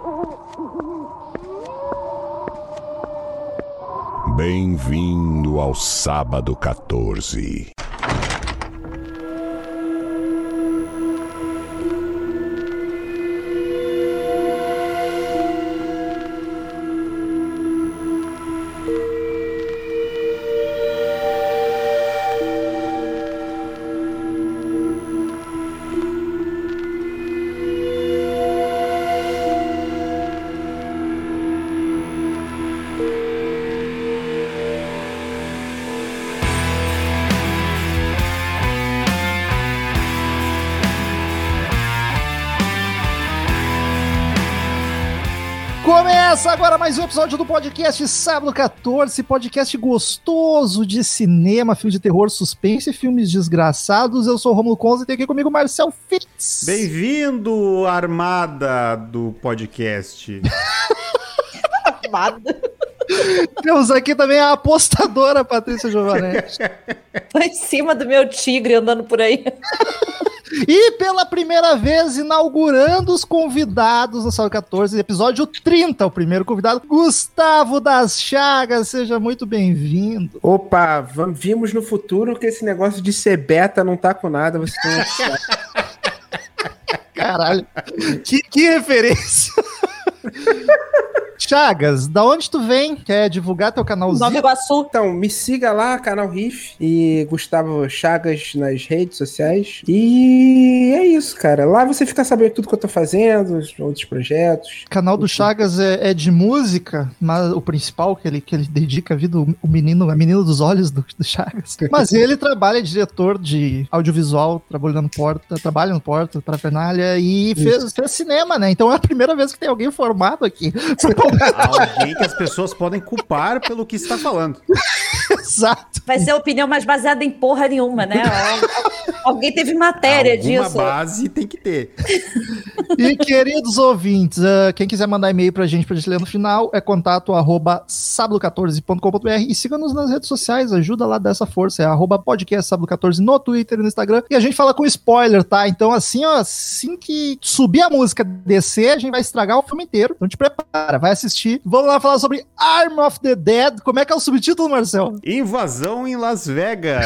Bem-vindo ao Sábado 14. Começa agora mais um episódio do podcast Sábado 14, podcast gostoso de cinema, filme de terror, suspense e filmes desgraçados. Eu sou o Rômulo Conza e tem aqui comigo o Marcel Fitz. Bem-vindo, armada do podcast. Armada. Temos aqui também a apostadora Patrícia Giovanetti. Tô em cima do meu tigre andando por aí. E pela primeira vez, inaugurando os convidados no Sábado 14, episódio 30, o primeiro convidado, Gustavo das Chagas. Seja muito bem-vindo. Opa, vimos no futuro que esse negócio de ser beta não tá com nada. Você tem... Caralho, que referência. Chagas, da onde tu vem? Quer divulgar teu canalzinho? Nova Iguaçu. Então, me siga lá, canal Riff e Gustavo Chagas nas redes sociais. E é isso, cara. Lá você fica sabendo tudo que eu tô fazendo, outros projetos. O canal do Chagas é de música, mas o principal que ele dedica a vida, a menina dos olhos do Chagas. Mas ele trabalha, diretor de audiovisual, trabalha no Porta, Parafernália e fez cinema, né? Então é a primeira vez que tem alguém formado aqui. Alguém que as pessoas podem culpar pelo que está falando. Exato. Vai ser a opinião mais baseada em porra nenhuma, né? Alguém teve matéria disso. Alguma base tem que ter. E, queridos ouvintes, quem quiser mandar e-mail pra gente ler no final, é contato@sábado14.com.br e siga-nos nas redes sociais, ajuda lá dessa força, é @podcast sábado14 no Twitter e no Instagram. E a gente fala com spoiler, tá? Então, assim, ó, assim que subir a música, descer, a gente vai estragar o filme inteiro. Então te prepara, vai assistir. Vamos lá falar sobre Arm of the Dead. Como é que é o subtítulo, Marcel? Invasão em Las Vegas.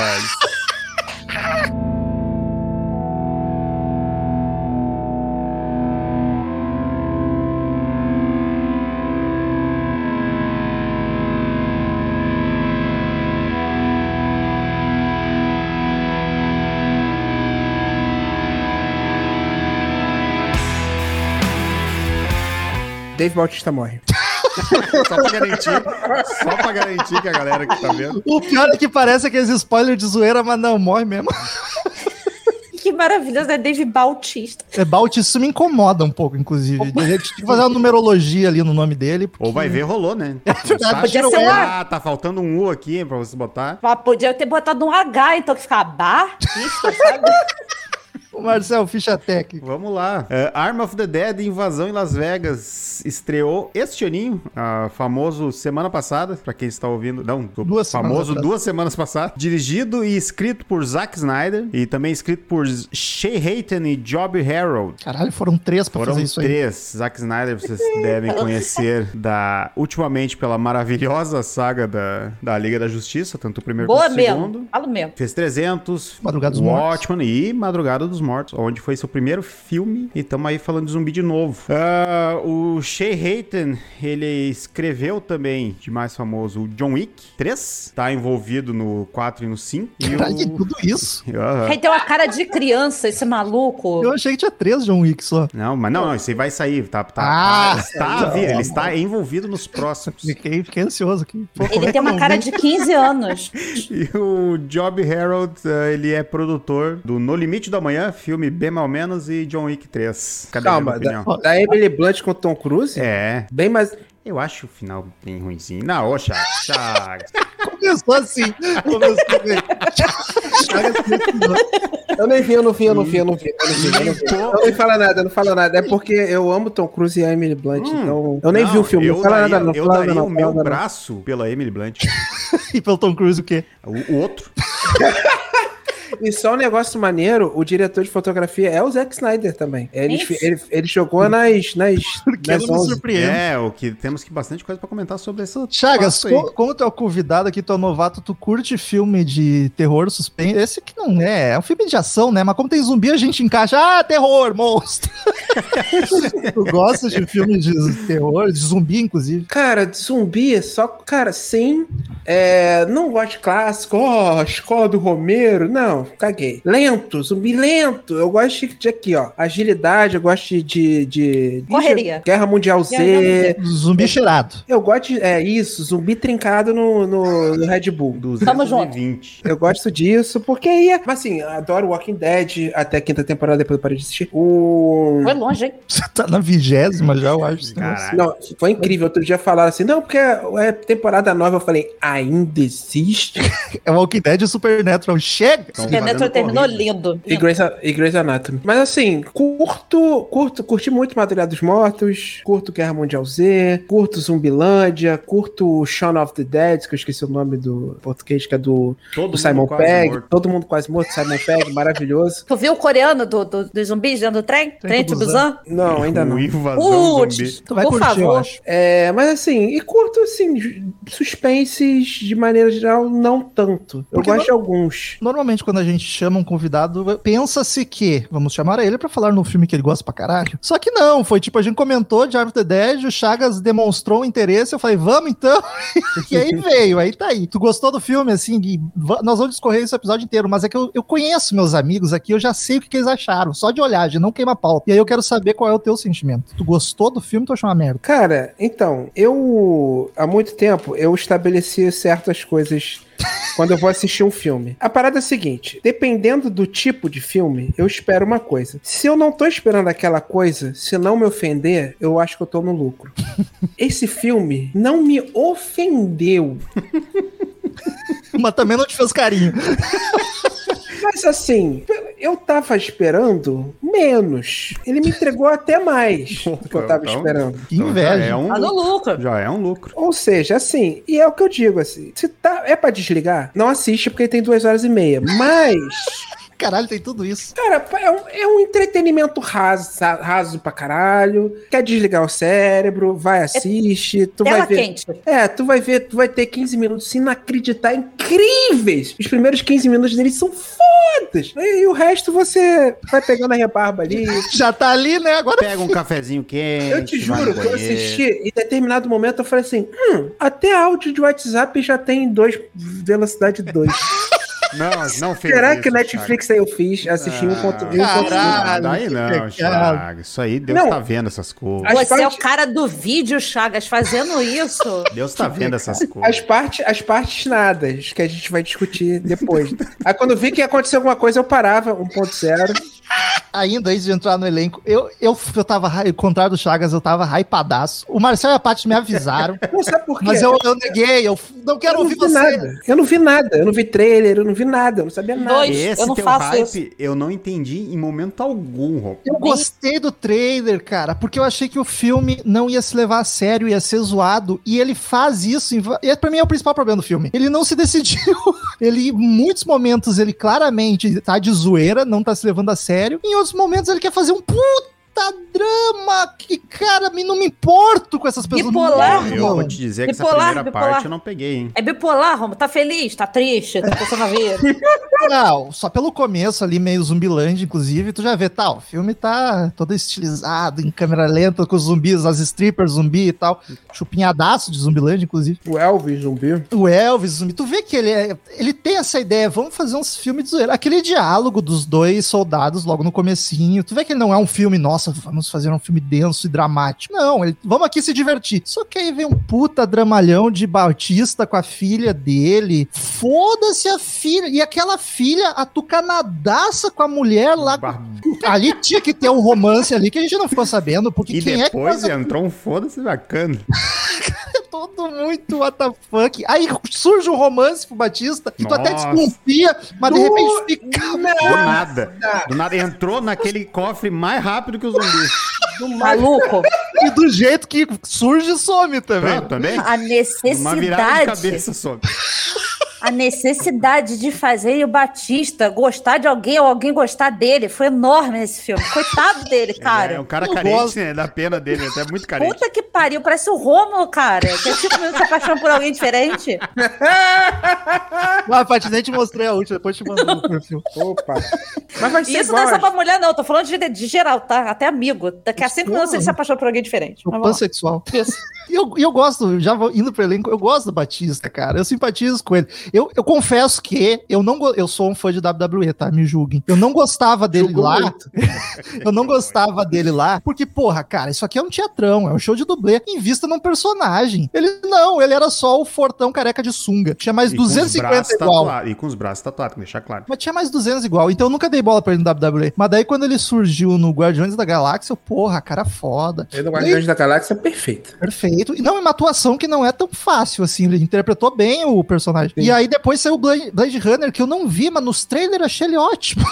Dave Bautista morre. Só pra garantir que a galera que tá vendo. O pior é que parece aqueles spoilers de zoeira, mas não, morre mesmo. Que maravilhoso, é Dave Bautista. Bautista, isso me incomoda um pouco, inclusive. A gente tem que fazer uma numerologia ali no nome dele. Porque... Ou vai ver, rolou, né? É verdade, podia ser tá faltando um U aqui pra você botar. Podia ter botado um H, então que fica Bautista, sabe? O Marcel, ficha técnica. Vamos lá. Arm of the Dead, Invasão em Las Vegas, estreou este aninho, famoso semana passada, pra quem está ouvindo. Não, famoso 2 semanas passadas. Dirigido e escrito por Zack Snyder e também escrito por Shay Hayton e Joby Harold. Caralho, foram 3 pra fazer isso aí. Foram 3. Zack Snyder, vocês devem conhecer ultimamente pela maravilhosa saga da Liga da Justiça, tanto o primeiro quanto o segundo. Falo mesmo. Fez 300, Madrugada dos Mortos. Watchmen e Madrugada dos Mortos, onde foi seu primeiro filme, e estamos aí falando de zumbi de novo. O Shay Hayton, ele escreveu também, de mais famoso, o John Wick 3, tá envolvido no 4 e no 5. Caralho, tudo isso? Aí tem uma cara de criança, esse maluco. Eu achei que tinha 3 John Wick só. Não, mas não, isso aí vai sair, ele está envolvido nos próximos. Fiquei ansioso aqui. Pô, ele tem uma cara de 15 anos. E o Joby Harold, ele é produtor do No Limite da Manhã, filme bem mal menos, e John Wick 3. Cadê a minha opinião? Da Emily Blunt com o Tom Cruise? É. Bem mais... Eu acho o final bem ruimzinho. Não, ô, Chagas. Começou assim. Eu não falo nada. É porque eu amo Tom Cruise e a Emily Blunt, então... Eu nem vi o filme, não fala nada. Eu daria o meu braço pela Emily Blunt. E pelo Tom Cruise o quê? O outro. E só um negócio maneiro, o diretor de fotografia é o Zack Snyder também. Ele jogou nas Porque não me surpreende. O que temos que bastante coisa pra comentar sobre essa. Chagas, como tu é o convidado aqui, tu é novato, tu curte filme de terror, suspense? Esse que não é um filme de ação, né? Mas como tem zumbi, a gente encaixa, terror, monstro. Tu gosta de filme de terror, de zumbi, inclusive? Cara, de zumbi, cara, sim. Não gosto de clássico, escola do Romero, não, caguei. Lento, zumbi lento. Eu gosto de aqui, ó, agilidade, eu gosto de correria. Guerra Mundial Z. Zumbi cheirado. Eu gosto isso, zumbi trincado no Red Bull. Tamo junto. Eu gosto disso, porque aí, mas assim, adoro Walking Dead, até a 5ª temporada, depois eu parei de assistir. Foi longe, hein? Você tá na 20ª já, eu acho. Não, foi incrível. Outro dia falaram assim, não, porque é temporada nova. Eu falei, ainda existe? É Walking Dead e Supernatural. Chega! Supernatural terminou lindo. E Grey's Anatomy. Mas assim, curti muito Madrugada dos Mortos, curto Guerra Mundial Z, curto Zumbilândia, curto Shaun of the Dead, que eu esqueci o nome do português, que é do Simon Pegg. Todo mundo quase morto, Simon Pegg, maravilhoso. Tu viu o coreano dos zumbis dentro do trem? Trem de Busan? Não, ainda não. Putz, tu vai por curtir, favor. eu acho. Mas assim, e curto assim, suspenses de maneira geral, não tanto. Eu gosto de alguns. Normalmente, quando a gente chama um convidado, pensa-se que vamos chamar ele pra falar no filme que ele gosta pra caralho. Só que não, foi tipo, a gente comentou de Arm of the Dead, o Chagas demonstrou um interesse, eu falei, vamos então. E aí veio, aí tá aí. Tu gostou do filme, assim, nós vamos discorrer esse episódio inteiro, mas é que eu conheço meus amigos aqui, eu já sei o que eles acharam, só de olhar, já não queima pau. E aí eu quero saber qual é o teu sentimento. Tu gostou do filme ou tu achou uma merda? Cara, então, há muito tempo, eu estabeleci certas coisas quando eu vou assistir um filme. A parada é a seguinte, dependendo do tipo de filme, eu espero uma coisa. Se eu não tô esperando aquela coisa, se não me ofender, eu acho que eu tô no lucro. Esse filme não me ofendeu. Mas também não te fez carinho. Mas assim, eu tava esperando menos. Ele me entregou até mais do que eu tava esperando. Que inveja. Tá no lucro. Já é um lucro. Ou seja, assim, e é o que eu digo, assim, se é pra desligar, não assiste porque tem 2h30. Mas... Caralho, tem tudo isso. Cara, é um entretenimento raso pra caralho. Quer desligar o cérebro, vai, assiste. Tu vai ver. Quente. Tu vai ver, tu vai ter 15 minutos inacreditar, incríveis. Os primeiros 15 minutos deles são fodas. E o resto você vai pegando a rebarba ali. Já tá ali, né? Agora pega um cafezinho quente. Eu te juro que eu assisti, em determinado momento eu falei assim, até áudio de WhatsApp já tem velocidade 2. Não fez. Será isso, que Netflix aí eu fiz? Assisti 1.1. Caralho, aí não, Chagas. Isso aí, Deus tá vendo essas coisas. Você é o cara do vídeo, Chagas, fazendo isso. Deus tá vendo essas coisas. As partes nadas, que a gente vai discutir depois. Aí quando eu vi que ia acontecer alguma coisa, eu parava 1.0. Ainda antes de entrar no elenco, eu tava, ao contrário do Chagas, eu tava hypadaço. O Marcel e a Paty me avisaram. Não sabe por quê? Mas eu neguei, eu não quero ouvir você. Nada. Eu não vi nada, eu não vi trailer, eu não vi nada, eu não sabia nada. Esse eu não teu faço hype, isso. eu não entendi em momento algum, Rob. Eu gostei do trailer, cara, porque eu achei que o filme não ia se levar a sério, ia ser zoado, e ele faz isso, e pra mim é o principal problema do filme. Ele não se decidiu, em muitos momentos, ele claramente tá de zoeira, não tá se levando a sério, em outros momentos ele quer fazer um puta drama, que cara, não me importo com essas pessoas. Bipolar, eu vou te dizer que essa primeira parte eu não peguei, hein. É bipolar, Romo, tá feliz, tá triste, tá pensando na vida. Não, só pelo começo ali, meio Zumbilândia, inclusive, tu já vê, o filme tá todo estilizado, em câmera lenta, com os zumbis, as strippers zumbi e tal, chupinhadaço de Zumbilândia, inclusive. O Elvis zumbi. O Elvis zumbi, tu vê que ele tem essa ideia, vamos fazer uns filmes de zoeira. Aquele diálogo dos dois soldados logo no comecinho, tu vê que ele não é um filme, nossa, vamos fazer um filme denso e dramático. Não, vamos aqui se divertir. Só que aí vem um puta dramalhão de Bautista com a filha dele. Foda-se a filha. E aquela filha atucanadaça com a mulher lá. Ali tinha que ter um romance ali que a gente não ficou sabendo. Porque e quem depois é que entrou um foda-se bacana. É todo muito what the fuck. Aí surge um romance pro Batista que tu até desconfia, mas de repente fica... Do nada entrou naquele cofre mais rápido que os zumbis. Maluco. E do jeito que surge, some também. Também? A necessidade. Uma virada de cabeça some. A necessidade de fazer o Batista gostar de alguém ou alguém gostar dele foi enorme nesse filme. Coitado dele, cara. É um cara carente, né? Da pena dele, até muito carente. Puta que pariu, parece o Rômulo, cara. Que é 5 minutos se apaixonando por alguém diferente. Paty, nem te mostrei a última, depois te mandou o perfil. Opa. Mas vai ser Isso não é só pra mulher, não. Tô falando de geral, tá? Até amigo. Daqui a 5 minutos ele se apaixona por alguém diferente. O pansexual. E eu gosto, já indo pro elenco, eu gosto do Batista, cara. Eu simpatizo com ele. Eu confesso que eu sou um fã de WWE, tá? Me julguem. Eu não gostava dele lá. Eu não gostava dele lá, porque, porra, cara, isso aqui é um teatrão, é um show de dublê. Invista num personagem. Ele era só o fortão careca de sunga. Tinha mais 250 igual. E com os braços tatuados, deixar claro. Mas tinha mais 200 igual, então eu nunca dei bola pra ele no WWE. Mas daí quando ele surgiu no Guardiões da Galáxia, porra, cara foda. Ele no Guardiões da Galáxia é perfeito. Perfeito. E não, é uma atuação que não é tão fácil, assim. Ele interpretou bem o personagem. Sim. E aí depois saiu o Blade Runner, que eu não vi, mas nos trailers achei ele ótimo.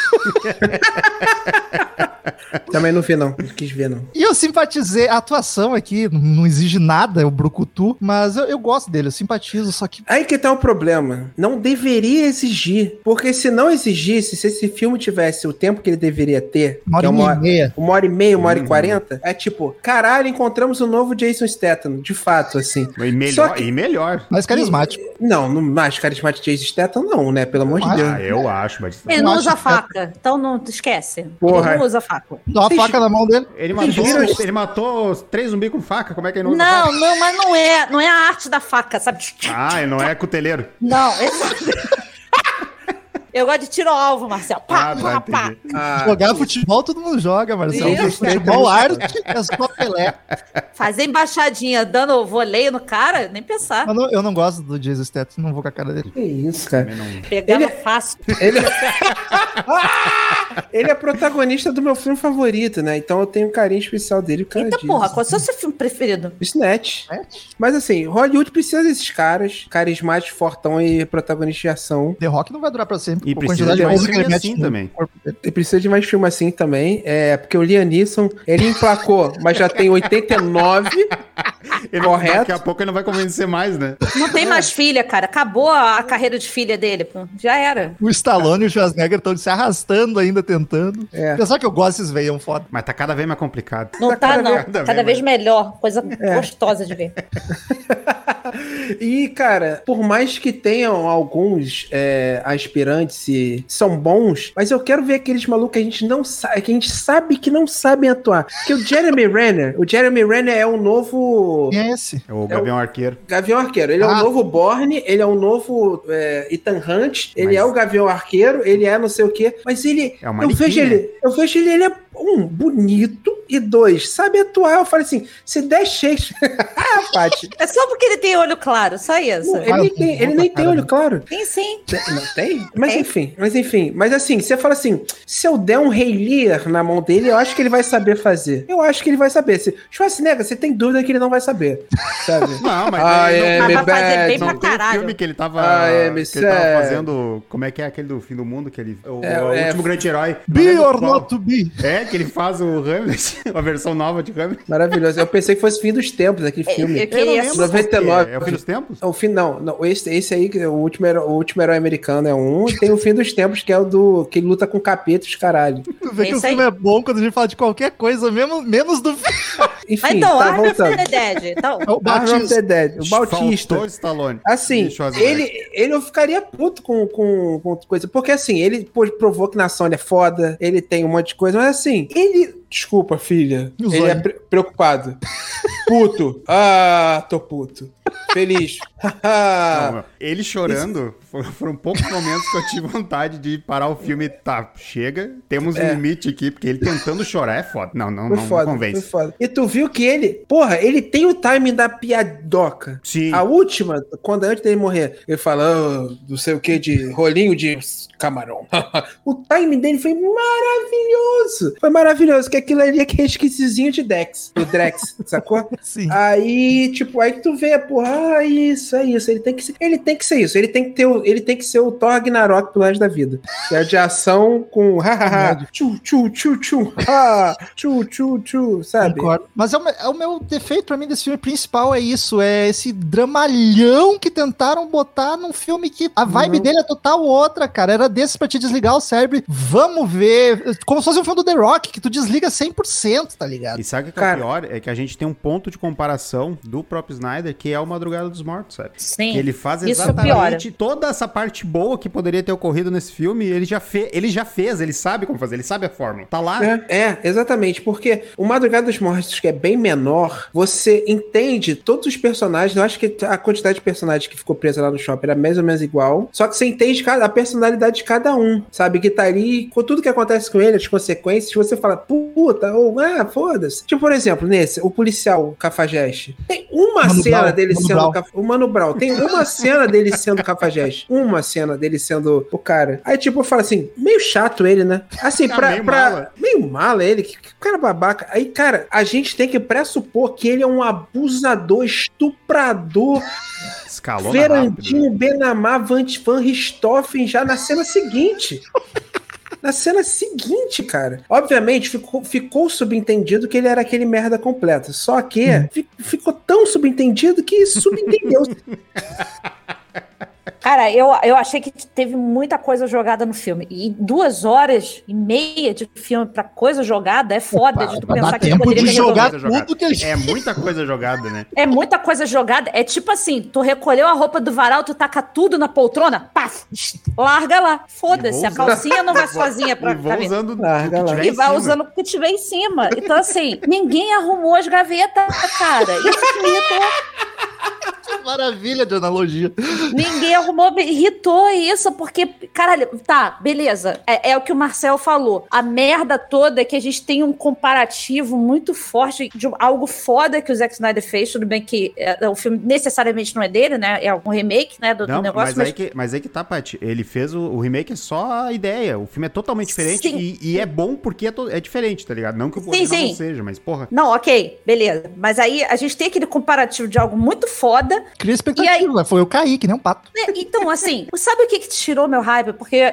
Também não vi, não quis ver, não. E eu simpatizei. A atuação aqui não exige nada, é o brucutu, mas eu gosto dele, eu simpatizo, só que... Aí que tá o problema. Não deveria exigir. Porque se não exigisse, se esse filme tivesse o tempo que ele deveria ter, uma hora e meia, 1h40, é tipo, caralho, encontramos o novo Jason Statham, de fato, assim. E melhor. Mais carismático. Não, mais carismático Jason Statham não, né? Pelo amor de Deus. Eu acho, mas... Ele não usa faca, então não esquece. Porra. Ele não usa faca. Dá uma faca na mão dele. Ele matou 3 zumbis com faca, como é que ele não usa faca? Não, mas não é a arte da faca, sabe? Ele não é cuteleiro. Não, eu gosto de tiro ao alvo, Marcelo. Pá, pá. Jogar futebol todo mundo joga, Marcelo. Futebol, arte, é só Pelé. Fazer embaixadinha dando voleio no cara, nem pensar. Eu não gosto do Jason Statham, não vou com a cara dele. Que isso, cara. Pegava fácil. Ele é protagonista do meu filme favorito, né? Então eu tenho um carinho especial dele. Eita porra, qual é o seu filme preferido? Snatch. Mas assim, Hollywood precisa desses caras, carismáticos, fortão e protagonista de ação. The Rock não vai durar pra sempre. E precisa de mais filme assim também. E precisa de mais filme assim também. Porque o Liam Neeson, ele emplacou, mas já tem 89. Correto. Daqui a pouco ele não vai convencer mais, né? Não tem mais filha, cara. Acabou a carreira de filha dele. Pô. Já era. O Stallone e o Schwarzenegger estão se arrastando ainda, tentando. Pensar que eu gosto desses veião foda. Mas tá cada vez mais complicado. Não tá, não. Cada vez melhor. Coisa gostosa de ver. E, cara, por mais que tenham alguns aspirantes e são bons, mas eu quero ver aqueles malucos que a gente não sabe, que a gente sabe que não sabem atuar. Porque o Jeremy Renner é o novo... Quem é esse? É o Gavião Arqueiro. Gavião Arqueiro. Ele é o novo Bourne, ele é o novo Ethan Hunt, ele é o Gavião Arqueiro, ele é não sei o quê, mas ele... Eu vejo ele é bonito, e 2, sabe atuar. Eu falei assim, se der Shakespeare... Paty. É só porque ele tem olho claro, só isso. Não, ele nem tem olho claro. Tem sim. Não tem? Mas enfim. Mas assim, você fala assim, se eu der um Rei Lear na mão dele, eu acho que ele vai saber fazer. Eu acho que ele vai saber. Se Schwarzenegger, você tem dúvida que ele não vai saber, sabe? Não, mas vai fazer bem pra caralho. O filme que ele tava fazendo, como é que é aquele do fim do mundo, que ele, o último grande herói. Be or not to be. Que ele faz o Hamlet, a versão nova de Hamlet. Maravilhoso. Eu pensei que fosse Fim dos Tempos, aquele filme. Eu queria 99. É o Fim dos Tempos? O fim, não. Esse aí, o último herói americano é um, e tem o Fim dos Tempos, que é o do que ele luta com capeta, os caralho. Tu vê que o filme é bom quando a gente fala de qualquer coisa, menos do filme. Enfim, então, tá Arnold voltando. Então. O Bautista. O Bautista. Faltou Stallone. Assim, ele eu ficaria puto com coisa, porque assim, ele provou que na ação ele é foda, ele tem um monte de coisa, mas assim, desculpa, filha. Ele é preocupado. Puto. Tô puto. Feliz. Não, ele chorando, foram poucos momentos que eu tive vontade de parar o filme. Tá, chega, temos um limite aqui, porque ele tentando chorar é foda. Não convence. Foi foda. E tu viu que ele tem o timing da piadoca. Sim. A última, antes dele morrer, ele fala, não sei o que, de rolinho de camarão. O timing dele foi maravilhoso. Foi maravilhoso, que aquilo ali é aquele esquisizinho de Drex, sacou? Sim. Aí, tipo, aí que tu vê, porra, isso. Ele tem que ser isso. Ele tem que ter ele tem que ser o Thor Ragnarok pro resto da vida. Que é de ação com hahaha, tchu, tchu, tchu, tchu, ha, tchu, tchu, tchu, sabe? Concordo. Mas o meu defeito pra mim desse filme principal é isso, é esse dramalhão que tentaram botar num filme que a vibe dele é total outra, cara. Era desses pra te desligar o cérebro. Vamos ver. Como se fosse um filme do The Rock, que tu desliga 100%, tá ligado? E sabe o que é o pior? É que a gente tem um ponto de comparação do próprio Snyder, que é o Madrugada dos Mortos, sabe? Sim. Que ele faz exatamente toda essa parte boa que poderia ter ocorrido nesse filme, ele já fez, ele sabe como fazer, ele sabe a fórmula. Tá lá. Exatamente, porque o Madrugada dos Mortos, que é bem menor, você entende todos os personagens. Eu acho que a quantidade de personagens que ficou presa lá no shopping era mais ou menos igual, só que você entende a personalidade de cada um, sabe? Que tá ali, com tudo que acontece com ele, as consequências, você fala, puta, ou foda-se. Tipo, por exemplo, nesse, o policial o Cafajeste, tem uma cena dele sendo o Mano Brown, tem uma cena dele sendo Cafajeste, uma cena dele sendo o cara. Aí tipo, eu falo assim, meio chato ele, né? Assim, meio mala ele, que cara babaca. Aí, cara, a gente tem que pressupor que ele é um abusador, estuprador, Ferantino, Benamar, Van Richthofen já na cena seguinte. Na cena seguinte, cara. Obviamente, ficou subentendido que ele era aquele merda completo. Só que ficou tão subentendido que subentendeu. Cara, eu achei que teve muita coisa jogada no filme. E 2h30 de filme pra coisa jogada é foda. De tu pensar que poderia ter jogar tudo que ele... É muita coisa jogada, né? É muita coisa jogada. É tipo assim, tu recolheu a roupa do varal, tu taca tudo na poltrona, paf, larga lá. Foda-se, a calcinha não vai sozinha pra ficar usando e vai usando o que tiver em cima. Então assim, ninguém arrumou as gavetas, cara. Isso que me irritou. Maravilha de analogia. Ninguém arrumou, irritou isso, porque, caralho, tá, beleza. É o que o Marcel falou. A merda toda é que a gente tem um comparativo muito forte de algo foda que o Zack Snyder fez. Tudo bem que o filme necessariamente não é dele, né? É algum remake, né, do negócio. Mas aí que tá, Paty. Ele fez o remake, é só a ideia. O filme é totalmente diferente e é bom porque é diferente, tá ligado? Não que o original não seja, mas porra. Não, ok, beleza. Mas aí a gente tem aquele comparativo de algo muito foda. Cria expectativa, foi eu cair, que nem um pato. Então, assim, sabe o que tirou meu raiva? Porque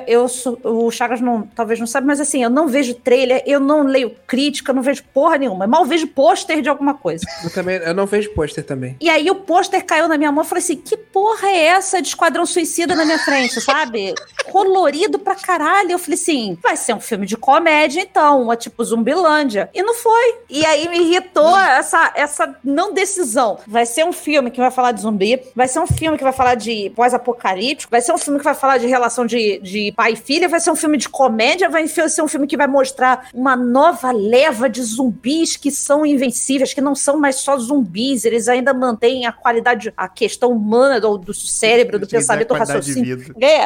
o Chagas talvez não sabe, mas assim, eu não vejo trailer, eu não leio crítica, eu não vejo porra nenhuma. Eu mal vejo pôster de alguma coisa. Eu não vejo pôster também. E aí o pôster caiu na minha mão, eu falei assim, que porra é essa de Esquadrão Suicida na minha frente, sabe? Colorido pra caralho. Eu falei assim, vai ser um filme de comédia então, tipo Zumbilândia. E não foi. E aí me irritou essa não decisão. Vai ser um filme que vai falar de zumbi, vai ser um filme que vai falar de pós-apocalíptico, vai ser um filme que vai falar de relação de pai e filha, vai ser um filme de comédia, vai ser um filme que vai mostrar uma nova leva de zumbis que são invencíveis, que não são mais só zumbis, eles ainda mantêm a qualidade, a questão humana do cérebro, do pensamento, do raciocínio.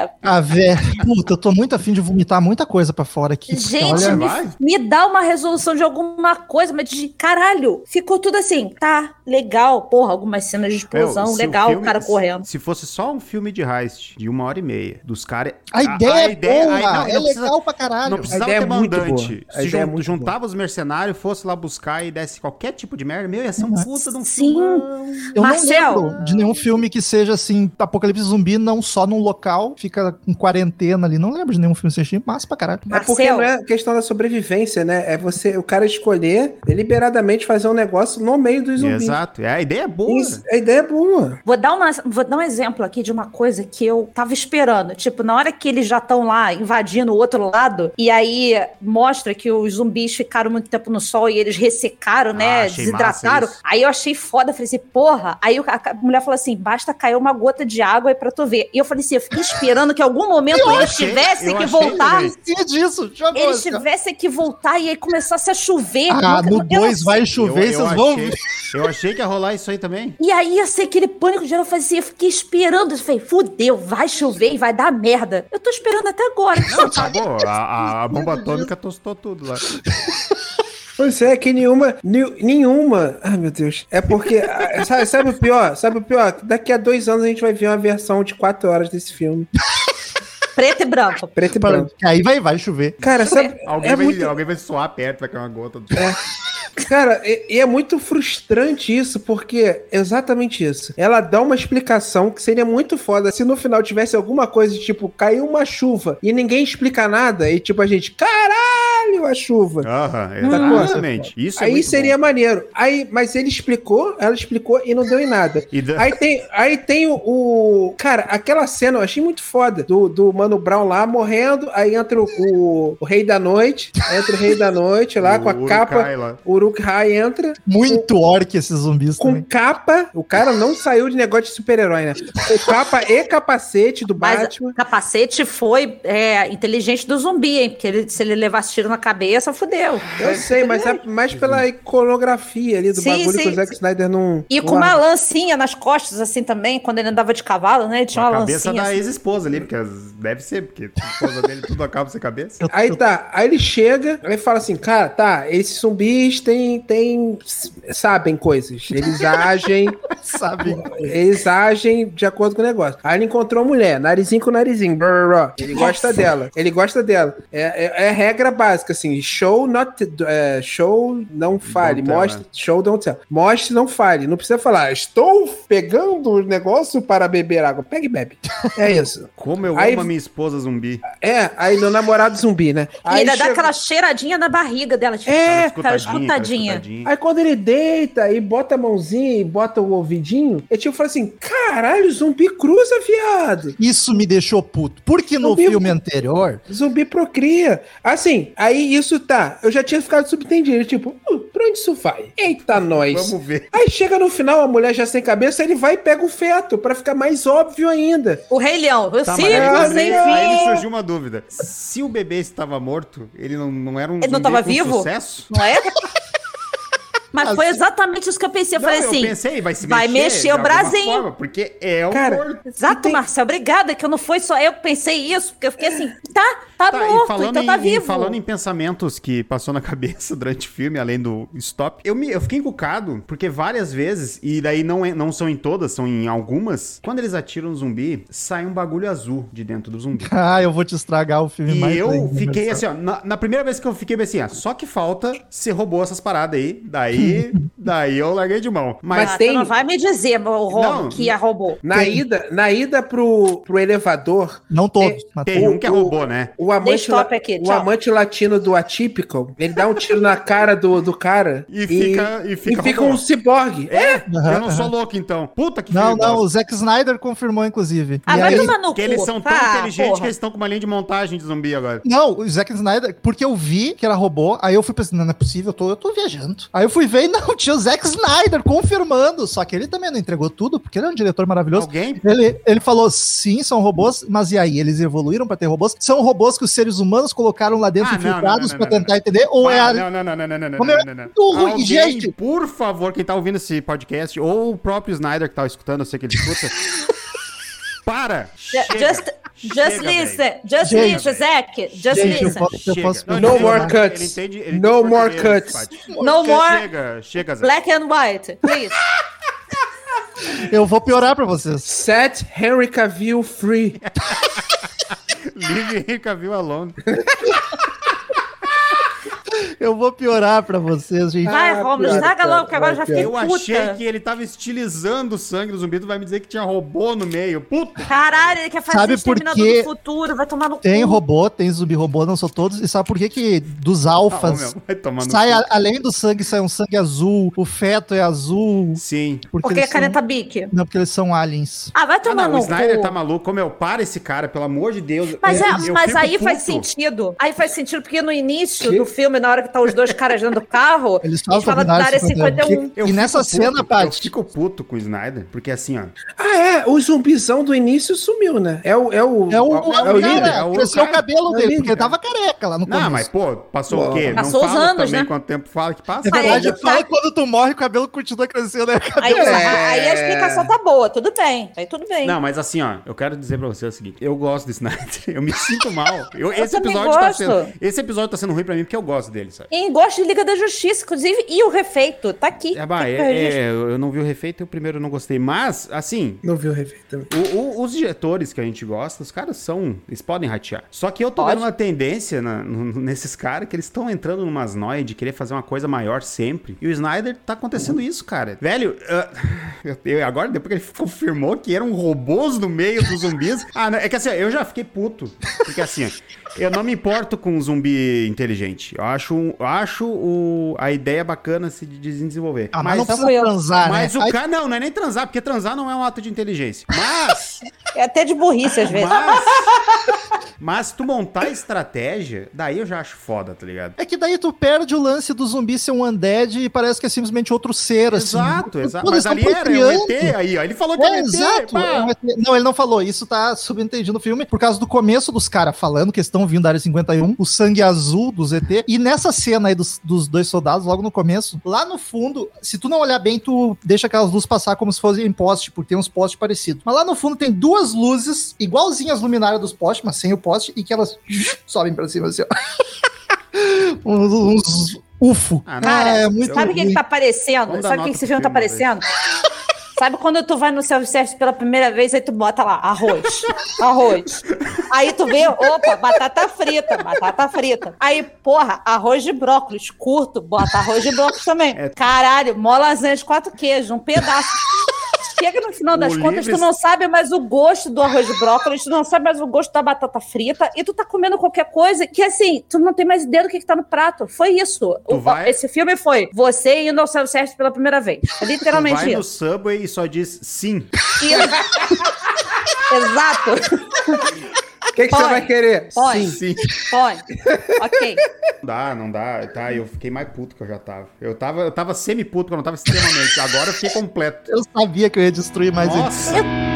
Puta, eu tô muito afim de vomitar muita coisa pra fora aqui. Gente, me dá uma resolução de alguma coisa, mas de caralho, ficou tudo assim, tá, legal, porra, algumas cenas de explosão, legal, o cara correndo. Se fosse só um filme de heist de 1h30, dos caras... A ideia é boa, é legal pra caralho. Não precisava ter mandante. Se juntava os mercenários, fosse lá buscar e desse qualquer tipo de merda, ia ser um puta de um filme. Eu não lembro de nenhum filme que seja assim, apocalipse zumbi, não só num local, fica em quarentena ali. Não lembro de nenhum filme assim, massa pra caralho. É porque não é questão da sobrevivência, né? É o cara escolher deliberadamente fazer um negócio no meio dos zumbis. Exato. A ideia é boa. Isso, a ideia é boa. Vou dar um exemplo aqui de uma coisa que eu tava esperando. Tipo, na hora que eles já estão lá invadindo o outro lado, e aí mostra que os zumbis ficaram muito tempo no sol e eles ressecaram, né? Desidrataram. Aí eu achei foda, falei assim, porra. Aí a mulher falou assim, basta cair uma gota de água aí pra tu ver. E eu falei assim, eu fiquei esperando que em algum momento eles tivessem que voltar. Eles tivessem que voltar e aí começasse a chover. No 2 vai chover, vocês vão ver. Eu achei que ia rolar isso aí também. E aí ia ser aquele pânico geral, eu fiquei esperando, eu falei, fudeu, vai chover e vai dar merda. Eu tô esperando até agora. Não, acabou, a bomba atômica tostou tudo lá. Pois é, que nenhuma. Ai, meu Deus. É porque. Sabe o pior? Daqui a 2 anos a gente vai ver uma versão de 4 horas desse filme. Preto e branco. Preto e branco. Aí vai chover. Cara, sabe... Alguém vai suar perto, vai cair uma gota. Cara, e é muito frustrante isso, porque é exatamente isso. Ela dá uma explicação que seria muito foda se no final tivesse alguma coisa de tipo, caiu uma chuva e ninguém explica nada e tipo a gente, caralho, a chuva. Exatamente. Isso aí seria maneiro. Mas ela explicou e não deu em nada. Aí tem o... Cara, aquela cena eu achei muito foda do Mano Brown lá morrendo, aí entra o Rei da Noite, lá com a capa, o Uruk-hai entra. Muito orc esses zumbis com também. Capa, o cara não saiu de negócio de super-herói, né? Com capa e capacete do Batman. O capacete foi inteligente do zumbi, hein? Porque se ele levasse tiro na cabeça, fudeu. Eu sei, mas é mais pela iconografia ali do bagulho que o Zack Snyder não... E com uma lancinha nas costas, assim, também, quando ele andava de cavalo, né? Ele tinha uma lancinha. A cabeça da assim. Ex-esposa ali, porque deve ser, porque a esposa dele tudo acaba sem cabeça. Aí ele chega, aí fala assim, cara, esses zumbis sabem coisas. Eles agem... Eles agem de acordo com o negócio. Aí ele encontrou a mulher, narizinho com narizinho. Ele gosta dela. É regra básica, assim, show não fale, mostre, show don't tell. Mostre, não fale. Não precisa falar, estou pegando o negócio para beber água. Pega e bebe. É isso. Como eu amo a minha esposa zumbi. Aí meu namorado zumbi, né? E ainda dá aquela cheiradinha na barriga dela. Tipo, aquela escutadinha. Aí quando ele deita e bota a mãozinha e bota o ouvidinho, eu tipo, falo assim, caralho, zumbi cruza, viado. Isso me deixou puto. Porque no filme anterior... Zumbi procria. Assim, aí isso eu já tinha ficado subentendido, tipo, pra onde isso vai? Eita, nós. Vamos ver. Aí chega no final, a mulher já sem cabeça, ele vai e pega o feto, pra ficar mais óbvio ainda. O Rei Leão. Aí me surgiu uma dúvida. Se o bebê estava morto, ele não era um ele não estava vivo? Sucesso? Não é? Mas foi exatamente isso que eu pensei. Eu falei assim, vai mexer o bracinho. Forma, porque é o morto. Exato, Marcel, obrigada, que eu não foi só eu que pensei isso, porque eu fiquei assim, tá morto, então tá vivo. Falando em pensamentos que passou na cabeça durante o filme, além do stop, eu fiquei encucado, porque várias vezes, e daí não são em todas, são em algumas, quando eles atiram no zumbi, sai um bagulho azul de dentro do zumbi. Eu vou te estragar o filme mais. E eu fiquei assim, ó, na primeira vez que eu fiquei assim, só que falta ser roubou essas paradas aí, daí eu larguei de mão. Mas tem... não vai me dizer, que a roubou. Na ida pro elevador... Não todos. Tem um que roubou, né? O amante latino do Atypical, ele dá um tiro na cara do cara e fica um ciborgue. Eu não sou louco, então. Puta que Não, o Zack Snyder confirmou, inclusive. Vai tomar no cu. Que eles são tão inteligentes que eles estão com uma linha de montagem de zumbi agora. Não, o Zack Snyder, porque eu vi que ela roubou, aí eu fui pensando, não é possível, eu tô viajando. Aí eu fui ver e não, tinha o Zack Snyder confirmando, só que ele também não entregou tudo, porque ele é um diretor maravilhoso. Ele falou, sim, são robôs, mas e aí? Eles evoluíram pra ter robôs? São robôs que os seres humanos colocaram lá dentro infiltrados pra tentar entender? Ou é a... Não. Alguém, por favor, quem tá ouvindo esse podcast, ou o próprio Snyder que tá escutando, eu sei que ele escuta, para! Just listen, Zack. Just listen. No more cuts. No more cuts. No more chega, Zack. Black and white, please. Eu vou piorar pra vocês. Set Henry Cavill free. Leave Henry Cavill alone. Eu vou piorar pra vocês, gente. Vai, Romulo, estraga logo, que agora já fiquei puta. Eu achei que ele tava estilizando o sangue do zumbi, tu vai me dizer que tinha robô no meio. Puta! Caralho, ele quer fazer Exterminador do Futuro, vai tomar no cu. Tem robô, tem zumbi robô, não são todos. E sabe por que dos alfas sai, além do sangue, sai um sangue azul, o feto é azul. Sim. Porque é caneta Bic. Não, porque eles são aliens. Vai tomar no cu. O Snyder tá maluco. Como para esse cara, pelo amor de Deus. Mas aí faz sentido. Aí faz sentido, porque no início do filme, na hora que tá os dois caras dentro do carro, eles falam da área 51. E nessa cena, Paty... Eu fico puto com o Snyder, porque assim, ó... O zumbizão do início sumiu, né? É o líder. Cresceu o cabelo dele, porque ele tava careca lá no começo. Não, mas, passou o quê? Passou os anos, né? Quanto tempo fala que passa. É verdade, quando tu morre, o cabelo continua crescendo, né? Aí a explicação tá boa, tudo bem. Aí tudo bem. Não, mas assim, ó, eu quero dizer pra você o seguinte, eu gosto do Snyder, eu me sinto mal. Esse episódio tá sendo ruim pra mim porque eu gosto dele, sabe? sabe? Em gosto de Liga da Justiça, inclusive, e o Refeito, tá aqui. Eu não vi o Refeito e o primeiro eu não gostei, mas, assim... Não vi o Refeito também. Os diretores que a gente gosta, os caras eles podem ratear. Só que eu tô vendo uma tendência nesses caras que eles estão entrando numas noias de querer fazer uma coisa maior sempre. E o Snyder tá acontecendo isso, cara. Velho, agora, depois que ele confirmou que eram robôs no meio dos zumbis... É que assim, eu já fiquei puto. Porque assim, eu não me importo com um zumbi inteligente. Eu acho a ideia bacana se desenvolver. Mas não precisa transar, mas né? o cara... Não é nem transar, porque transar não é um ato de inteligência. Mas... É até de burrice, às vezes. Mas tu montar estratégia, daí eu já acho foda, tá ligado? É que daí tu perde o lance do zumbi ser um undead e parece que é simplesmente outro ser, exato, assim. Exato. Mas ali era um ET aí, ó. Ele falou que é um ET. Exato. Não, ele não falou. Isso tá subentendido no filme por causa do começo dos caras falando que estão vindo da Área 51, o sangue azul dos ET. E nessa cena aí dos dois soldados, logo no começo, lá no fundo, se tu não olhar bem, tu deixa aquelas luzes passar como se fossem em poste, porque tem uns postes parecidos. Mas lá no fundo tem duas luzes igualzinhas às luminárias dos postes, mas sem o poste, e que elas sobem pra cima assim, ó. uns UFO. Cara, sabe o que tá aparecendo? Sabe o que esse filme tá aparecendo? Sabe quando tu vai no self-service pela primeira vez, aí tu bota lá, arroz. Aí tu vê, opa, batata frita. Aí, porra, arroz de brócolis, curto, bota arroz de brócolis também. Caralho, mó lasanha de 4 queijos, um pedaço. Chega no final das contas, tu não sabe mais o gosto do arroz de brócolis, tu não sabe mais o gosto da batata frita, e tu tá comendo qualquer coisa que, assim, tu não tem mais ideia do que tá no prato. Foi isso. Esse filme foi você indo ao self-service pela primeira vez. Literalmente isso. Vai no Subway e só diz sim. Exato. O que você vai querer? Sim. Põe. Ok. Não dá. Tá, eu fiquei mais puto que eu já tava. Eu tava semi-puto, que eu não tava extremamente. Agora eu fiquei completo. Eu sabia que eu ia destruir mais ele. Nossa!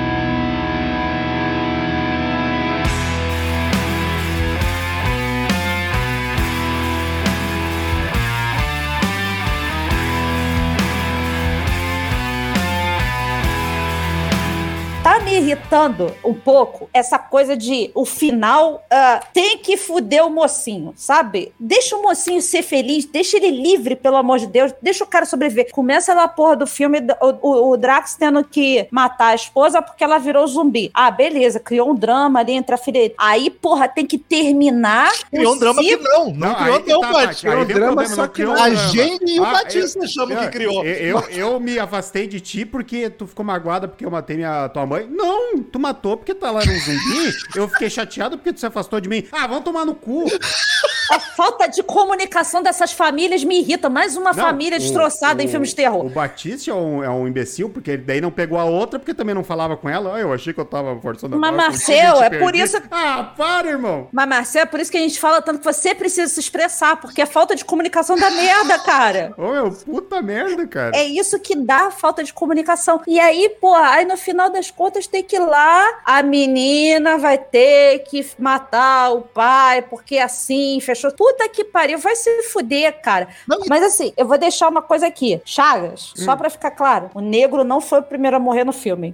Tá me irritando um pouco essa coisa de o final tem que fuder o mocinho, sabe? Deixa o mocinho ser feliz, deixa ele livre, pelo amor de Deus, deixa o cara sobreviver. Começa lá a porra do filme, o Drax tendo que matar a esposa porque ela virou zumbi. Ah, beleza, criou um drama ali entre a filha dele. Aí, porra, tem que terminar. Criou um drama que não criou não, Paty. Criou um drama só que a gente e o Batista chamam que criou. Eu me afastei de ti porque tu ficou magoada porque eu matei tua mãe. Não, tu matou porque tá lá no zumbi. Eu fiquei chateado porque tu se afastou de mim. Vamos tomar no cu. A falta de comunicação dessas famílias me irrita. Mais uma família destroçada em filmes de terror. O Batista é um imbecil, porque ele daí não pegou a outra, porque também não falava com ela. Eu achei que eu tava forçando a barra. Mas, Marcel, é por isso... para, irmão. Mas, Marcel, é por isso que a gente fala tanto que você precisa se expressar, porque é falta de comunicação da merda, cara. Puta merda, cara. É isso que dá falta de comunicação. E aí, porra, aí no final das contas tem que ir lá, a menina vai ter que matar o pai, porque assim, fechou. Puta que pariu, vai se fuder, cara. Não. Mas assim, eu vou deixar uma coisa aqui. Chagas, só pra ficar claro, o negro não foi o primeiro a morrer no filme.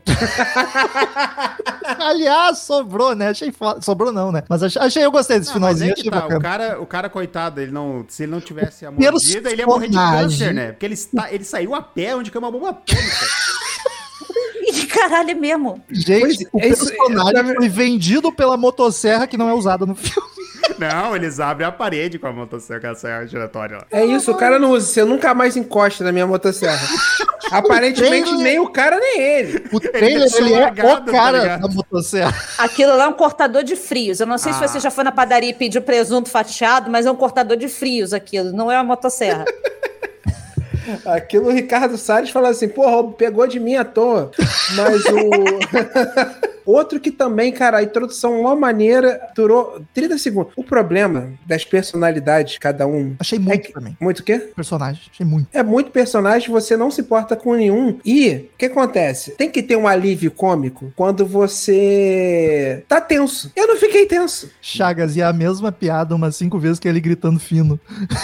Aliás, sobrou, né? Achei foda. Sobrou não, né? Mas eu gostei desse finalzinho. Achei bacana. O cara, coitado, se ele não tivesse a mordida, ele ia morrer de câncer, né? Porque ele saiu a pé onde caiu uma bomba atômica. E caralho mesmo. Gente, o personagem foi vendido pela motosserra que não é usada no filme. Não, eles abrem a parede com a motosserra, com a serra giratória. Ó. É isso, o cara não usa. Você nunca mais encosta na minha motosserra. Aparentemente, nem o cara, nem ele. O trailer, ele é o cara da motosserra. Aquilo lá é um cortador de frios. Eu não sei se você já foi na padaria e pediu presunto fatiado, mas é um cortador de frios aquilo, não é uma motosserra. Aquilo o Ricardo Salles fala assim, porra, pegou de mim à toa. Mas outro que também, cara, a introdução uma maneira durou 30 segundos. O problema das personalidades, cada um... Achei muito também. Muito o quê? Personagem, achei muito. É muito personagem, você não se importa com nenhum. E, o que acontece? Tem que ter um alívio cômico quando você tá tenso. Eu não fiquei tenso. Chagas, e a mesma piada umas 5 vezes que ele gritando fino.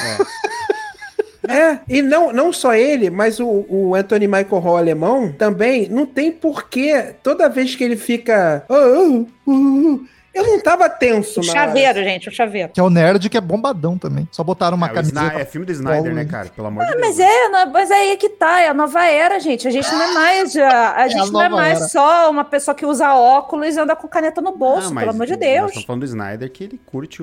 E não só ele, mas o Anthony Michael Hall alemão também não tem porquê. Toda vez que ele fica... Eu não tava tenso, O chaveiro, gente, o chaveiro. Que é o nerd que é bombadão também. Só botaram uma camiseta. É filme do Snyder, né, cara? Pelo amor de Deus. Mas aí é que tá, é a nova era, gente. A gente não é mais. A gente não é mais só uma pessoa que usa óculos e anda com caneta no bolso, pelo amor de Deus. Nós estamos falando do Snyder que ele curte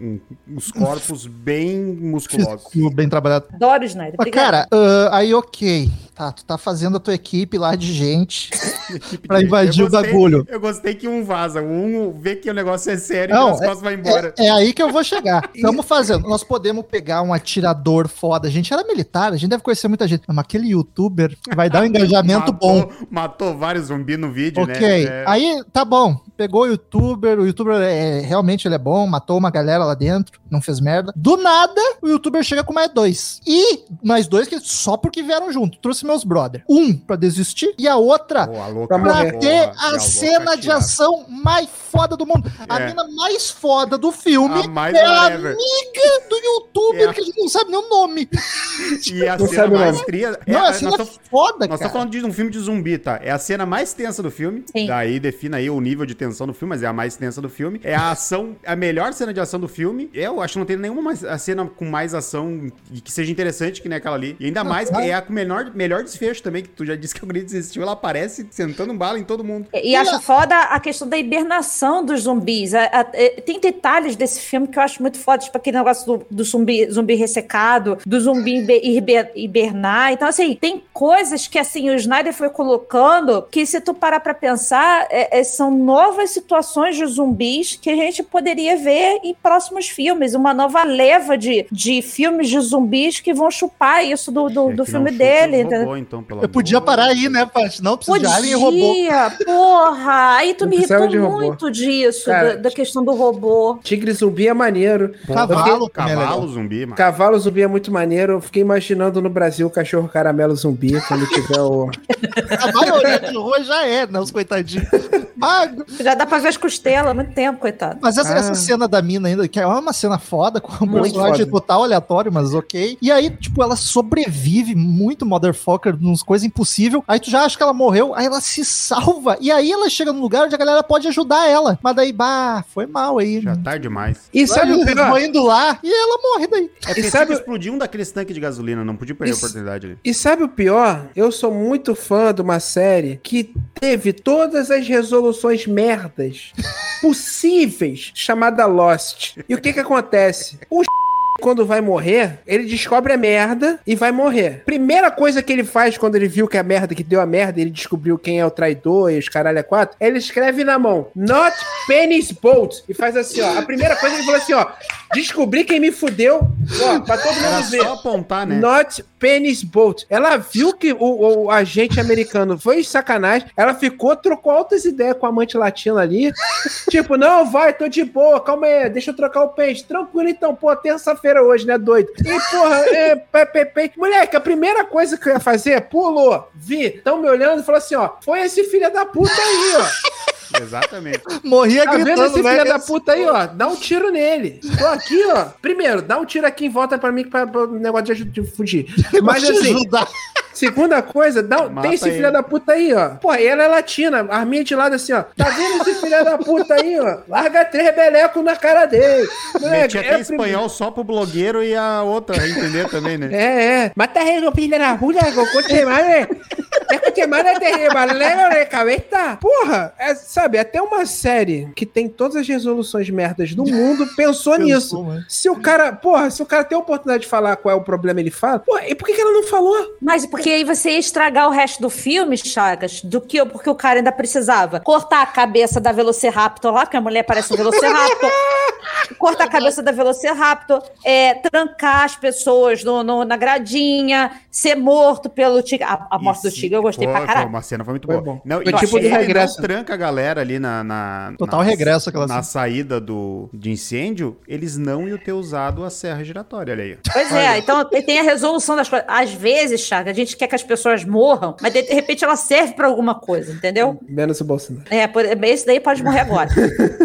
uns corpos bem musculosos. Bem trabalhado. Adoro o Snyder. Mas, cara, aí ok. Tá, tu tá fazendo a tua equipe lá de gente pra invadir o bagulho. Eu gostei que um vaza, vê que o negócio é sério e as costas vai embora. É aí que eu vou chegar. Estamos fazendo. Nós podemos pegar um atirador foda. A gente era militar, a gente deve conhecer muita gente. Mas aquele youtuber vai dar um engajamento bom. Matou vários zumbis no vídeo, né? Ok. Aí, tá bom. Pegou o youtuber realmente ele é bom, matou uma galera lá dentro, não fez merda. Do nada, o youtuber chega com mais 2. E mais 2 que só porque vieram junto. Trouxe meus brother. Um pra desistir e a outra pra ter a cena de ação mais foda do mundo. A mina mais foda do filme é a amiga do youtuber que a gente não sabe nem o nome. E a cena mais tria... a cena é foda, cara. Nós estamos falando de um filme de zumbi, tá? É a cena mais tensa do filme. Sim. Daí defina aí o nível de tensão do filme, mas é a mais tensa do filme. É a ação, a melhor cena de ação do filme. Eu acho que não tem nenhuma cena com mais ação e que seja interessante que nem aquela ali. E ainda mais que é a com melhor desfecho também, que tu já disse que a guria desistiu, ela aparece sentando bala em todo mundo. E acho foda a questão da hibernação dos zumbis. Tem detalhes desse filme que eu acho muito foda, tipo aquele negócio do zumbi ressecado, do zumbi hibernar. Então, assim, tem coisas que, assim, o Snyder foi colocando que, se tu parar pra pensar, são novas situações de zumbis que a gente poderia ver em próximos filmes. Uma nova leva de filmes de zumbis que vão chupar isso do filme dele. Robô, então, eu podia parar aí, né, Paty? Não precisa de alien e robô. Porra! Aí tu me irritou muito disso, cara, da questão do robô. Tigre zumbi é maneiro. Cavalo zumbi, mano. Cavalo zumbi é muito maneiro. Eu fiquei imaginando no Brasil o cachorro caramelo zumbi quando tiver o... A maioria de rua já é, né, os coitadinhos. Já dá pra ver as costelas há muito tempo, coitado. Mas essa cena da mina ainda, que é uma cena foda, com um personagem total aleatório, mas ok. E aí, tipo, ela sobrevive muito motherfucker, uns coisas impossíveis. Aí tu já acha que ela morreu, aí ela se salva. E aí ela chega num lugar onde a galera pode ajudar ela. Mas daí, foi mal aí. Já tarde demais. E sabe o pior? Indo lá e ela morre daí. E sabe, explodiu um daqueles tanques de gasolina, não podia perder a oportunidade ali. E sabe o pior? Eu sou muito fã de uma série que teve todas as resoluções merdas possíveis, chamada Lost. E o que acontece? Quando vai morrer, ele descobre a merda e vai morrer. Primeira coisa que ele faz quando ele viu que a merda, que deu a merda, ele descobriu quem é o traidor e os caralho é 4, ele escreve na mão, not penis boat, e faz assim, ó. A primeira coisa ele falou assim, ó, descobri quem me fudeu, ó, pra todo mundo ver. Só apontar, né? Not penis boat. Ela viu que o agente americano foi sacanagem, ela trocou altas ideias com a amante latina ali, tipo, não, vai, tô de boa, calma aí, deixa eu trocar o pente. Tranquilo então, pô, terça-feira hoje, né, doido? E, porra, moleque, a primeira coisa que eu ia fazer, pulou, tão me olhando e falou assim, ó, foi esse filho da puta aí, ó. Exatamente. Morria gritando, vendo esse filho da puta aí, ó? Dá um tiro nele. Tô aqui, ó. Primeiro, dá um tiro aqui em volta pra mim, pra negócio de fugir. Mas assim... Segunda coisa, tem esse filho da puta aí, ó. Pô, ela é latina, arminha de lado assim, ó. Tá vendo esse filho da puta aí, ó? Larga 3 belecos na cara dele. Meti até espanhol só pro blogueiro e a outra entender também, né? Mata ele, filho da puta, cocote madre. Escute madre de rebalego de cabeça. Porra, sabe, até uma série que tem todas as resoluções merdas do mundo pensou nisso. Mano. Se o cara tem a oportunidade de falar qual é o problema, ele fala. Porra, e por que ela não falou? Mas porque aí você ia estragar o resto do filme, Chagas, porque o cara ainda precisava cortar a cabeça da Velociraptor lá, porque a mulher parece um Velociraptor, cortar a cabeça da Velociraptor, trancar as pessoas na gradinha, ser morto pelo tigre. A morte do tigre eu gostei pra caralho. Uma cena foi muito boa. Não, e tipo de regresso. Não tranca a galera ali Total regresso aquela na saída de incêndio, eles não iam ter usado a serra giratória, olha aí. Pois então tem a resolução das coisas. Às vezes, Chagas, a gente quer que as pessoas morram, mas de repente ela serve pra alguma coisa, entendeu? Menos o Bolsonaro. Esse daí pode morrer agora.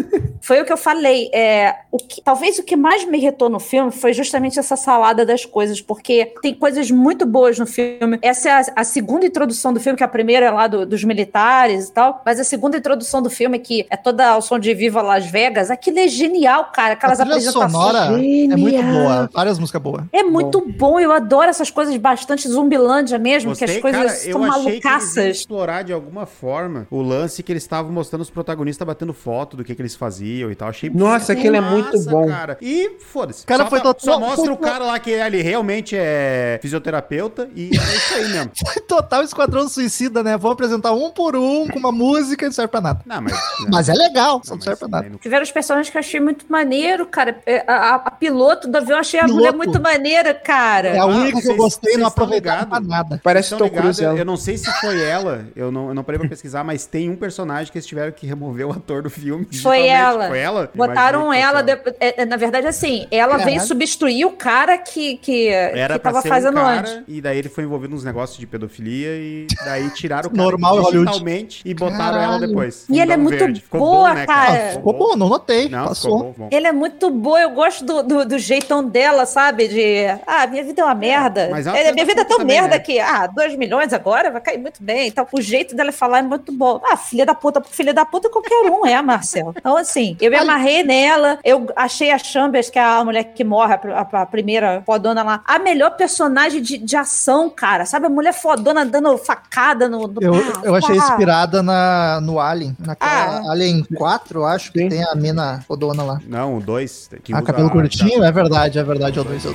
Foi o que eu falei. Talvez o que mais me irritou no filme foi justamente essa salada das coisas, porque tem coisas muito boas no filme. Essa é a segunda introdução do filme, que a primeira é lá dos militares e tal, mas a segunda introdução do filme, que é toda ao som de Viva Las Vegas, aquilo é genial, cara. Aquelas apresentações. Sonora é muito boa. Várias músicas boas. É muito bom. Eu adoro essas coisas bastante Zumbilândia mesmo, que as coisas são malucaças. Eu explorar de alguma forma o lance que eles estavam mostrando os protagonistas batendo foto do que eles faziam e tal. Achei Nossa, aquele é muito bom. Cara. E foda-se. Cara, só mostra o cara lá que ele realmente é fisioterapeuta e é isso aí mesmo. Foi total Esquadrão Suicida, né? Vamos apresentar um por um com uma música e não serve pra nada. Não, mas é legal, só não serve pra nada. Tiveram os personagens que eu achei muito maneiro, cara. A piloto do avião, eu achei a mulher muito maneira, cara. É a única que eu gostei e não aproveitaram pra nada. Parece Tom Cruise. Eu não sei se foi ela, eu não parei pra pesquisar, mas tem um personagem que eles tiveram que remover o ator do filme. Foi ela. Foi ela? Botaram ela, na verdade, assim, ela veio substituir o cara que tava fazendo antes. E daí ele foi envolvido nos negócios de pedofilia e daí tiraram o cara normal digitalmente e botaram ela depois. E ela é muito boa, né, cara. Ficou bom, não notei. Passou. Bom. Ela é muito boa, eu gosto do jeitão dela, sabe? Minha vida é uma merda. Minha vida é tão também, merda, né? Que 2 milhões agora vai cair muito bem. Então, o jeito dela falar é muito bom. Filha da puta qualquer um Marcel. Então, assim, eu me amarrei nela, eu achei a Chambers, que é a mulher que morre, a primeira fodona lá, a melhor personagem de ação, cara. Sabe, a mulher fodona dando facada no eu achei inspirada no Alien, naquela Alien 4, eu acho, que tem a mina fodona lá. Não, o 2. Cabelo curtinho? É verdade, é o 2.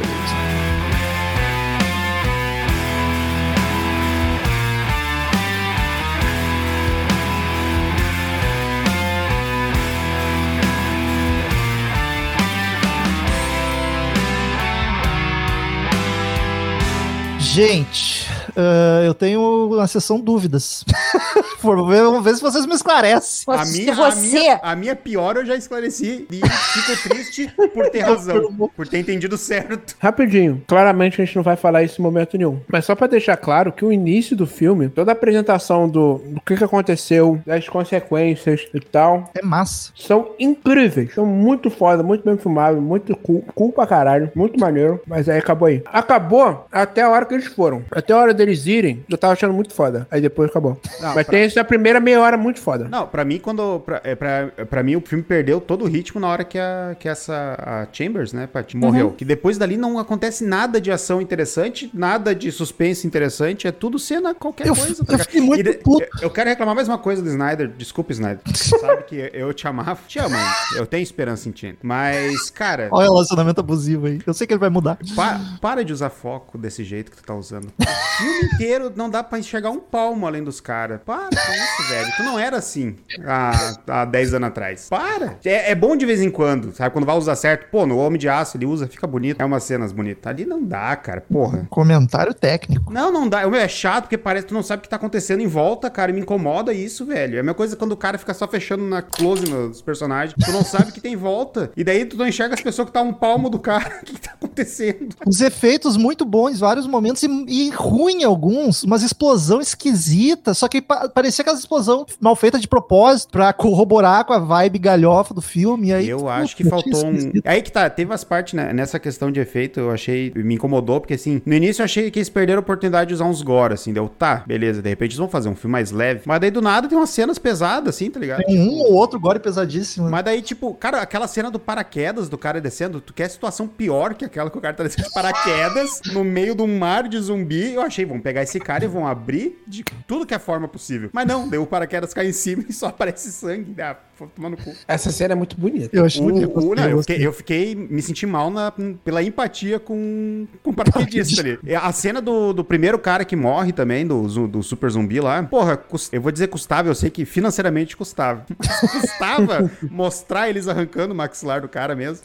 Gente, eu tenho uma sessão dúvidas. Vamos ver se vocês me esclarecem. A minha pior eu já esclareci e fico triste por ter razão, por ter entendido certo. Rapidinho, claramente a gente não vai falar isso em momento nenhum, mas só pra deixar claro que o início do filme, toda a apresentação do que aconteceu, das consequências e tal, é massa. São incríveis, são muito foda, muito bem filmados, muito cool pra caralho, muito maneiro, mas aí acabou aí. Acabou até a hora que eles foram. Até a hora deles irem, eu tava achando muito foda. Aí depois acabou. Não, mas tem essa primeira meia hora muito foda. Não, pra mim, pra mim, o filme perdeu todo o ritmo na hora que a Chambers, né, Paty, morreu. Que depois dali não acontece nada de ação interessante, nada de suspense interessante, é tudo cena qualquer coisa. Eu fiquei muito puto. Eu quero reclamar mais uma coisa do Snyder. Desculpa, Snyder. Você sabe que eu te amava. Te amo, eu tenho esperança em ti. Mas, cara... Olha o relacionamento abusivo aí. Eu sei que ele vai mudar. Para de usar foco desse jeito que tu tá usando. O filme inteiro não dá pra enxergar um palmo além dos caras. Para com isso, velho. Tu não era assim há 10 anos atrás. Para. É bom de vez em quando, sabe? Quando vai usar certo. Pô, no Homem de Aço ele usa, fica bonito. É umas cenas bonitas. Ali não dá, cara. Porra. Comentário técnico. Não dá. É chato porque parece que tu não sabe o que tá acontecendo em volta, cara. E me incomoda isso, velho. É a mesma coisa quando o cara fica só fechando na close nos personagens. Tu não sabe o que tem em volta. E daí tu não enxerga as pessoas que tá um palmo do cara. O que tá acontecendo? Os efeitos muito bons em vários momentos e ruim alguns. Umas explosão esquisita. Só que parecia aquela explosão mal feita de propósito pra corroborar com a vibe galhofa do filme. E aí, eu acho que faltou Aí que tá, teve umas partes, né, nessa questão de efeito, eu achei, me incomodou, porque assim, no início eu achei que eles perderam a oportunidade de usar uns gore, assim, deu, tá, beleza, de repente eles vão fazer um filme mais leve, mas daí do nada tem umas cenas pesadas, assim, tá ligado? Tem um ou outro gore pesadíssimo. Mas daí, tipo, cara, aquela cena do paraquedas, do cara descendo, tu quer situação pior que aquela que o cara tá descendo de paraquedas no meio de um mar de zumbi, eu achei, vão pegar esse cara e vão abrir de tudo que é forma possível. Mas não, daí o paraquedas cai em cima e só aparece sangue, tomar no cu. Essa cena é muito bonita. Eu achei eu fiquei, me senti mal pela empatia com o paraquedista ali. A cena do primeiro cara que morre também, do super zumbi lá, porra, eu vou dizer custava, eu sei que financeiramente custava. Mas custava mostrar eles arrancando o maxilar do cara mesmo.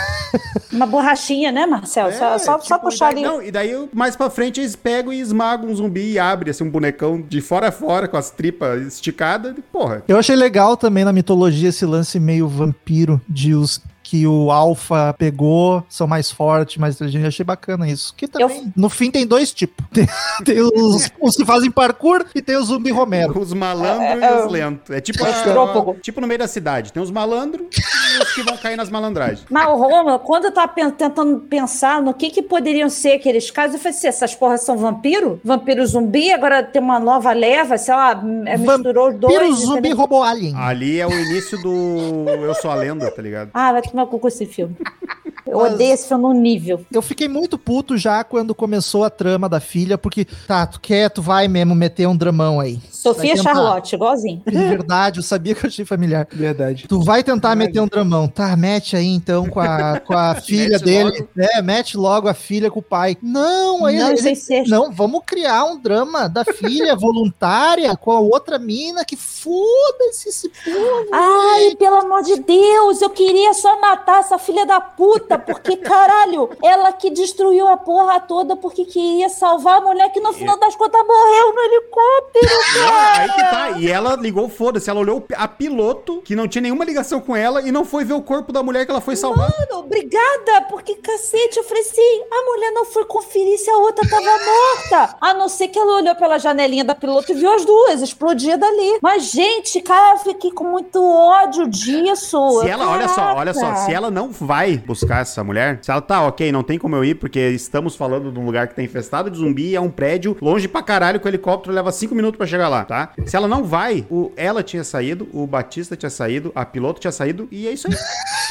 Uma borrachinha, né, Marcel? Só puxar ali. Não, e daí mais pra frente eles pegam e esmagam um zumbi e abrem assim um bonecão de fora a fora com as tripas esticadas. Porra. Eu achei legal também na mitologia esse lance meio vampiro de os que o alfa pegou, são mais fortes, mais inteligentes. Achei bacana isso. Que também, no fim, tem dois tipos. Tem os que fazem parkour e tem os zumbi Romero. Os malandros e os lentos. É tipo, tipo no meio da cidade. Tem os malandros e os que vão cair nas malandragens. Mas, Rômulo, quando eu tava tentando pensar no que poderiam ser aqueles casos, eu falei assim, essas porras são vampiro? Vampiro zumbi, agora tem uma nova leva, sei lá, misturou os dois. Vampiro zumbi roubou alien. Ali é o início do Eu Sou a Lenda, tá ligado? Ah, vai tomar cu com esse filme. Eu odeio esse filme no nível. Eu fiquei muito puto já quando começou a trama da filha, porque, tá, tu vai mesmo meter um dramão aí. Sofia Charlotte, igualzinho. De verdade, eu sabia que eu achei familiar. Verdade. Tu vai tentar meter um dramão. Tá, mete aí então com a filha dele. Mete logo a filha com o pai. Não, aí não, vamos criar um drama da filha voluntária com a outra mina, que foda-se esse povo. Ai, pelo amor de Deus, eu queria só matar essa filha da puta, porque, caralho, ela que destruiu a porra toda porque queria salvar a mulher que no final das contas morreu no helicóptero, cara. Aí que tá, e ela ligou, foda-se, ela olhou a piloto, que não tinha nenhuma ligação com ela, e não foi ver o corpo da mulher que ela foi salvar. Mano, obrigada, porque, cacete, eu falei assim, a mulher não foi conferir se a outra tava morta, a não ser que ela olhou pela janelinha da piloto e viu as duas, explodia dali. Mas, gente, cara, eu fiquei com muito ódio disso. Se ela, olha só, se ela não vai buscar essa mulher, se ela tá, ok, não tem como eu ir, porque estamos falando de um lugar que tá infestado de zumbi, é um prédio longe pra caralho, que o helicóptero leva 5 minutos pra chegar lá, tá? Se ela não vai, ela tinha saído, o Batista tinha saído, a piloto tinha saído, e é isso aí.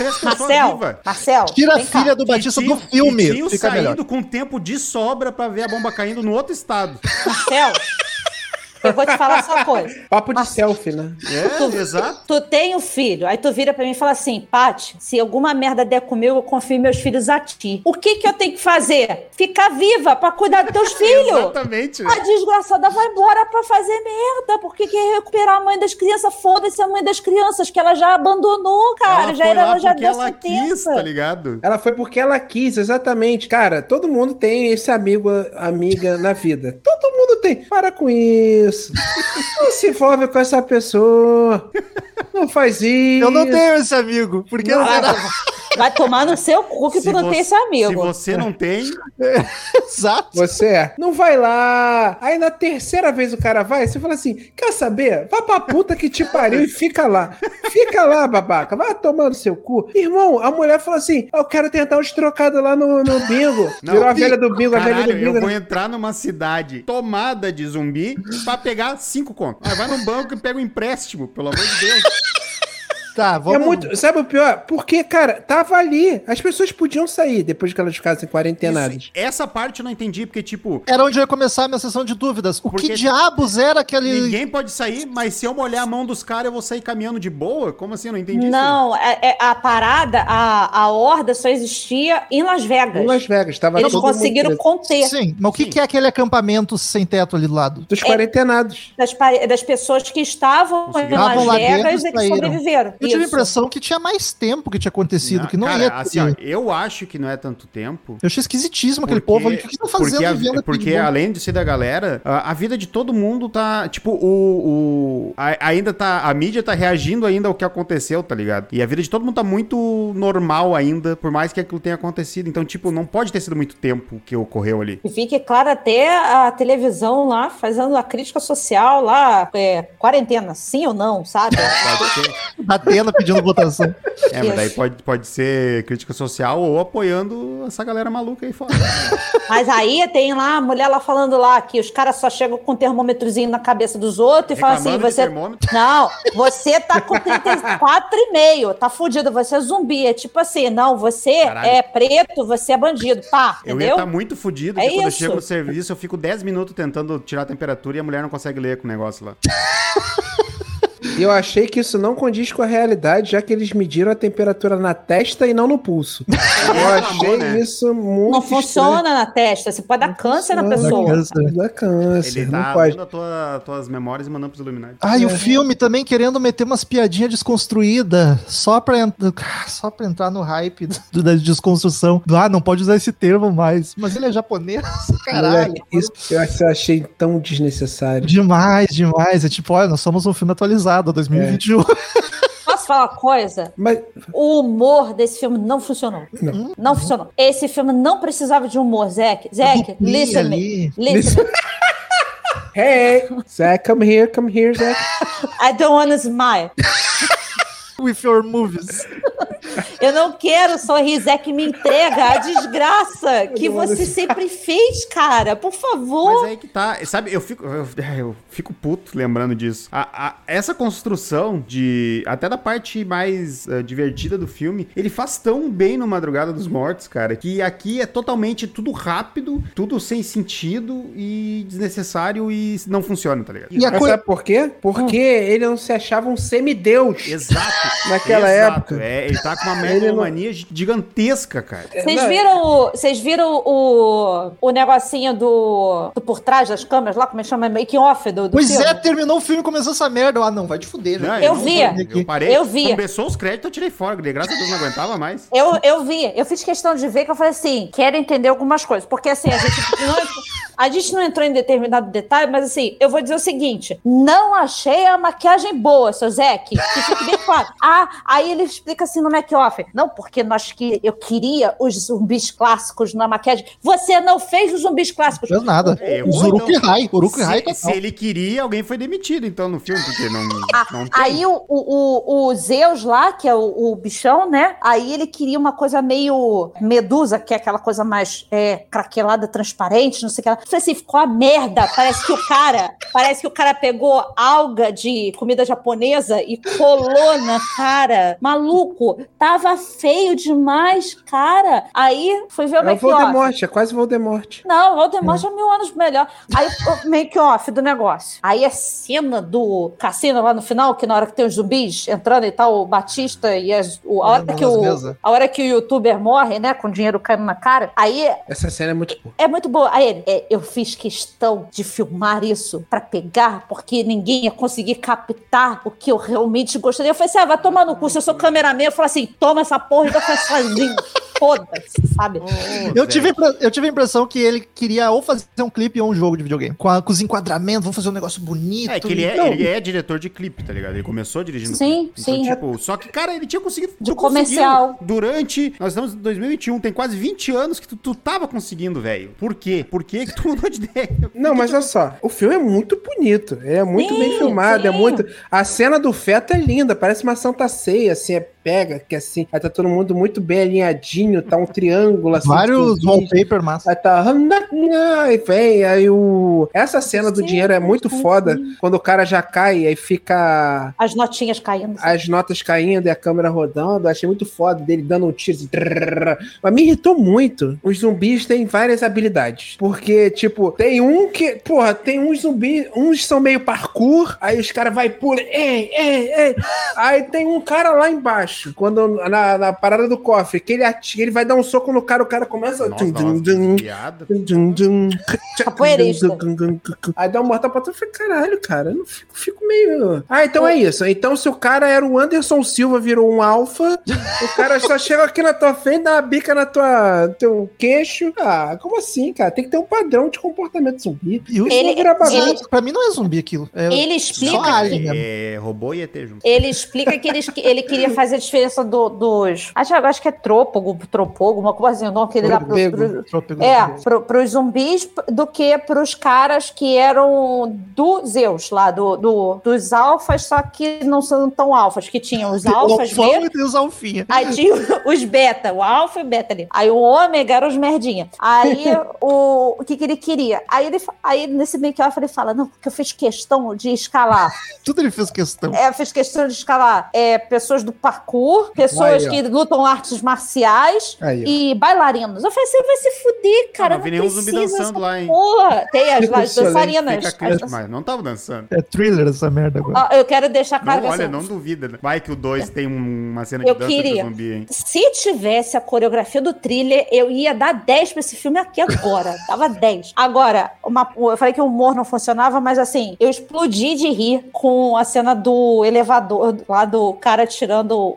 Marcel, tira a filha do Batista do filme. E tinha saído com tempo de sobra pra ver a bomba caindo no outro estado. Marcel, eu vou te falar só uma coisa. Papo de selfie, né? Exato. Tu tem um filho, aí tu vira pra mim e fala assim, Paty, se alguma merda der comigo, eu confio meus filhos a ti. O que eu tenho que fazer? Ficar viva pra cuidar dos teus filhos. Exatamente. A desgraçada vai embora pra fazer merda, porque quer recuperar a mãe das crianças. Foda-se a mãe das crianças, que ela já abandonou, cara. Ela já deu sentença. Tá ligado? Ela foi porque ela quis, exatamente. Cara, todo mundo tem esse amiga na vida. Todo mundo tem. Para com isso. Não se envolve com essa pessoa. Não faz isso. Eu não tenho esse amigo. Porque vai tomar no seu cu que tu não tem esse amigo. Se você não tem... Exato. Você não vai lá. Aí na terceira vez o cara vai, você fala assim, quer saber? Vá pra puta que te pariu e fica lá. Fica lá, babaca. Vai tomando seu cu. Irmão, a mulher fala assim, eu quero tentar uns trocados lá no bingo. Não, virou a velha do bingo, caralho, a velha do bingo. Eu vou entrar numa cidade tomada de zumbi pra pegar 5 contos. Aí vai no banco e pega um empréstimo, pelo amor de Deus. Tá, vamos... É muito, sabe o pior? Porque, cara, tava ali. As pessoas podiam sair depois que elas ficassem quarentenadas. Essa parte eu não entendi, porque, tipo... Era onde eu ia começar a minha sessão de dúvidas. O que diabos era aquele... Ninguém pode sair, mas se eu molhar a mão dos caras, eu vou sair caminhando de boa? Como assim? Eu não entendi isso. Não, a parada, a horda só existia em Las Vegas. Em Las Vegas. Tava Eles conseguiram conter. Sim, mas o que é aquele acampamento sem teto ali do lado? Dos quarentenados. Das pessoas que estavam em Las Vegas e que sobreviveram. Eu tive a impressão que tinha mais tempo que tinha acontecido, que não cara, ia... assim, ó, eu acho que não é tanto tempo. Eu achei esquisitíssimo aquele povo ali. O que eles estão fazendo vivendo porque além de ser da galera, a vida de todo mundo tá, tipo, ainda tá, a mídia tá reagindo ainda ao que aconteceu, tá ligado? E a vida de todo mundo tá muito normal ainda, por mais que aquilo tenha acontecido. Então, tipo, não pode ter sido muito tempo que ocorreu ali. E fique claro até a televisão lá, fazendo a crítica social lá, quarentena, sim ou não, sabe? Pode ser. Atena pedindo votação. Mas daí pode ser crítica social ou apoiando essa galera maluca aí fora. Mas aí tem lá a mulher lá falando lá que os caras só chegam com um termômetrozinho na cabeça dos outros e falam assim, você... Não, você tá com 34,5, tá fudido, você é zumbi. É tipo assim, não, você é preto, você é bandido, pá, entendeu? Eu ia estar muito fudido, porque quando eu chego no serviço, eu fico 10 minutos tentando tirar a temperatura e a mulher não consegue ler com o negócio lá. E eu achei que isso não condiz com a realidade, já que eles mediram a temperatura na testa e não no pulso. Eu achei isso muito Não funciona na testa, você pode dar câncer na pessoa. Dá câncer, ele não tá pode. vendo tuas memórias e mandando pros Illuminati. E o filme também querendo meter umas piadinhas desconstruídas, só pra entrar no hype da desconstrução. Não pode usar esse termo mais. Mas ele é japonês, caralho. Isso eu achei tão desnecessário. Demais. É tipo, olha, nós somos um filme atualizado, 2021. Posso Posso falar uma coisa? Mas... O humor desse filme não funcionou. Não funcionou. Esse filme não precisava de humor, Zack. Zack, listen me. Listen me. Hey, Zack, come here, Zack. I don't want to smile. With your movies. Eu não quero sorrir, Zack, me entrega a desgraça que você sempre fez, cara. Por favor. Mas aí que tá, sabe, eu fico puto lembrando disso. Essa construção até da parte mais divertida do filme, ele faz tão bem no Madrugada dos Mortos, cara, que aqui é totalmente tudo rápido, tudo sem sentido e desnecessário e não funciona, tá ligado? E sabe por quê? Porque ele não se achava um semideus. Exato. Naquela época. Ele tá com uma megalomania gigantesca, cara. Vocês viram o negocinho do por trás das câmeras lá, como é que chama? Making off do pois filme? Terminou o filme e começou essa merda. Não, vai te fuder. Não, eu via. Eu parei. Eu via. Começou os créditos, eu tirei fora. Graças a Deus não aguentava mais. Eu vi. Eu fiz questão de ver, que eu falei assim, quero entender algumas coisas. Porque assim, a gente não entrou em determinado detalhe, mas assim, eu vou dizer o seguinte, não achei a maquiagem boa, seu Zack, que fique bem claro. Aí ele explica assim no make-off, não, porque eu queria os zumbis clássicos na maquiagem. Você não fez os zumbis clássicos. Não fez nada. Os Uruk-hai. Se ele queria, alguém foi demitido, então, no filme, porque não tem. Aí o Zeus lá, que é o bichão, né? Aí ele queria uma coisa meio Medusa, que é aquela coisa mais craquelada, transparente, não sei o que lá. Eu falei assim, ficou a merda. Parece que o cara pegou alga de comida japonesa e colou na cara. Maluco, tava feio demais, cara. Aí fui ver o make-off. É o Voldemort, é quase Voldemort. Não, o Voldemort é 1000 anos melhor. Aí o make-off do negócio. Aí a cena do cassino lá no final, que na hora que tem os zumbis entrando e tal, o Batista e a hora que o youtuber morre, né, com o dinheiro caindo na cara, aí... Essa cena é muito boa. É muito boa. Aí ele, eu fiz questão de filmar isso pra pegar, porque ninguém ia conseguir captar o que eu realmente gostaria. Eu falei assim, vai tomar no cu, se eu sou cameraman, eu falo assim, toma essa porra e vai sozinho. Foda-se, sabe? Eu tive a impressão que ele queria ou fazer um clipe ou um jogo de videogame. Com os enquadramentos, vamos fazer um negócio bonito. É que ele é diretor de clipe, tá ligado? Ele começou dirigindo clipe. Sim. Então, só que, cara, ele tinha conseguido... De comercial. Nós estamos em 2021, tem quase 20 anos que tu tava conseguindo, velho. Por quê? Por que tu mudou de ideia? Não, mas olha só, o filme é muito bonito, é muito bem filmado, é muito... A cena do feto é linda, parece uma Santa Ceia, assim, pega, que assim, aí tá todo mundo muito bem alinhadinho, tá um triângulo, assim. Vários wallpaper massa. Aí tá... Aí vem, essa cena do dinheiro é muito foda, quando o cara já cai, aí fica... As notinhas caindo. As notas caindo e a câmera rodando, achei muito foda, dele dando um tiro assim, mas me irritou muito. Os zumbis têm várias habilidades, porque, tipo, tem um que, porra, tem uns zumbis, uns são meio parkour, aí os caras vai pula, aí tem um cara lá embaixo, quando na parada do cofre, que ele vai dar um soco no cara, o cara começa capoeirista. Aí dá um mortal pra tu e fala, caralho, cara, eu não fico meio... Então é isso. Então se o cara era o Anderson Silva, virou um alfa, o cara só chega aqui na tua frente, dá uma bica na teu queixo. Como assim, cara? Tem que ter um padrão de comportamento zumbi. Pra mim não é zumbi aquilo. Ele explica robô e ET junto. Ele explica que ele queria fazer a diferença dos... Acho que é trópogo, uma coisa assim, o nome que ele dá pros zumbis do que pros caras que eram do Zeus lá, dos alfas, só que não são tão alfas, que tinham os alfas beta e os alfinha. Aí tinha os beta, o alfa e o beta ali. Aí o ômega era os merdinha. Aí o que ele queria? Aí nesse make-off ele fala, não, porque eu fiz questão de escalar. Tudo ele fez questão. Eu fiz questão de escalar pessoas do parkour, pessoas que lutam artes marciais e bailarinos. Eu falei, você vai se fuder, cara. Não vi nenhum zumbi dançando lá, hein? Porra, tem as dançarinas. Mas não tava dançando. É thriller essa merda agora. Eu quero deixar claro que não duvida, né? Vai que o 2 tem uma cena de dança do zumbi, hein? Se tivesse a coreografia do thriller, eu ia dar 10 pra esse filme aqui agora. Dava 10. Agora, eu falei que o humor não funcionava, mas assim, eu explodi de rir com a cena do elevador, lá do cara tirando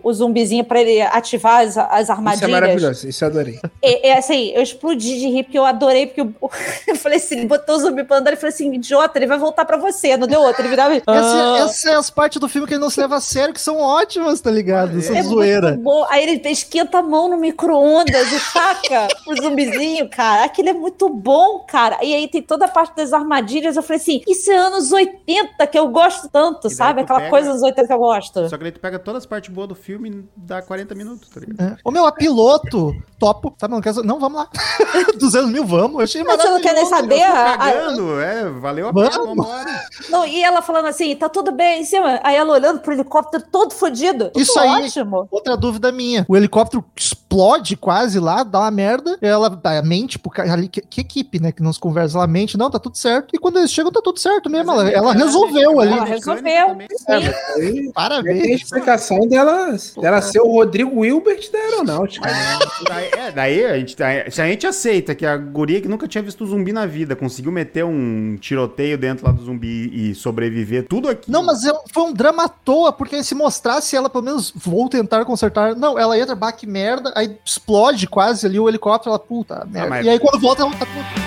o zumbizinho pra ele ativar as armadilhas. Isso é maravilhoso, isso eu adorei. Assim, eu explodi de rir, porque eu adorei, porque eu falei assim, ele botou o zumbi pra andar, ele falou assim, idiota, ele vai voltar pra você, não deu outra, ele virava... Essa é as partes do filme que ele não se leva a sério, que são ótimas, tá ligado? São zoeira. Muito bom. Aí ele esquenta a mão no micro-ondas e taca o zumbizinho, cara. Aquilo é muito bom, cara. E aí tem toda a parte das armadilhas, eu falei assim, isso é anos 80, que eu gosto tanto, sabe? Aquela coisa dos 80 que eu gosto. Só que aí tu pega todas as partes boas do filme e dá 40 minutos, tá ligado? Ô meu, a piloto, topo, sabe? Não, vamos lá. 200 mil, vamos. Eu achei maravilhoso. Você não quer nem saber? Cagando, valeu a pena, vambora. Não, e ela falando assim, tá tudo bem em cima. Aí ela olhando pro helicóptero todo fodido. Isso aí, ótimo. Outra dúvida minha. O helicóptero explode quase lá, dá uma merda. Ela mente pro cara ali, que equipe, né? Que não se conversa, ela mente, não, tá tudo certo. E quando eles chegam, tá tudo certo mesmo. Ela resolveu ali. Ela resolveu. Parabéns. Tem a explicação dela ser o Rodrigo Wilbert da aeronáutica. Se a gente aceita que a guria que nunca tinha visto zumbi na vida conseguiu meter um tiroteio dentro lá do zumbi e sobreviver, tudo aqui. Não, mas foi um drama à toa, porque se mostrasse ela, pelo menos, vou tentar consertar. Não, ela entra, que merda, aí explode quase ali o helicóptero, ela, puta merda. E aí quando volta, ela tá tudo.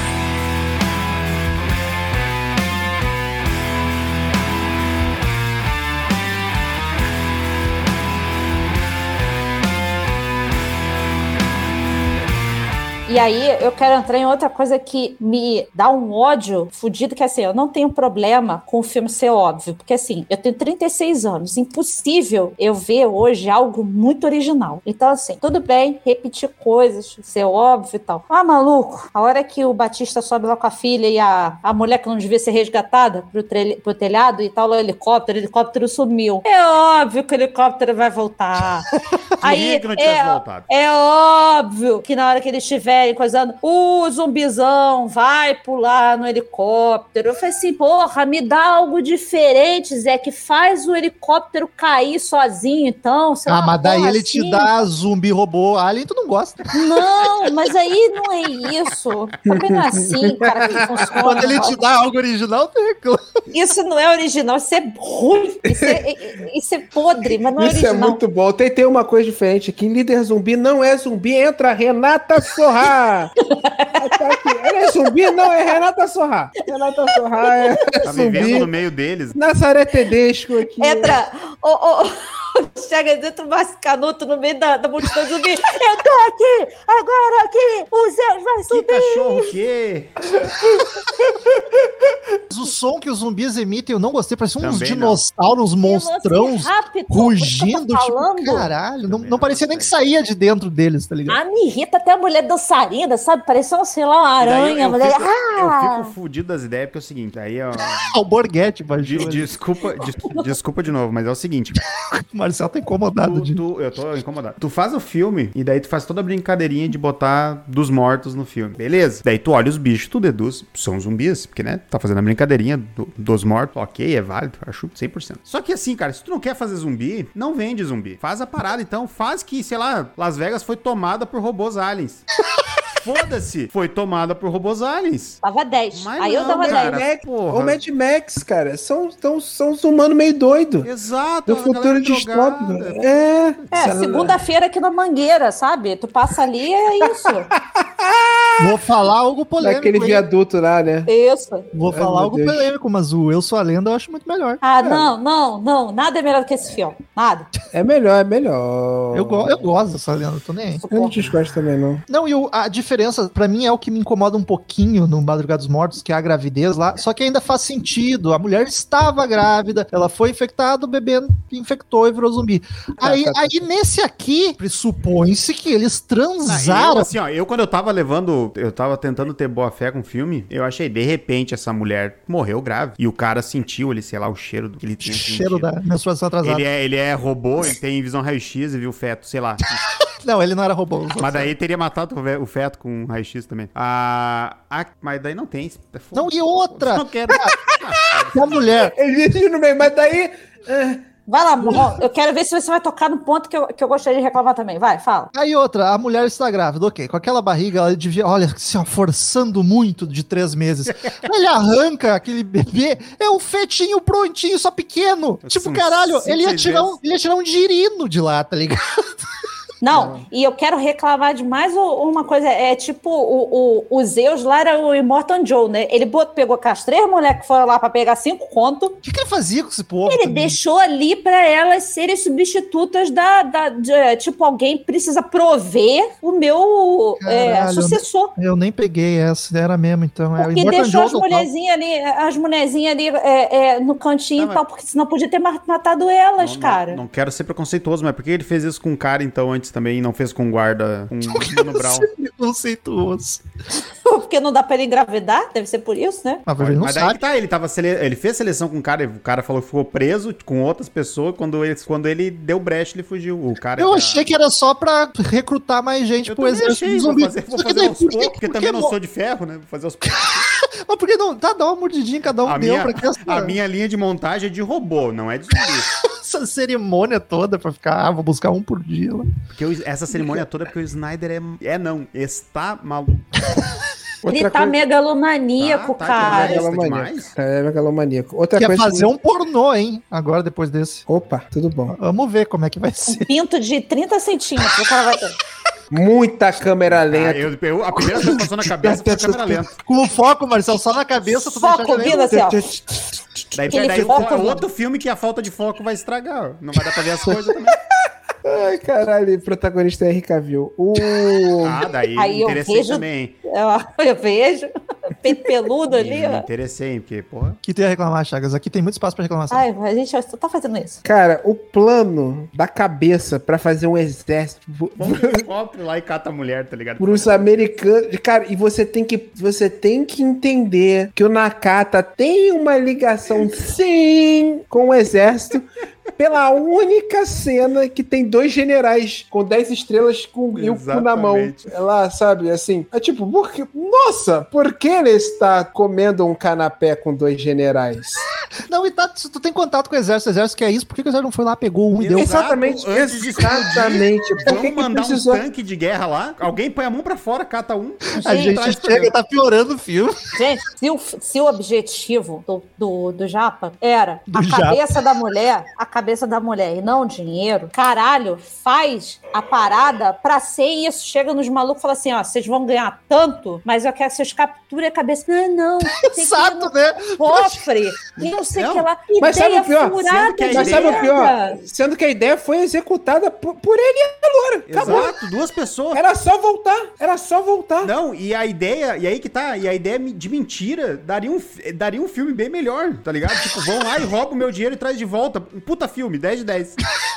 E aí, eu quero entrar em outra coisa que me dá um ódio fudido, que assim, eu não tenho problema com o filme ser óbvio, porque assim, eu tenho 36 anos, impossível eu ver hoje algo muito original. Então assim, tudo bem repetir coisas, ser óbvio e tal. Ah, maluco, a hora que o Batista sobe lá com a filha e a mulher que não devia ser resgatada pro telhado e tal, lá o helicóptero sumiu. É óbvio que o helicóptero vai voltar. Aí, que não tivesse voltado. É óbvio que na hora que eles estiverem coisando, o zumbizão vai pular no helicóptero. Eu falei assim, porra, me dá algo diferente, Zé, que faz o helicóptero cair sozinho, então. Mas daí ele assim te dá zumbi robô alien, tu não gosta. Não, mas aí não é isso. Também não é assim, cara, que funciona. Quando ele te dá algo original, tu reclama. Isso não é original, isso é ruim, isso é podre, mas não é original. Isso é muito bom. Tem uma coisa diferente aqui, líder zumbi não é zumbi, entra Renata Sorrá. Tá aqui. Ela é zumbi? Não, é Renata Sorrá. Renata Sorrá é tá zumbi. Vivendo no meio deles. Nazaré Tedesco aqui. Entra. Chega dentro do Mascanuto no meio da multidão zumbi. Eu tô aqui, agora aqui, o Zeus vai subir. Que cachorro que? O som que os zumbis emitem, eu não gostei, parecia uns dinossauros monstrões rugindo, tipo, caralho, não parecia nem que saía de dentro deles, tá ligado? Ah, me irrita até a mulher dançarina, sabe? Parecia, sei lá, uma aranha. Eu fico fudido das ideias, porque é o seguinte, aí ó... o Borghetti, imagina. Desculpa de novo, mas é o seguinte... O Marcelo tá incomodado. Eu tô incomodado. Tu faz o filme e daí tu faz toda a brincadeirinha de botar dos mortos no filme, beleza? Daí tu olha os bichos, tu deduz, são zumbis, porque, né, tá fazendo a brincadeirinha dos mortos, ok, é válido, acho 100%. Só que assim, cara, se tu não quer fazer zumbi, não vende zumbi. Faz a parada, então, faz que, sei lá, Las Vegas foi tomada por robôs aliens. Foda-se, foi tomada por robôs aliens. Tava 10. Mas aí não, eu dava cara, 10. O Mad Max, cara, são os humanos meio doidos. Exato. Do futuro distópico. Segunda-feira aqui na Mangueira, sabe? Tu passa ali, é isso. Vou falar algo polêmico. Daquele viaduto lá, né? Isso. Vou falar algo polêmico, mas o Eu Sou a Lenda eu acho muito melhor. Não. Nada é melhor do que esse filme. Nada. É melhor. Eu gosto dessa lenda, tô nem aí. Eu não desgosto também, não. Não, e a diferença, pra mim, é o que me incomoda um pouquinho no Madrugada dos Mortos, que é a gravidez lá, só que ainda faz sentido. A mulher estava grávida, ela foi infectada, o bebê infectou e virou zumbi. Aí nesse aqui, pressupõe-se que eles transaram. Quando eu tava tentando ter boa fé com o filme, eu achei, de repente, essa mulher morreu grave. E o cara sentiu ali, sei lá, o cheiro do que ele tinha sentido. Cheiro da menstruação atrasada. Ele é robô, ele tem visão raio-x e viu o feto, sei lá. Não, ele não era robô. Mas daí teria matado o feto com raio-x também. Mas daí não tem. Não, e outra. Não quero. A mulher. Ele disse no meio, mas daí... Vai lá, Morro. Eu quero ver se você vai tocar no ponto que eu gostaria de reclamar também. Vai, fala. Aí outra, a mulher está grávida, ok. Com aquela barriga, ela devia, olha, assim, ó, forçando muito de 3 meses. Ele arranca aquele bebê, é um fetinho prontinho, só pequeno. Tipo, caralho, ele ia tirar um girino de lá, tá ligado? Não, e eu quero reclamar de mais uma coisa, tipo, o Zeus lá era o Immortal Joe, né? Ele pegou aquelas 3 mulheres que foram lá pra pegar 5 conto. O que ele fazia com esse povo? Ele deixou ali pra elas serem substitutas tipo, alguém precisa prover o meu sucessor. Eu nem peguei essa, era mesmo, então. Porque deixou as mulherzinhas ali no cantinho e tal, porque senão podia ter matado elas, cara. Não quero ser preconceituoso, mas por que ele fez isso com um cara, então, antes também, e não fez com um guarda, com um Mano Brown? Preconceituoso. Porque não dá pra ele engravidar? Deve ser por isso, né? Mas ele não sabe. Daí que tá, ele fez seleção com um cara, o cara falou que ficou preso com outras pessoas, quando ele deu brecha, ele fugiu. O cara eu achei que era só pra recrutar mais gente pro exército de zumbi. Vou fazer aos poucos, porque também não sou de ferro, né? Vou fazer aos poucos. Mas por que não? Tá, dá uma mordidinha, cada um deu pra que a minha linha de montagem é de robô, não é de zumbi. Essa cerimônia toda pra ficar, vou buscar um por dia lá. Porque essa cerimônia toda é porque o Snyder está maluco. Ele tá megalomaníaco, cara. É megalomaníaco. Quer fazer um pornô, hein? Agora, depois desse. Opa, tudo bom. Vamos ver como é que vai ser. Pinto de 30 centímetros, o cara vai ter. Muita câmera lenta. A primeira coisa que passou na cabeça foi a câmera lenta. Com o foco, Marcelo, só na cabeça. Foco, vindo assim, ó. Daí outro filme que a falta de foco vai estragar. Não vai dar pra ver as coisas também. Ai, caralho, protagonista é Henry Cavill. Daí aí me interessei também. Eu vejo. Peito peludo ali, ó. Me interessei, porque, porra. O que tem a reclamar, Chagas? Aqui tem muito espaço pra reclamação. Ai, a gente só tá fazendo isso. Cara, o plano da cabeça pra fazer um exército. Vamos um helicóptero lá e cata a mulher, tá ligado? Pros americanos. Cara, e você tem que entender que o Nakata tem uma ligação, sim, com o exército. Pela única cena que tem 2 generais com 10 estrelas e o cu na mão. Ela, sabe, assim. É tipo, por que ele está comendo um canapé com 2 generais? Não, e se tu tem contato com o exército quer isso, por que o exército não foi lá, pegou um e deu? Exatamente. Vamos mandar um tanque de guerra lá, alguém põe a mão pra fora, cata um. A gente chega e tá piorando o filme. Gente, se o objetivo do Japa era cabeça da mulher e não o dinheiro, caralho, faz a parada pra ser isso. Chega nos malucos e fala assim, ó, vocês vão ganhar tanto, mas eu quero que vocês capturem a cabeça. Não. Exato, né? Cofre. E não sei o que lá. Mas sabe o pior? Sabe o pior? Sendo que a ideia foi executada por ele e a Loura. Acabou. Exato, 2 pessoas. Era só voltar. Não, e a ideia, e aí que tá, e a ideia de mentira daria um filme bem melhor, tá ligado? Tipo, vão lá e roubam o meu dinheiro e traz de volta. Um puta filme, 10 de 10.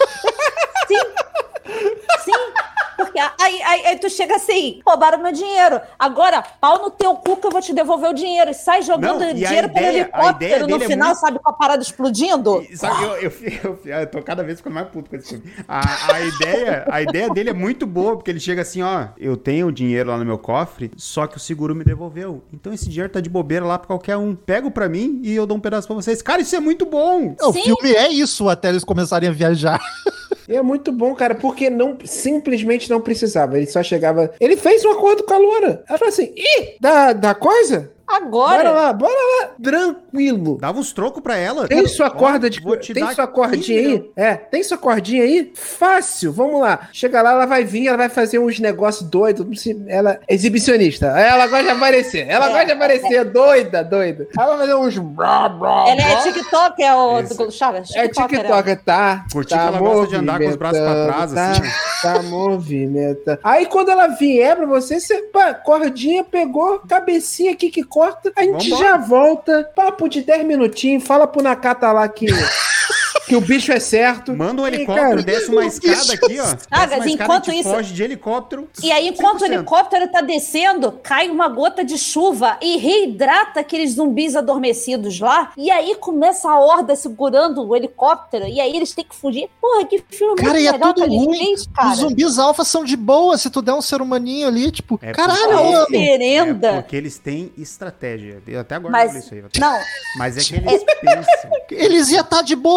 Sim. Porque aí tu chega assim, roubaram meu dinheiro. Agora, pau no teu cu que eu vou te devolver o dinheiro. E sai jogando dinheiro pelo helicóptero no final, sabe, com a parada explodindo. Eu tô cada vez ficando mais puto com esse filme. A ideia dele é muito boa, porque ele chega assim, ó, eu tenho o dinheiro lá no meu cofre, só que o seguro me devolveu. Então esse dinheiro tá de bobeira lá pra qualquer um. Pego pra mim e eu dou um pedaço pra vocês. Cara, isso é muito bom. O filme é isso, até eles começarem a viajar. E é muito bom, cara, porque simplesmente não precisava. Ele só chegava... Ele fez um acordo com a Loura. Ela falou assim, dá coisa? Agora? Bora lá, tranquilo. Dava uns trocos pra ela. Tem sua corda de... Tem sua cordinha aí? Tem sua cordinha aí? Fácil, vamos lá. Chega lá, ela vai vir, ela vai fazer uns negócios doidos. Ela é exibicionista. Ela gosta de aparecer. Doida. Ela vai fazer uns... Ela é TikTok, é o do Chagas. É TikTok, tá. Curtir que ela gosta de andar com os braços pra trás, assim. Tá movimenta. Aí quando ela vier pra você, cordinha pegou, cabecinha aqui que corta, a gente já volta, papo de 10 minutinhos, fala pro Nakata lá que o bicho é certo. Manda um helicóptero, desce uma escada aqui, ó. Chagas, enquanto isso... foge de helicóptero. E aí, enquanto 100%. O helicóptero tá descendo, cai uma gota de chuva e reidrata aqueles zumbis adormecidos lá. E aí começa a horda segurando o helicóptero. E aí eles têm que fugir. Porra, que filme muito legal. Cara, e é tudo ruim. Os zumbis alfa são de boa, se tu der um ser humaninho ali, tipo... caralho, referenda. Porque eles têm estratégia. Eu até agora não falei isso aí. Não. Mas é que eles pensam. Eles iam estar de boa se não tivesse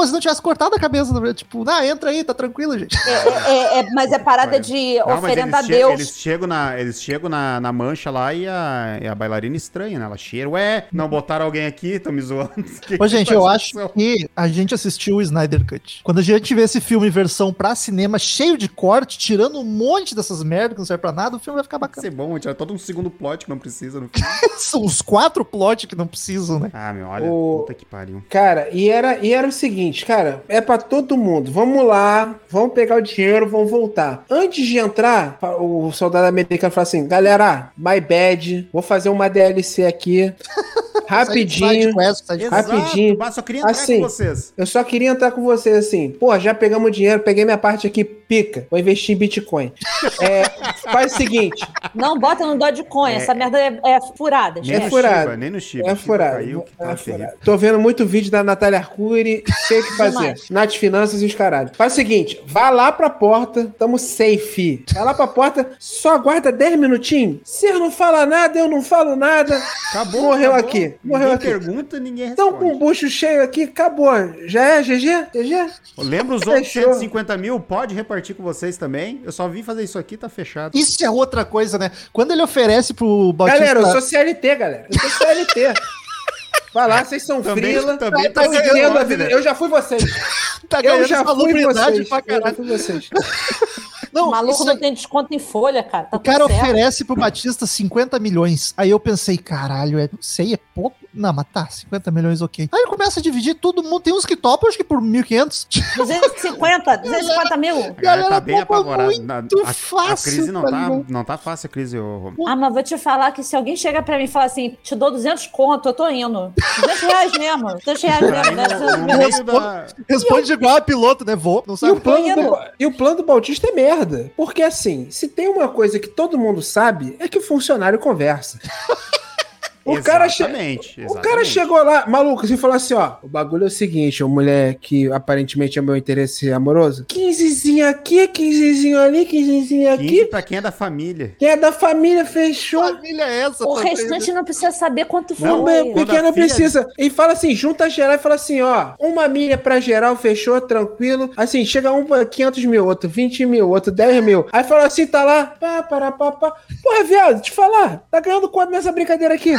cortado a cabeça, tipo, entra aí, tá tranquilo, gente. Mas é parada de oferenda a Deus. Eles chegam na mancha lá e a bailarina estranha, né? Ela cheira, não botaram alguém aqui, tão me zoando. Ô, gente, eu acho que a gente assistiu o Snyder Cut. Quando a gente vê esse filme em versão pra cinema, cheio de corte, tirando um monte dessas merdas que não serve pra nada, o filme vai ficar bacana. Vai ser bom, tirar todo um segundo plot que não precisa no filme. São os 4 plots que não precisam, né? Olha, puta que pariu. Cara, e era o seguinte, cara, é pra todo mundo. Vamos lá, vamos pegar o dinheiro, vamos voltar. Antes de entrar, o soldado americano fala assim, galera, my bad, vou fazer uma DLC aqui. Rapidinho. Rapidinho. Só queria entrar com vocês. Eu só queria entrar com vocês assim. Pô, já pegamos o dinheiro, peguei minha parte aqui, pica. Vou investir em Bitcoin. Faz o seguinte. Não bota no Dogecoin, essa merda é furada. É furada. Nem no Shiba. É furada. Tô vendo muito vídeo da Natália Arcuri, sei o que fazer. Nath Finanças e os caralho. Faz o seguinte, vai lá pra porta, tamo safe. Vai lá pra porta, só aguarda 10 minutinhos. Se eu não fala nada, eu não falo nada. Acabou. Morreu aqui. Ninguém pergunta, ninguém responde. Então com o bucho cheio aqui, acabou. Já é GG? GG? Lembra os outros 150 mil? Pode repartir com vocês também. Eu só vim fazer isso aqui, tá fechado. Isso é outra coisa, né? Quando ele oferece pro Bautista... Galera, eu sou CLT, galera. Eu sou CLT. Vai lá, vocês são frila. Também tá ganhando a vida. Eu já fui vocês. Eu já fui vocês. Eu fui vocês. Não, o maluco não tem desconto em folha, cara. O cara oferece pro Batista 50 milhões. Aí eu pensei, caralho, não sei, é pouco? Não, mas tá, 50 milhões, ok. Aí ele começa a dividir, todo mundo, tem uns que topam, acho que por 1.500. 250 mil. A galera tá bem apavorada. Muito fácil. A crise não tá fácil, a crise, Romulo. Mas vou te falar que se alguém chegar pra mim e falar assim, te dou 200 conto, eu tô indo. 200 reais mesmo. 200 reais mesmo. Responde igual a piloto, né? Vou, não sabe. E o plano do Bautista é merda. Porque assim, se tem uma coisa que todo mundo sabe, é que o funcionário conversa. O cara chegou lá, maluco, assim, falou assim, ó, o bagulho é o seguinte, a mulher que aparentemente é meu interesse amoroso, 15zinho aqui, 15zinho ali, 15zinho aqui. 15 pra quem é da família. Quem é da família, fechou. Que família é essa? O restante não precisa saber quanto foi. Não, porque não precisa. E fala assim, junta geral e fala assim, ó, 1 milha pra geral, fechou, tranquilo. Assim, chega um pra 500 mil, outro 20 mil, outro 10 mil. Aí fala assim, tá lá, pá. Porra, viado, te falar, tá ganhando quanto nessa brincadeira aqui?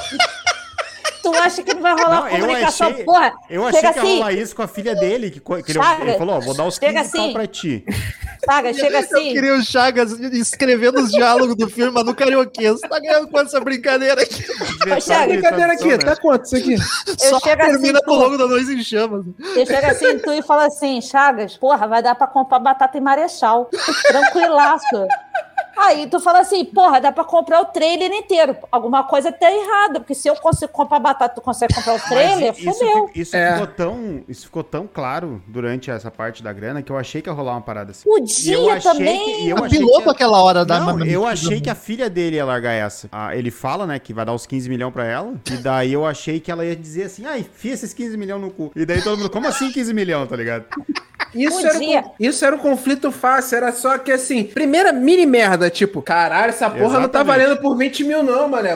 Tu acha que não vai rolar comunicação, porra? Eu achei que ia rolar isso com a filha dele, que ele falou, ó, vou dar os 15 pra ti. Chagas, chega assim. Eu queria o Chagas escrevendo os diálogos do filme, mas no karaokê. Você tá ganhando quanto essa brincadeira aqui? Essa brincadeira aqui, tá quanto isso aqui? Só termina assim, com o logo da Noite em Chamas. Eu chego assim, tu e fala assim, Chagas, porra, vai dar pra comprar batata em Marechal. Tranquilaço. Aí tu fala assim, porra, dá pra comprar o trailer inteiro. Alguma coisa tá errada, porque se eu consigo comprar batata, tu consegue comprar o trailer, fodeu. Isso ficou tão claro durante essa parte da grana que eu achei que ia rolar uma parada assim. Podia também. Piloto aquela hora da... Não, eu achei que a filha dele ia largar essa. Ele fala, né, que vai dar os 15 milhões pra ela, e daí eu achei que ela ia dizer assim, enfia esses 15 milhões no cu. E daí todo mundo, como assim 15 milhões, tá ligado? Isso era um conflito fácil, era só que assim, primeira mini merda, tipo, caralho, essa porra não tá valendo por 20 mil não, mané.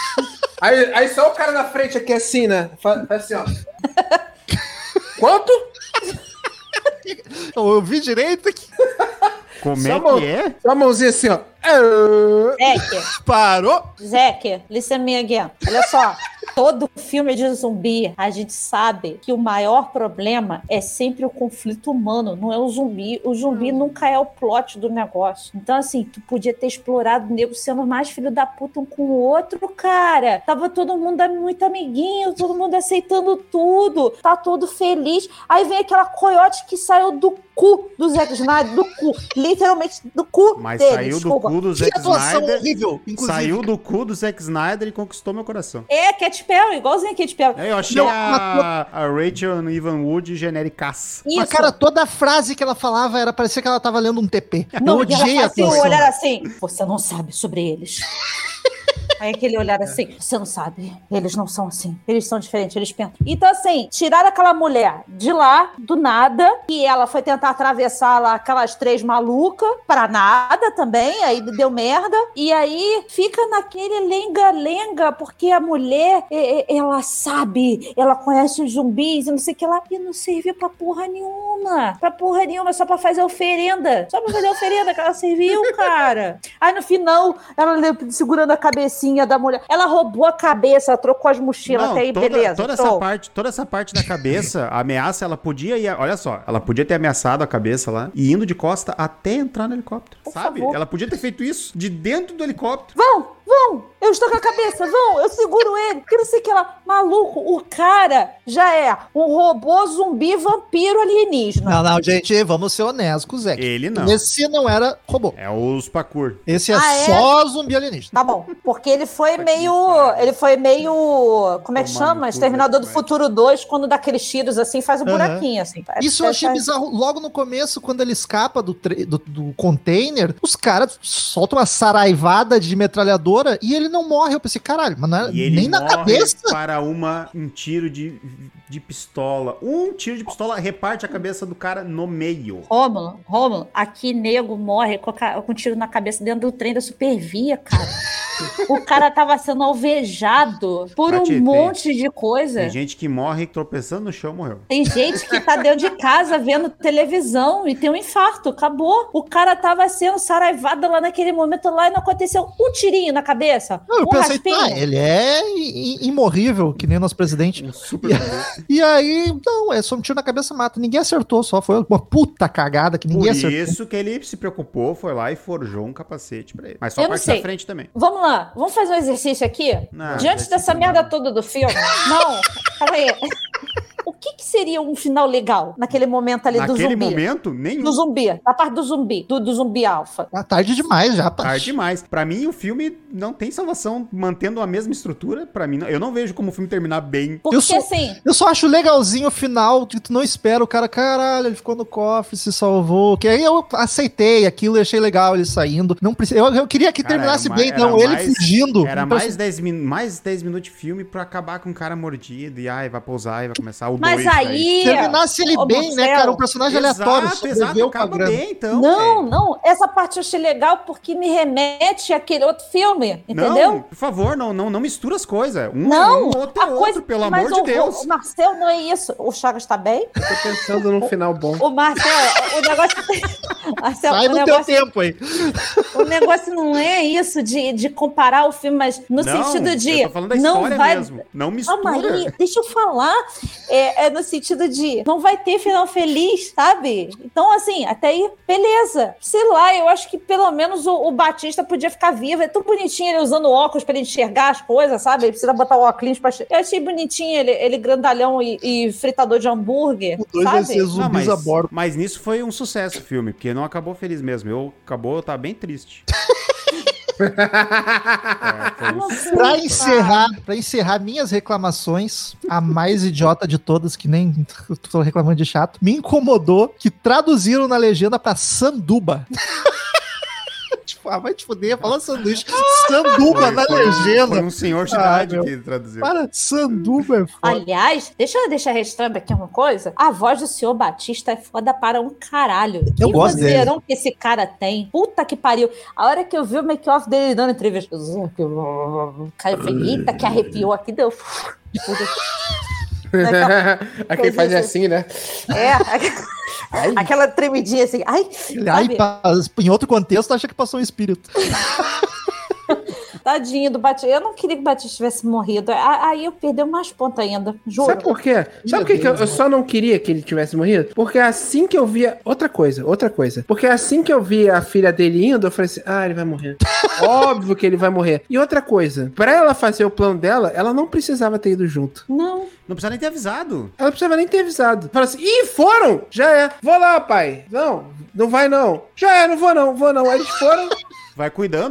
Aí só o cara na frente aqui assim, né? Faz assim, ó. Quanto? Eu vi direito aqui. Como é que é? Só a mãozinha assim, ó. Zeque. Parou? Zeque, listen me again. Olha só. Todo filme de zumbi, a gente sabe que o maior problema é sempre o conflito humano, não é o zumbi. O zumbi nunca é o plot do negócio. Então, assim, tu podia ter explorado o nego sendo mais filho da puta um com o outro, cara. Tava todo mundo muito amiguinho, todo mundo aceitando tudo, tá todo feliz. Aí vem aquela coiote que saiu do cu do Zack Snyder, do cu, literalmente do cu mas dele, saiu do cu do Zack Snyder, horrível, saiu do cu do Zack Snyder e conquistou meu coração. É, Cat Perry, igualzinho a Cat Perry. Eu achei a Rachel Evan Wood genericaça. Mas, cara, toda a frase que ela falava parecia que ela tava lendo um TP. Não, eu odiei ela a atuação. olhar assim, você não sabe sobre eles. Aí aquele olhar assim, você não sabe, eles não são assim, eles são diferentes, eles pensam. Então assim, tiraram aquela mulher de lá, do nada, e ela foi tentar atravessar lá aquelas 3 malucas, pra nada também, aí deu merda, e aí fica naquele lenga-lenga, porque a mulher, ela sabe, ela conhece os zumbis, e não sei o que lá, e não serviu pra porra nenhuma, só pra fazer oferenda, que ela serviu, cara. Aí no final, ela segurando a cabecinha da mulher, ela roubou a cabeça, ela trocou as mochilas, não, até aí, beleza. Toda essa parte da cabeça, a ameaça, ela podia ir, olha só, ela podia ter ameaçado a cabeça lá, e indo de costa até entrar no helicóptero, sabe? Ela podia ter feito isso de dentro do helicóptero. Vão, eu estou com a cabeça, eu seguro ele, que não sei o que lá. Maluco, o cara já é um robô zumbi vampiro alienígena. Não, gente, vamos ser honestos com o Zé. Ele não. Esse não era robô. É os parkour. Esse é só zumbi alienígena. Tá bom, porque ele foi meio, como é que chama? Exterminador do Futuro 2, quando dá aqueles tiros assim, faz um buraquinho assim. Isso eu achei bizarro. Logo no começo, quando ele escapa do container, os caras soltam uma saraivada de metralhadora e ele não morre. Eu pensei, caralho, mas não é nem na cabeça. Para um tiro de pistola. Um tiro de pistola reparte a cabeça do cara no meio. Rômulo, aqui nego morre com um tiro na cabeça dentro do trem da Supervia, cara. O cara tava sendo alvejado por um monte de coisa. Tem gente que morre tropeçando no chão, morreu. Tem gente que tá dentro de casa vendo televisão e tem um infarto, acabou. O cara tava sendo saraivado lá naquele momento lá e não aconteceu um tirinho na cabeça. Eu pensei, ele é imorrível, que nem o nosso presidente. E aí, não, é só um tiro na cabeça, mata. Ninguém acertou, só foi uma puta cagada que ninguém acertou. Por isso que ele se preocupou, foi lá e forjou um capacete pra ele. Mas só a parte da frente também. Vamos lá, vamos fazer um exercício aqui? Diante dessa merda toda do filme? Não, calma aí. O que seria um final legal naquele momento ali do zumbi? Naquele momento? Nenhum. Do zumbi, da parte do zumbi, do zumbi alfa. Tarde demais já, pá. Tarde demais. Pra mim, o filme não tem salvação mantendo a mesma estrutura. Pra mim, eu não vejo como o filme terminar bem. Porque assim... Eu só acho legalzinho o final, que tu não espera o cara, caralho, ele ficou no cofre, se salvou. Que aí eu aceitei aquilo e achei legal ele saindo. Não precisa, eu queria que terminasse bem, não, ele fugindo. Era mais 10 minutos de filme pra acabar com o cara mordido. E vai pousar e vai começar o 2. Mas aí... Terminasse ele bem, né, cara? Um personagem aleatório. Exato, acaba bem, então. Não, essa parte eu achei legal porque me remete àquele outro filme, entendeu? Não, por favor, não mistura as coisas. Outro, pelo amor de Deus. O Marcel não é isso. O Chagas tá bem? Eu tô pensando num final bom. O Marcel, o negócio... Marcel, sai no teu tempo aí. O negócio não é isso de comparar o filme, mas no sentido de... Eu tô falando da história mesmo. Não mistura. Calma aí, deixa eu falar. É no sentido de não vai ter final feliz, sabe? Então, assim, até aí, beleza. Sei lá, eu acho que pelo menos o Batista podia ficar vivo. É tão bonitinho ele usando óculos pra ele enxergar as coisas, sabe? Ele precisa botar o óculos pra... Eu achei bonitinho ele grandalhão e fritador de hambúrguer, o 2 vai ser zumbis a bordo. Mas nisso foi um sucesso o filme, porque não acabou feliz mesmo. Eu tava bem triste. Pra encerrar minhas reclamações, a mais idiota de todas, que nem tô reclamando de chato, me incomodou que traduziram na legenda pra sanduba. Vai te fuder, fala sanduíche. Sanduba na legenda. Foi um senhor de idade que traduziu. Para, sanduba é foda. Aliás, deixa eu deixar registrando aqui uma coisa. A voz do senhor Batista é foda para um caralho. Eu gosto dele. Que esse cara tem. Puta que pariu. A hora que eu vi o make-off dele dando entrevista, cara, eu falei, eita, que arrepiou aqui, deu... Aquele faz assim, né? Aquela tremidinha assim. Em outro contexto, acha que passou um espírito. Tadinho do Batista. Eu não queria que o Batista tivesse morrido. Aí eu perdi mais ponto ainda, juro. Sabe por quê? Sabe por que eu só não queria que ele tivesse morrido? Porque assim que eu via... Outra coisa. Porque assim que eu via a filha dele indo, eu falei assim, ele vai morrer. Óbvio que ele vai morrer. E outra coisa, pra ela fazer o plano dela, ela não precisava ter ido junto. Não precisava nem ter avisado. Ela precisava nem ter avisado. Fala assim, foram! Já é. Vou lá, pai. Não vai não. Já é, não vou não. Aí eles foram... Vai cuidando, né?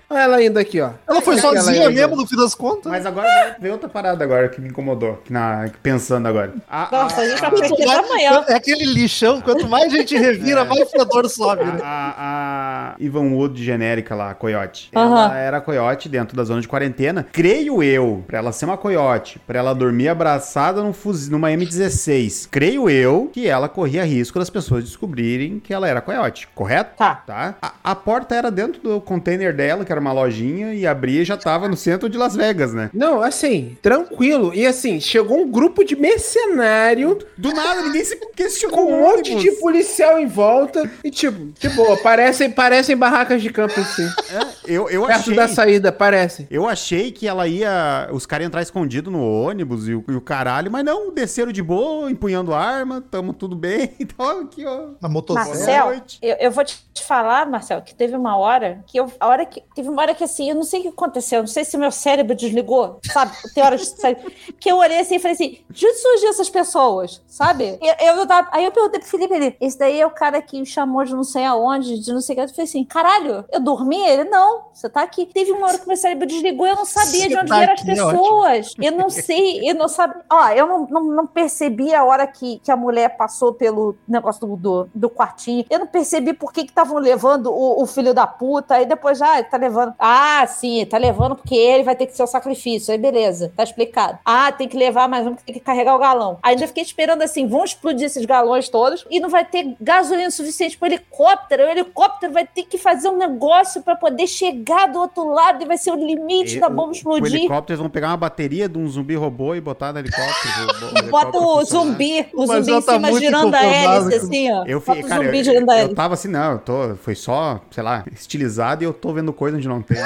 Olha ela indo aqui, ó. Ela foi sozinha mesmo, no fim das contas. Mas agora veio outra parada agora que me incomodou, pensando agora. Nossa, a gente vai perder amanhã. É aquele lixão, quanto mais a gente revira, mais o fedor sobe, né? A Ivan Wood genérica lá, a Coyote. Ela era Coyote dentro da zona de quarentena. Creio eu, pra ela ser uma Coyote, pra ela dormir abraçada numa M16, creio eu que ela corria risco das pessoas descobrirem que ela era Coyote, correto? Tá. A porta era dentro do container dela, que era uma lojinha, e abria e já tava no centro de Las Vegas, né? Não, assim, tranquilo. E assim, chegou um grupo de mercenário. Do nada, ninguém se questionou. Com um monte de policial em volta. E tipo, de boa, parecem barracas de campo assim. Eu Perto achei... da saída, parecem. Eu achei que ela ia... Os caras iam entrar escondido no ônibus e o caralho, mas não, desceram de boa, empunhando arma, tamo tudo bem. Então aqui, ó. Na motocicleta. Marcel, eu vou te falar, Marcel, que teve uma hora teve uma hora que assim, eu não sei o que aconteceu, não sei se meu cérebro desligou, sabe? Tem horas que eu olhei assim e falei assim, de onde surgiram essas pessoas, sabe? Aí eu perguntei pro Felipe, esse daí é o cara que me chamou de não sei aonde, de não sei o que. Eu falei assim, caralho, eu dormi? Ele, não, você tá aqui. Teve uma hora que meu cérebro desligou e eu não sabia de onde vieram as pessoas. Eu não sei, eu não sabia. Ó, eu não percebi a hora que a mulher passou pelo negócio do quartinho. Eu não percebi por que estavam levando o filho da puta. Aí depois já tá levando. Ah, sim, tá levando porque ele vai ter que ser o sacrifício. Aí beleza, tá explicado. Ah, tem que levar mais um que tem que carregar o galão. Ainda fiquei esperando assim, vão explodir esses galões todos e não vai ter gasolina suficiente pro helicóptero. O helicóptero vai ter que fazer um negócio pra poder chegar do outro lado e vai ser o limite da bomba explodir. O helicóptero, eles vão pegar uma bateria de um zumbi robô e botar no helicóptero. Bota o zumbi em cima girando a hélice, assim, ó. Eu tava assim, não, foi só, sei lá, estilizado e eu tô vendo coisa onde não tem.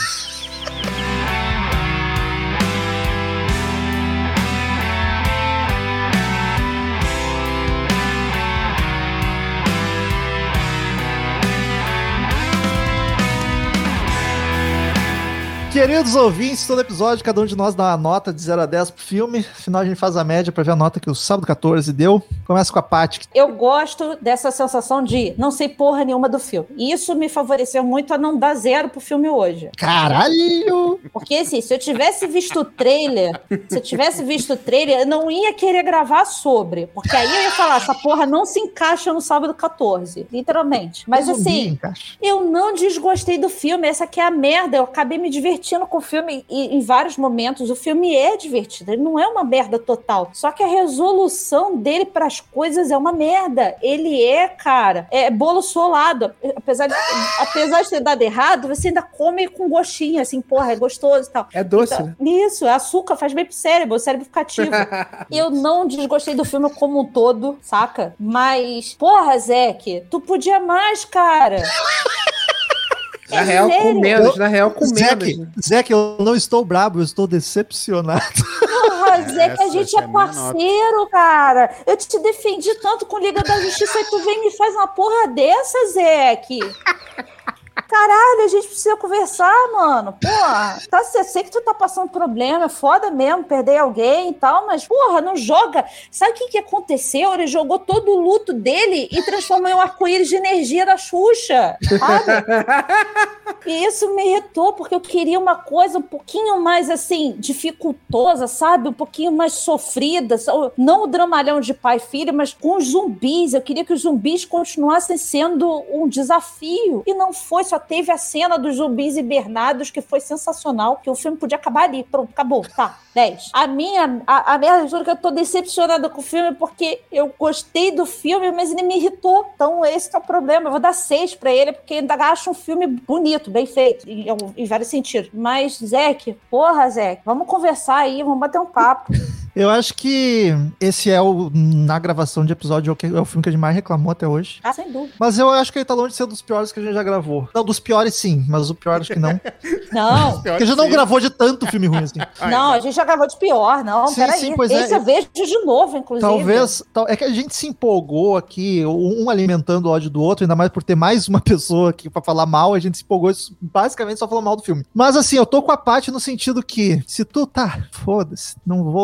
Queridos ouvintes, todo episódio, cada um de nós dá uma nota de 0 a 10 pro filme. Afinal, a gente faz a média pra ver a nota que o Sábado 14 deu. Começa com a Paty. Eu gosto dessa sensação de não sei porra nenhuma do filme. E isso me favoreceu muito a não dar 0 pro filme hoje. Caralho! Porque, assim, se eu tivesse visto o trailer, eu não ia querer gravar sobre. Porque aí eu ia falar, essa porra não se encaixa no Sábado 14. Literalmente. Mas, assim, eu não desgostei do filme. Essa aqui é a merda. Eu acabei me divertindo com o filme em vários momentos. O filme é divertido, ele não é uma merda total, só que a resolução dele pras coisas é uma merda. Ele cara, é bolo solado, apesar de ter dado errado, você ainda come com gostinho, assim, porra, é gostoso e tal. É doce, então, né? Isso, açúcar faz bem pro cérebro, o cérebro fica ativo. Eu não desgostei do filme como um todo, saca? Mas, porra, Zeke, tu podia mais, cara. Na real, com menos. Zeke, eu não estou brabo, eu estou decepcionado. Porra, Zeke, a gente é parceiro, cara. Eu te defendi tanto com Liga da Justiça e tu vem e me faz uma porra dessa, Zeke. Caralho, a gente precisa conversar, mano. Porra, eu sei que tu tá passando problema, é foda mesmo perder alguém e tal, mas, porra, não joga. Sabe o que aconteceu? Ele jogou todo o luto dele e transformou em um arco-íris de energia da Xuxa, sabe? E isso me irritou, porque eu queria uma coisa um pouquinho mais, assim, dificultosa, sabe? Um pouquinho mais sofrida. Não o dramalhão de pai e filho, mas com os zumbis. Eu queria que os zumbis continuassem sendo um desafio. E não foi, só teve a cena dos zumbis hibernados, que foi sensacional, que o filme podia acabar ali. Pronto, acabou. Tá, 10. A merda, juro que eu tô decepcionada com o filme, porque eu gostei do filme, mas ele me irritou. Então esse é o problema. Eu vou dar 6 pra ele, porque ainda acho um filme bonito, bem feito, em vários sentidos. Mas, Zeke, vamos conversar aí, vamos bater um papo. Eu acho que esse na gravação de episódio, é o filme que a gente mais reclamou até hoje. Ah, sem dúvida. Mas eu acho que ele tá longe de ser um dos piores que a gente já gravou. Não, dos piores sim, mas o pior acho que não. Não. Porque a gente não gravou de tanto filme ruim assim. Não, a gente já gravou de pior, não. Peraí. Esse eu vejo de novo, inclusive. Talvez. É que a gente se empolgou aqui, um alimentando o ódio do outro, ainda mais por ter mais uma pessoa aqui pra falar mal, a gente se empolgou basicamente só falando mal do filme. Mas assim, eu tô com a Paty no sentido que, se tu tá, foda-se, não vou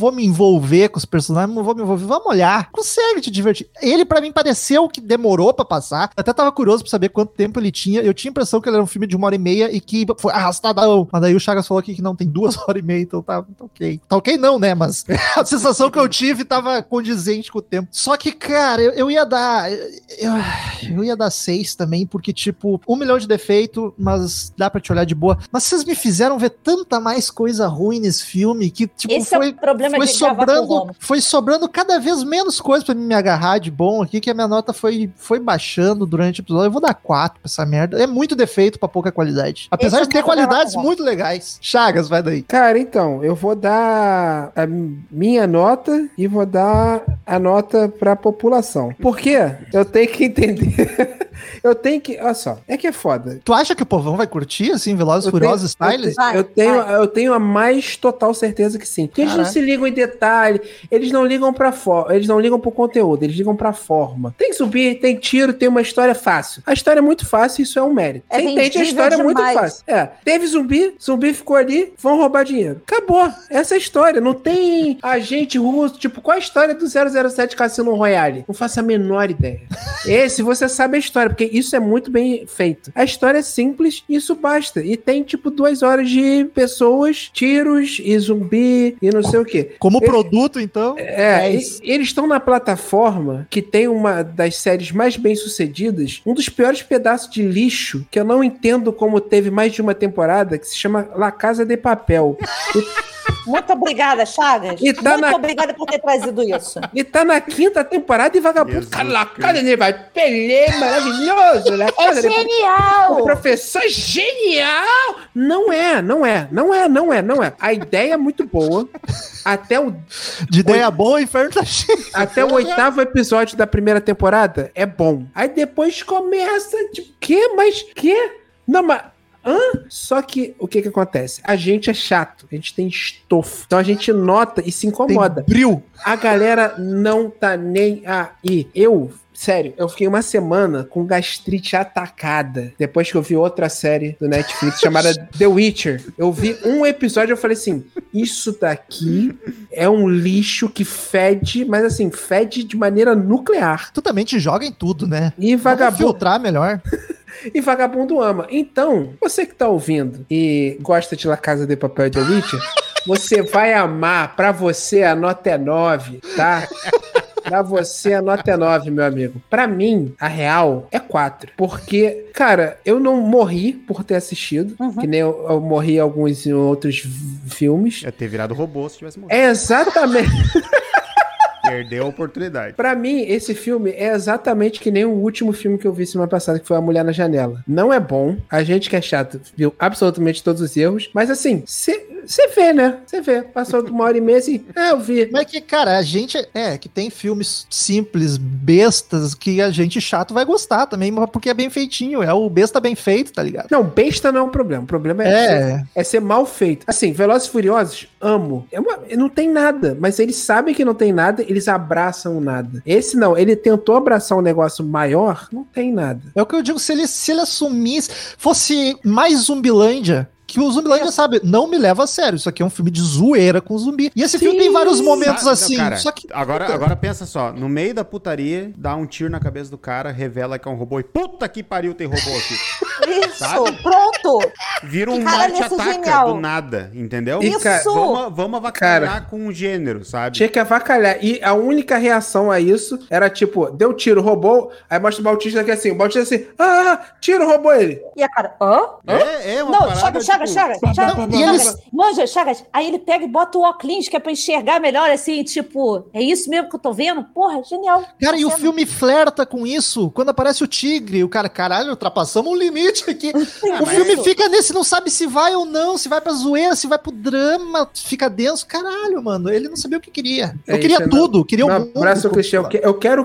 vou me envolver com os personagens, não vou me envolver, vamos olhar. Consegue te divertir. Ele, pra mim, pareceu que demorou pra passar. Eu até tava curioso pra saber quanto tempo ele tinha. Eu tinha a impressão que ele era um filme de 1h30 e que foi arrastadão. Mas daí o Chagas falou aqui que não, tem 2h30, então tá ok. Tá ok não, né? Mas a sensação que eu tive tava condizente com o tempo. Só que, cara, eu ia dar... Eu ia dar 6 também, porque, tipo, 1 milhão de defeito, mas dá pra te olhar de boa. Mas vocês me fizeram ver tanta mais coisa ruim nesse filme que, tipo, esse é o problema de foi sobrando cada vez menos coisa pra me agarrar de bom aqui, que a minha nota foi baixando durante o episódio. Eu vou dar 4 pra essa merda. É muito defeito pra pouca qualidade. Apesar de ter qualidades muito legais. Chagas, vai daí. Cara, então, eu vou dar a minha nota e vou dar a nota pra população. Por quê? Eu tenho que entender. Eu tenho que... Olha só, é que é foda. Tu acha que o povão vai curtir, assim, Velozes e Furiosos Style? Eu tenho a mais total certeza que sim. Porque eles não se ligam em detalhe, eles não ligam pra forma, eles não ligam pro conteúdo, eles ligam pra forma. Tem zumbi, tem tiro, tem uma história fácil. A história é muito fácil e isso é um mérito. Você entende a história é muito fácil. Teve zumbi ficou ali, vão roubar dinheiro. Acabou. Essa é a história. Não tem agente russo, tipo, qual a história do 007 Cassino Royale? Não faço a menor ideia. Esse, você sabe a história, porque isso é muito bem feito. A história é simples e isso basta. E tem, tipo, 2 horas de pessoas, tiros e zumbi e não sei o quê. Como produto, então... Eles estão na plataforma que tem uma das séries mais bem-sucedidas, um dos piores pedaços de lixo, que eu não entendo como teve mais de uma temporada, que se chama La Casa de Papel. Muito obrigada, Chagas. Obrigada por ter trazido isso. E tá na 5ª temporada e vagabundo. Cara, ele vai Pelé, maravilhoso, né? É genial! O professor é genial! Não é. A ideia é muito boa. Até o... De ideia boa, o inferno tá cheio. Até o 8º episódio da primeira temporada é bom. Aí depois começa, tipo, quê? Não, mas... Só que, o que acontece? A gente é chato, a gente tem estofo. Então a gente nota e se incomoda. Tem bril. A galera não tá nem aí. Sério, eu fiquei uma semana com gastrite atacada. Depois que eu vi outra série do Netflix chamada The Witcher. Eu vi um episódio e eu falei assim, isso daqui é um lixo que fede, mas assim, fede de maneira nuclear. Tu também te joga em tudo, né? E vagabundo... filtrar melhor. E vagabundo ama. Então, você que tá ouvindo e gosta de La Casa de Papel e The Witcher, você vai amar. Pra você a nota é 9, tá? Pra você a nota é 9, meu amigo. Pra mim, a real é 4. Porque, cara, eu não morri por ter assistido, que nem eu morri em alguns outros filmes. É ter virado robô se tivesse morrido. É exatamente... Perdeu a oportunidade. Pra mim, esse filme é exatamente que nem o último filme que eu vi semana passada, que foi A Mulher na Janela. Não é bom. A gente que é chato viu absolutamente todos os erros. Mas assim, você vê, né? Você vê. Passou 1h30 assim, eu vi. Mas que, cara, a gente que tem filmes simples, bestas, que a gente chato vai gostar também, porque é bem feitinho. É o besta bem feito, tá ligado? Não, besta não é um problema. O problema é ser mal feito. Assim, Velozes e Furiosos, amo. Não tem nada, mas eles sabem que não tem nada, eles abraçam nada. Esse não, ele tentou abraçar um negócio maior, não tem nada. É o que eu digo, se ele assumisse, fosse mais Zumbilândia, que o Zumbilândia sabe, não me leva a sério, isso aqui é um filme de zoeira com zumbi. E esse filme tem vários momentos assim. Cara, só que... agora pensa só, no meio da putaria, dá um tiro na cabeça do cara, revela que é um robô e puta que pariu, tem robô aqui. Isso, sabe? Pronto. Vira um Marte-Ataca do nada, entendeu? Isso. Vamos avacalhar com o gênero, sabe? Tinha que avacalhar. E a única reação a isso era tipo, deu tiro, roubou, aí mostra o Bautista aqui assim, o Bautista assim, tiro, roubou ele. E a cara, É uma parada... Chagas. Manja, Chagas. Aí ele pega e bota o óculos, que é pra enxergar melhor, assim, tipo, é isso mesmo que eu tô vendo? Porra, genial. Cara, e o filme flerta com isso. Quando aparece o tigre, o cara, caralho, ultrapassamos um limite aqui. O filme fica nesse, não sabe se vai ou não, se vai pra zoeira, se vai pro drama, fica denso. Caralho, mano, ele não sabia o que queria. Eu queria tudo, queria o mundo. Abraço o clichê. Eu quero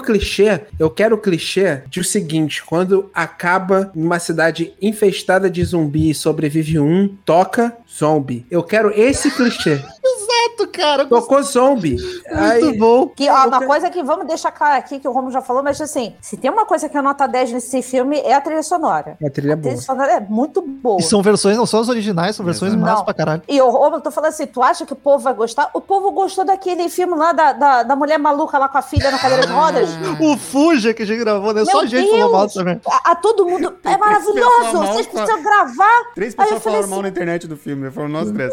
o clichê de o seguinte, quando acaba numa cidade infestada de zumbi e sobrevive toca zombie. Eu quero esse clichê. Exato. muito, cara. Tocou zombie. Muito bom. Que, ó, uma coisa que vamos deixar claro aqui, que o Romulo já falou, mas assim, se tem uma coisa que é nota 10 nesse filme, é a trilha sonora. A trilha é boa. A trilha sonora é muito boa. E são versões, não são as originais, são versões massas pra caralho. E o Romulo, tô falando assim, tu acha que o povo vai gostar? O povo gostou daquele filme lá da mulher maluca lá com a filha na cadeira de rodas. O Fuja que a gente gravou, né? Só a gente falou mal também. A todo mundo, é maravilhoso, vocês precisam gravar. 3 pessoas falaram mal na internet do filme, foram nós 3.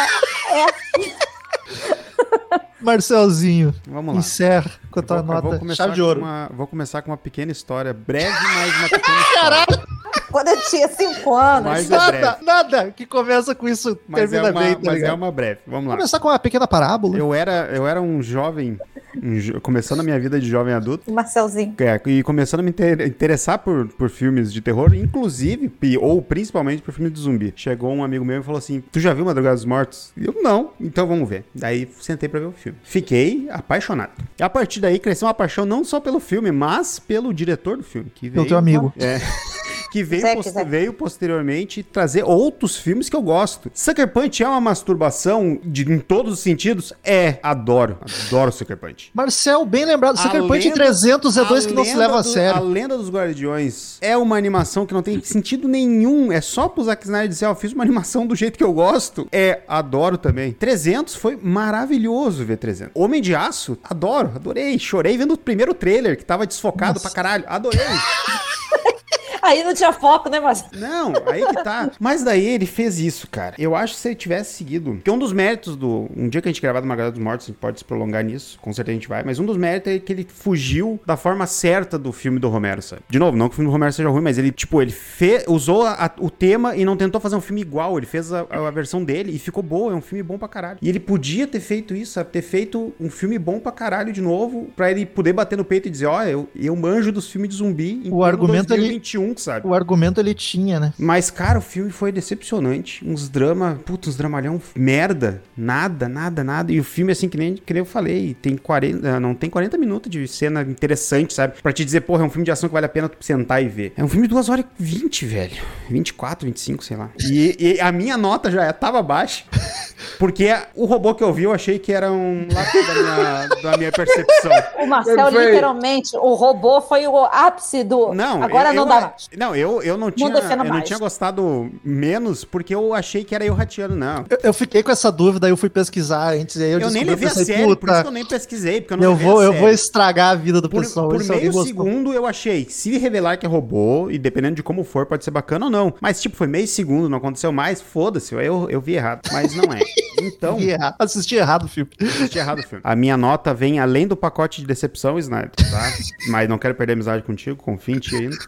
Marcelzinho, vamos lá. Encerra com a tua nota chave de ouro. Vou começar com uma pequena história, breve, mas uma pequena história. Caralho! Quando eu tinha 5 anos. Nada que começa com isso termina bem, tá ligado? É uma breve, vamos lá. Começar com uma pequena parábola. Eu era um jovem, começando a minha vida de jovem adulto. Marcelzinho. E começando a me interessar por filmes de terror, inclusive, ou principalmente por filmes de zumbi. Chegou um amigo meu e falou assim, tu já viu Madrugada dos Mortos? E eu, não. Então vamos ver. Daí sentei pra ver o filme. Fiquei apaixonado. E a partir daí cresceu uma paixão não só pelo filme, mas pelo diretor do filme. Que veio, pelo teu amigo. Que veio posteriormente trazer outros filmes que eu gosto. Sucker Punch é uma masturbação em todos os sentidos? Adoro Sucker Punch. Marcel, bem lembrado, Sucker Punch 300 é dois que não se leva a sério. A Lenda dos Guardiões é uma animação que não tem sentido nenhum, é só pro Zack Snyder dizer, eu fiz uma animação do jeito que eu gosto. Adoro também. 300 foi maravilhoso ver 300. Homem de Aço, adorei, chorei vendo o primeiro trailer que tava desfocado pra caralho, adorei. Aí não tinha foco, né, Marcelo? Não, aí que tá. Mas daí ele fez isso, cara. Eu acho que se ele tivesse seguido... Porque um dos méritos um dia que a gente gravar do Madrugada dos Mortos, a gente pode se prolongar nisso, com certeza a gente vai, mas um dos méritos é que ele fugiu da forma certa do filme do Romero, sabe? De novo, não que o filme do Romero seja ruim, mas ele, usou o tema e não tentou fazer um filme igual. Ele fez a versão dele e ficou boa, é um filme bom pra caralho. E ele podia ter feito isso, sabe? Ter feito um filme bom pra caralho de novo, pra ele poder bater no peito e dizer, eu manjo dos filmes de zumbi em o argumento 2021, sabe? O argumento ele tinha, né? Mas, cara, o filme foi decepcionante. Uns dramalhão merda. Nada. E o filme, assim, que nem eu falei, não tem 40 minutos de cena interessante, sabe? Pra te dizer, porra, é um filme de ação que vale a pena tu sentar e ver. É um filme de 2 horas e 20, velho. 24, 25, sei lá. E a minha nota já tava baixa. Porque o robô que eu vi, eu achei que era um lápis da minha percepção. O Marcel, literalmente, o robô foi o ápice do... Não, agora não dá mais. Não, eu não tinha gostado menos porque eu achei que era eu rateando, não. Eu fiquei com essa dúvida, aí eu fui pesquisar antes, e aí eu nem levei a sério, por isso que eu nem pesquisei, porque eu vou estragar a vida do pessoal. Por meio segundo eu achei, se revelar que é robô, e dependendo de como for, pode ser bacana ou não. Mas foi meio segundo, não aconteceu mais, foda-se, eu vi errado, mas não é. Então... Assisti errado o filme. A minha nota vem além do pacote de decepção, Snyder, tá? Mas não quero perder amizade contigo, confio em ti ainda.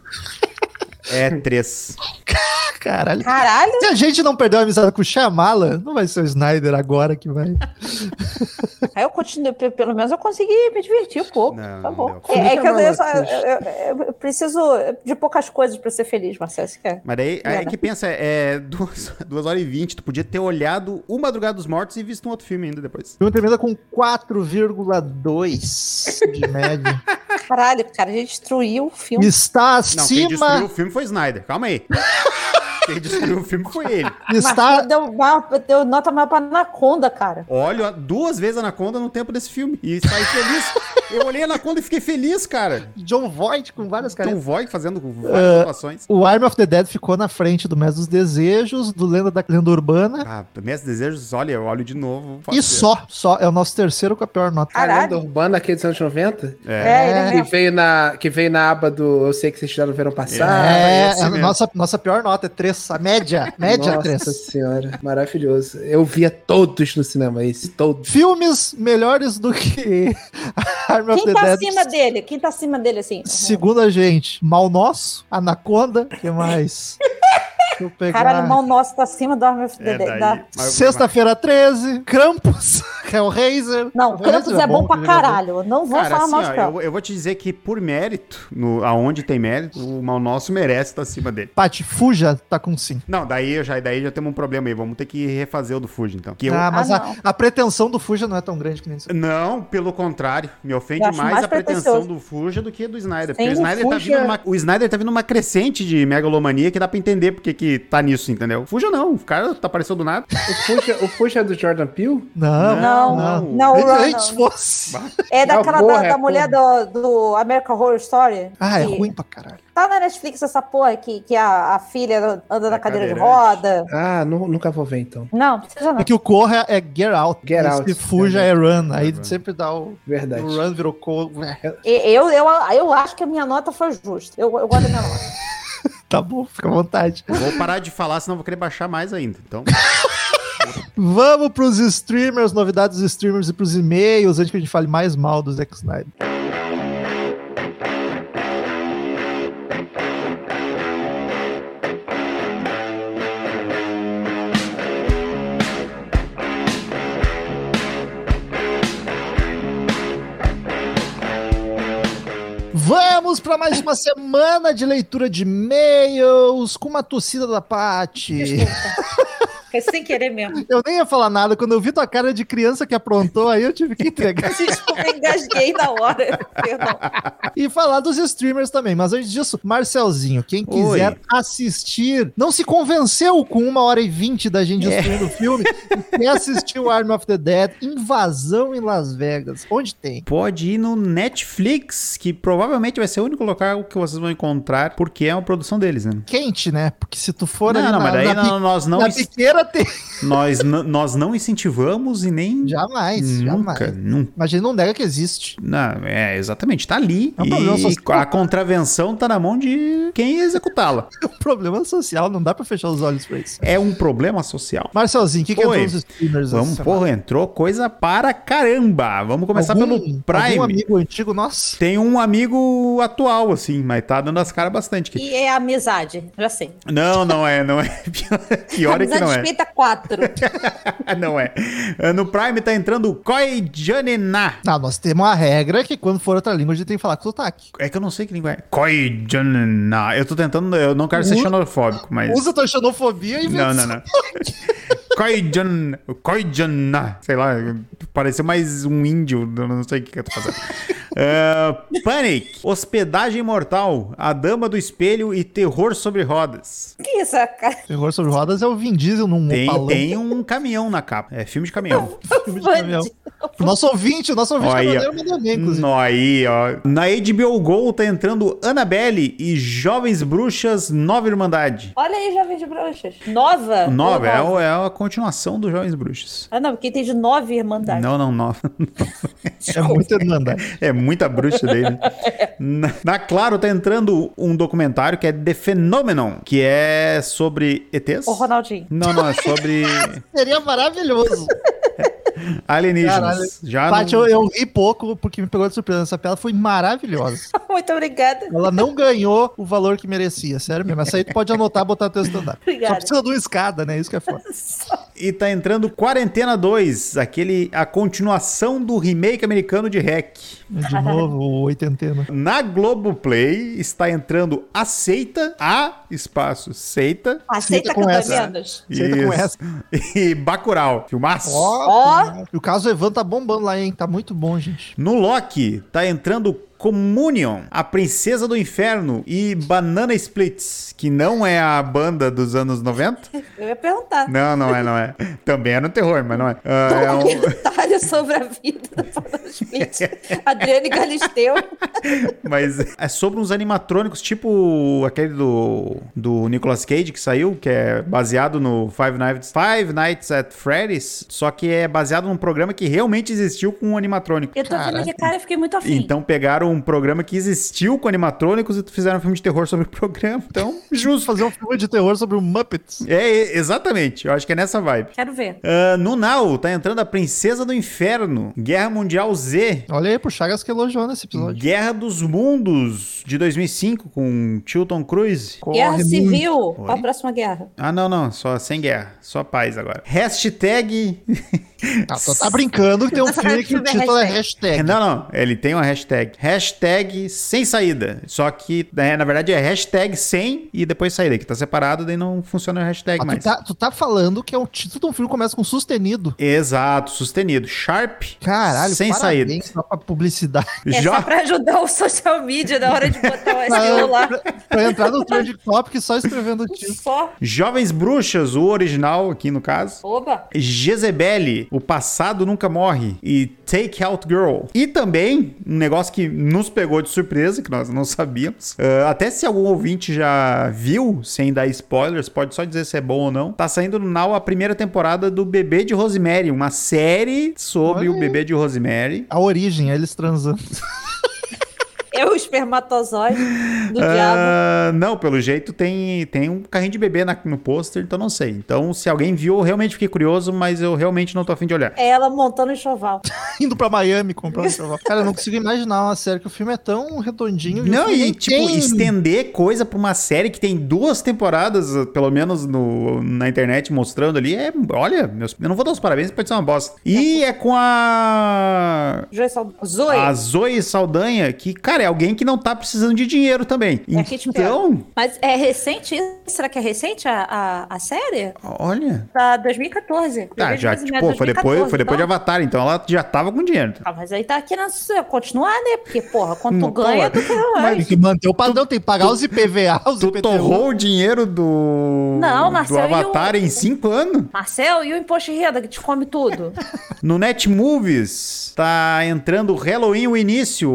3. Caralho. Se a gente não perdeu a amizade com o Shyamalan, não vai ser o Snyder agora que vai. Aí eu continuei, pelo menos eu consegui me divertir um pouco. Não, tá bom. Que eu preciso de poucas coisas pra ser feliz, Marcelo, se quer. Mas daí, aí que pensa, 2 horas e 20, tu podia ter olhado o Madrugada dos Mortos e visto um outro filme ainda depois. O filme termina com 4,2 de média. Caralho, cara, a gente destruiu o filme. Está acima... Não, quem destruiu o filme foi Snyder, calma aí. Quem destruiu o filme foi ele. Mas deu nota maior pra Anaconda, cara. Olha, 2 vezes Anaconda no tempo desse filme. E saí feliz. Eu olhei Anaconda e fiquei feliz, cara. John Voight com várias caras. John Voight fazendo várias atuações. O Army of the Dead ficou na frente do Mestre dos Desejos, do Lenda Urbana. Do Mestre dos Desejos, olha, eu olho de novo. E só. É o nosso terceiro com a pior nota. A Lenda Urbana, aquele dos anos 90? Que veio na aba do Eu Sei Que Vocês Já Não Viram Passar. A nossa pior nota é 3. A média 3. Nossa senhora, maravilhoso. Eu via todos no cinema, todos. Filmes melhores do que Army of the Dead. Quem tá acima dele, assim? Segundo a gente, Mal Nosso, Anaconda, o que mais? Deixa eu pegar. Caralho, o Mal Nosso tá acima do Army of the Dead. Sexta-feira 13, Krampus, Hellraiser. Não, Krampus é bom pra caralho. Eu não vou falar mais pra eu vou te dizer que por mérito, aonde tem mérito, o Mal Nosso merece estar acima dele. Paty, Fuja tá com 5. Não, daí já temos um problema aí. Vamos ter que refazer o do Fuja, então. Mas a pretensão do Fuja não é tão grande que nem isso. Não, pelo contrário. Me ofende mais a pretensão do Fuja do que do Snyder. Porque o Snyder tá vindo numa crescente de megalomania que dá pra entender porque que tá nisso, entendeu? Fuja não, o cara tá aparecendo do nada. O Fuja é do Jordan Peele? Não. Não, Antes fosse. É daquela da mulher do American Horror Story. É ruim pra caralho. Tá na Netflix essa porra que a filha anda na cadeira de roda. Nunca vou ver então. Não precisa não. É que o Corra é Get Out. Get Out. Se fuja é Run. Aí sempre dá o... Verdade. O Run virou Corra. Eu acho que a minha nota foi justa. Eu gosto da minha nota. Tá bom, fica à vontade. Vou parar de falar, senão vou querer baixar mais ainda. Então... Vamos pros streamers, novidades dos streamers e pros e-mails, antes que a gente fale mais mal do Zack Snyder. Vamos para mais uma semana de leitura de e-mails com uma torcida da Paty. Desculpa. Foi sem querer mesmo. Eu nem ia falar nada. Quando eu vi tua cara de criança que aprontou, aí eu tive que entregar. Desculpa, engasguei na hora. Perdão. E falar dos streamers também. Mas antes disso, Marcelzinho, quem quiser assistir, não se convenceu com 1h20 da gente destruindo o filme, e quer assistir o Army of the Dead, Invasão em Las Vegas. Onde tem? Pode ir no Netflix, que provavelmente vai ser o único local que vocês vão encontrar, porque é uma produção deles, né? Quente, né? Porque se tu for mas daí nós não... Na pequena tem... Nós não incentivamos e nem... Jamais. Nunca. Mas a gente não nega que existe. Não, exatamente, tá ali. É um problema social. A contravenção tá na mão de quem executá-la. É um problema social, não dá pra fechar os olhos pra isso. É um problema social. Marcelzinho, o que entrou nos streamers? Entrou coisa para caramba. Vamos começar pelo Prime. Algum amigo antigo nosso? Tem um amigo atual, assim, mas tá dando as caras bastante. E é amizade, já sei. Não é. Pior é que não é. Amizade 4. Não é. No Prime tá entrando Koi Janena. Não, nós temos uma regra que quando for outra língua a gente tem que falar com sotaque. É que eu não sei que língua é. Koi Janena. Eu não quero ser xenofóbico, mas... Usa tua xenofobia e vê. Não. Koi Janena. Sei lá, pareceu mais um índio, eu não sei o que eu tô fazendo. Panic, Hospedagem Mortal, A Dama do Espelho e Terror sobre Rodas. Que isso, cara? Terror sobre Rodas é o Vin Diesel num palão. Tem um caminhão na capa. É filme de caminhão. Filme de caminhão. O nosso ouvinte caminhoneiro mandou bem, inclusive. Aí, ó. Na HBO Go tá entrando Annabelle e Jovens Bruxas Nova Irmandade. Olha aí, Jovens Bruxas. Nova? Nova, é a continuação do Jovens Bruxas. Não, porque tem de 9 Irmandades. Não, 9. É muita Irmandade. É muita bruxa dele. Na Claro tá entrando um documentário que é The Phenomenon, que é sobre ETs. O Ronaldinho. Não, é sobre... Seria maravilhoso. Alienígenas. Paty, eu ri pouco porque me pegou de surpresa. Essa piada foi maravilhosa. Muito obrigada. Ela não ganhou o valor que merecia, sério mesmo. Essa aí tu pode anotar e botar no teu stand-up. Obrigada. Só precisa de uma escada, né? Isso que é foda. E tá entrando Quarentena 2, a continuação do remake americano de REC. De novo, o oitentena. Na Globoplay está entrando Seita Aceita com essa. Aceita com essa. E Bacurau, filmaço. E o caso Evan tá bombando lá, hein? Tá muito bom, gente. No Loki tá entrando Communion, A Princesa do Inferno e Banana Splits, que não é a banda dos anos 90. Eu ia perguntar. Não é. Também é no terror, mas não é. É um detalhe sobre a vida da Banana Splits. Adriane Galisteu. Mas é sobre uns animatrônicos, tipo aquele do Nicolas Cage que saiu, que é baseado no Five Nights at Freddy's, só que é baseado num programa que realmente existiu com um animatrônico. Eu tô vendo aqui, cara, eu fiquei muito afim. Então pegaram um programa que existiu com animatrônicos e fizeram um filme de terror sobre o programa. Então, justo fazer um filme de terror sobre o Muppets. Exatamente. Eu acho que é nessa vibe. Quero ver. No Now, tá entrando A Princesa do Inferno, Guerra Mundial Z. Olha aí pro Chagas que elogiou nesse episódio. Guerra dos Mundos, de 2005, com Tilton Cruise. Guerra Civil. Qual a próxima guerra? Não. Só sem guerra. Só paz agora. Hashtag... Só tá brincando que tem um filme que o título é hashtag. Não. Ele tem uma hashtag. Hashtag sem saída. Só que, na verdade, é hashtag sem e depois saída. Que tá separado, daí não funciona a hashtag mais. Tu tá falando que é o título de um filme que começa com sustenido. Exato, sustenido. Sharp. Caralho, sem saída. Só pra publicidade. Só pra ajudar o social media na hora de botar o SEO lá. Pra entrar no Trend Topic só escrevendo o título. Só. Jovens Bruxas, o original aqui no caso. Oba. Jezebeli, O Passado Nunca Morre. E Take Out Girl. E também, um negócio que nos pegou de surpresa, que nós não sabíamos. Até se algum ouvinte já viu, sem dar spoilers, pode só dizer se é bom ou não. Tá saindo no Now a primeira temporada do Bebê de Rosemary. Uma série sobre o Bebê de Rosemary. A origem, eles transando. É o espermatozoide do diabo. Não, pelo jeito tem um carrinho de bebê no pôster, então não sei. Então, se alguém viu, eu realmente fiquei curioso, mas eu realmente não tô a fim de olhar. É ela montando o enxoval. Indo pra Miami comprar um enxoval. Cara, eu não consigo imaginar uma série que o filme é tão redondinho. Não, e tipo, estender coisa pra uma série que tem 2 temporadas, pelo menos na internet, mostrando ali, olha, eu não vou dar os parabéns, pode ser uma bosta. E é com a Zoe Saldanha, que, cara, é alguém que não tá precisando de dinheiro também. Então... Mas é recente isso? Será que é recente a série? Olha... Tá 2014. Tá, já, tipo, foi depois de Avatar, então ela já tava com dinheiro. Ah, mas aí tá aqui continuar, né? Porque, porra, quanto tu ganha, tu quer tem que manter o padrão, tem que pagar os IPVA, os IPTU. Tu torrou o dinheiro do Avatar em 5 anos? Marcel, e o imposto de renda que te come tudo? No Netmovies tá entrando Halloween, o início,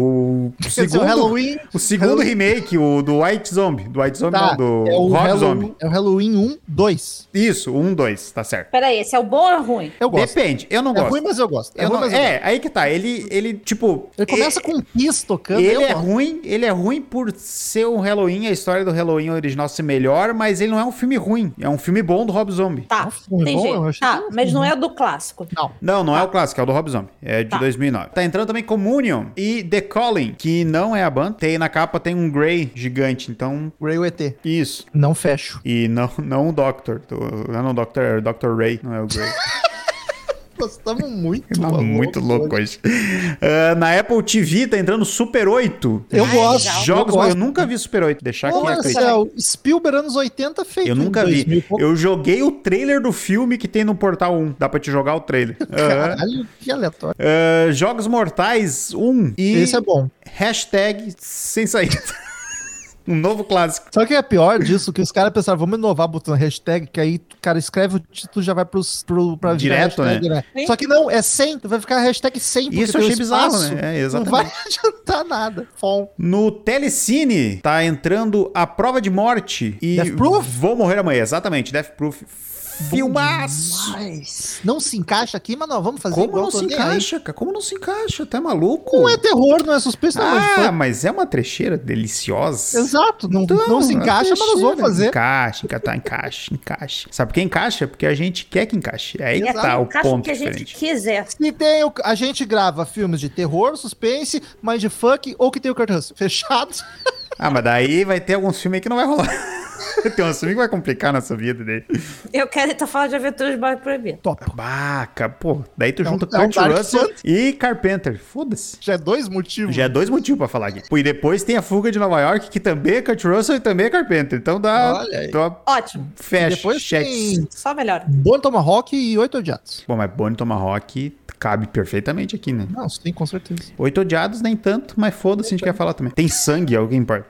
o segundo remake, o do White Zombie. Do White Zombie, tá, não, do Rob Zombie. É o Halloween 1, 2. Isso, 1, 2, tá certo. Peraí, esse é o bom ou é ruim? Eu gosto. Depende, eu não gosto. É ruim, mas eu gosto. Aí que tá, ele tipo... Ele começa com um piso tocando. Ele é ruim por ser um Halloween, a história do Halloween original ser melhor, mas ele não é um filme ruim, é um filme bom do Rob Zombie. Tá, entendi. Mas não é do clássico. Não é o clássico, é o do Rob Zombie. É de 2009. Tá entrando também Communion e The Calling, que não é a banda. Na capa tem um Grey gigante, então... Grey o ET. Isso. Não fecho. E não o Doctor. Não, Dr. Ray, não é o Grey. Nós estamos muito louco hoje. Na Apple TV tá entrando Super 8. Eu gosto. Jogos, eu nunca vi Super 8. Deixar aqui a crítica. Spielberg anos 80 feito. Eu nunca vi. Eu joguei o trailer do filme que tem no Portal 1. Dá pra te jogar o trailer. Caralho, que aleatório. Jogos Mortais 1. E esse é bom. Hashtag sem saída. Um novo clássico. Sabe o que é pior disso? Que os caras pensaram, vamos inovar botando hashtag, que aí o cara escreve o título já vai pra direto, hashtag, né? Só que não, é 100, vai ficar hashtag 100. Isso eu achei bizarro, né? Exatamente. Não vai adiantar nada. No Telecine tá entrando A Prova de Morte e Death Proof? Vou Morrer Amanhã, exatamente, Death Proof. Filmaço! Não se encaixa aqui, mas não, vamos fazer Como não se encaixa, cara? Como não se encaixa? Tá maluco? Não é terror, não é suspense, não é. Mas é uma trecheira deliciosa. Exato, não se encaixa, mas nós vamos fazer. Encaixa. Sabe por que encaixa? Porque a gente quer que encaixe. Aí que tá o ponto que a gente quiser. Se tem a gente grava filmes de terror, suspense, mindfuck ou que tem o Kurt Russell. Fechado. Mas daí vai ter alguns filmes aí que não vai rolar. Tem um filme que vai complicar a nossa vida dele. Eu quero então falar de Aventuras do Bairro Proibido. Top. Baca, pô. Daí tu junta Kurt Russell e Carpenter. Foda-se. Já é 2 motivos. Já é 2 motivos pra falar aqui. E depois tem A Fuga de Nova York, que também é Kurt Russell e também é Carpenter. Então dá... Olha aí. Ótimo. Fecha. Depois tem... Só melhor. Bonnie Tomahawk e 8 Odiados. Bom, mas Bonnie Tomahawk cabe perfeitamente aqui, né? Não, sim, com certeza. 8 Odiados nem tanto, mas foda-se, a gente quer falar também. Tem sangue, é o que importa.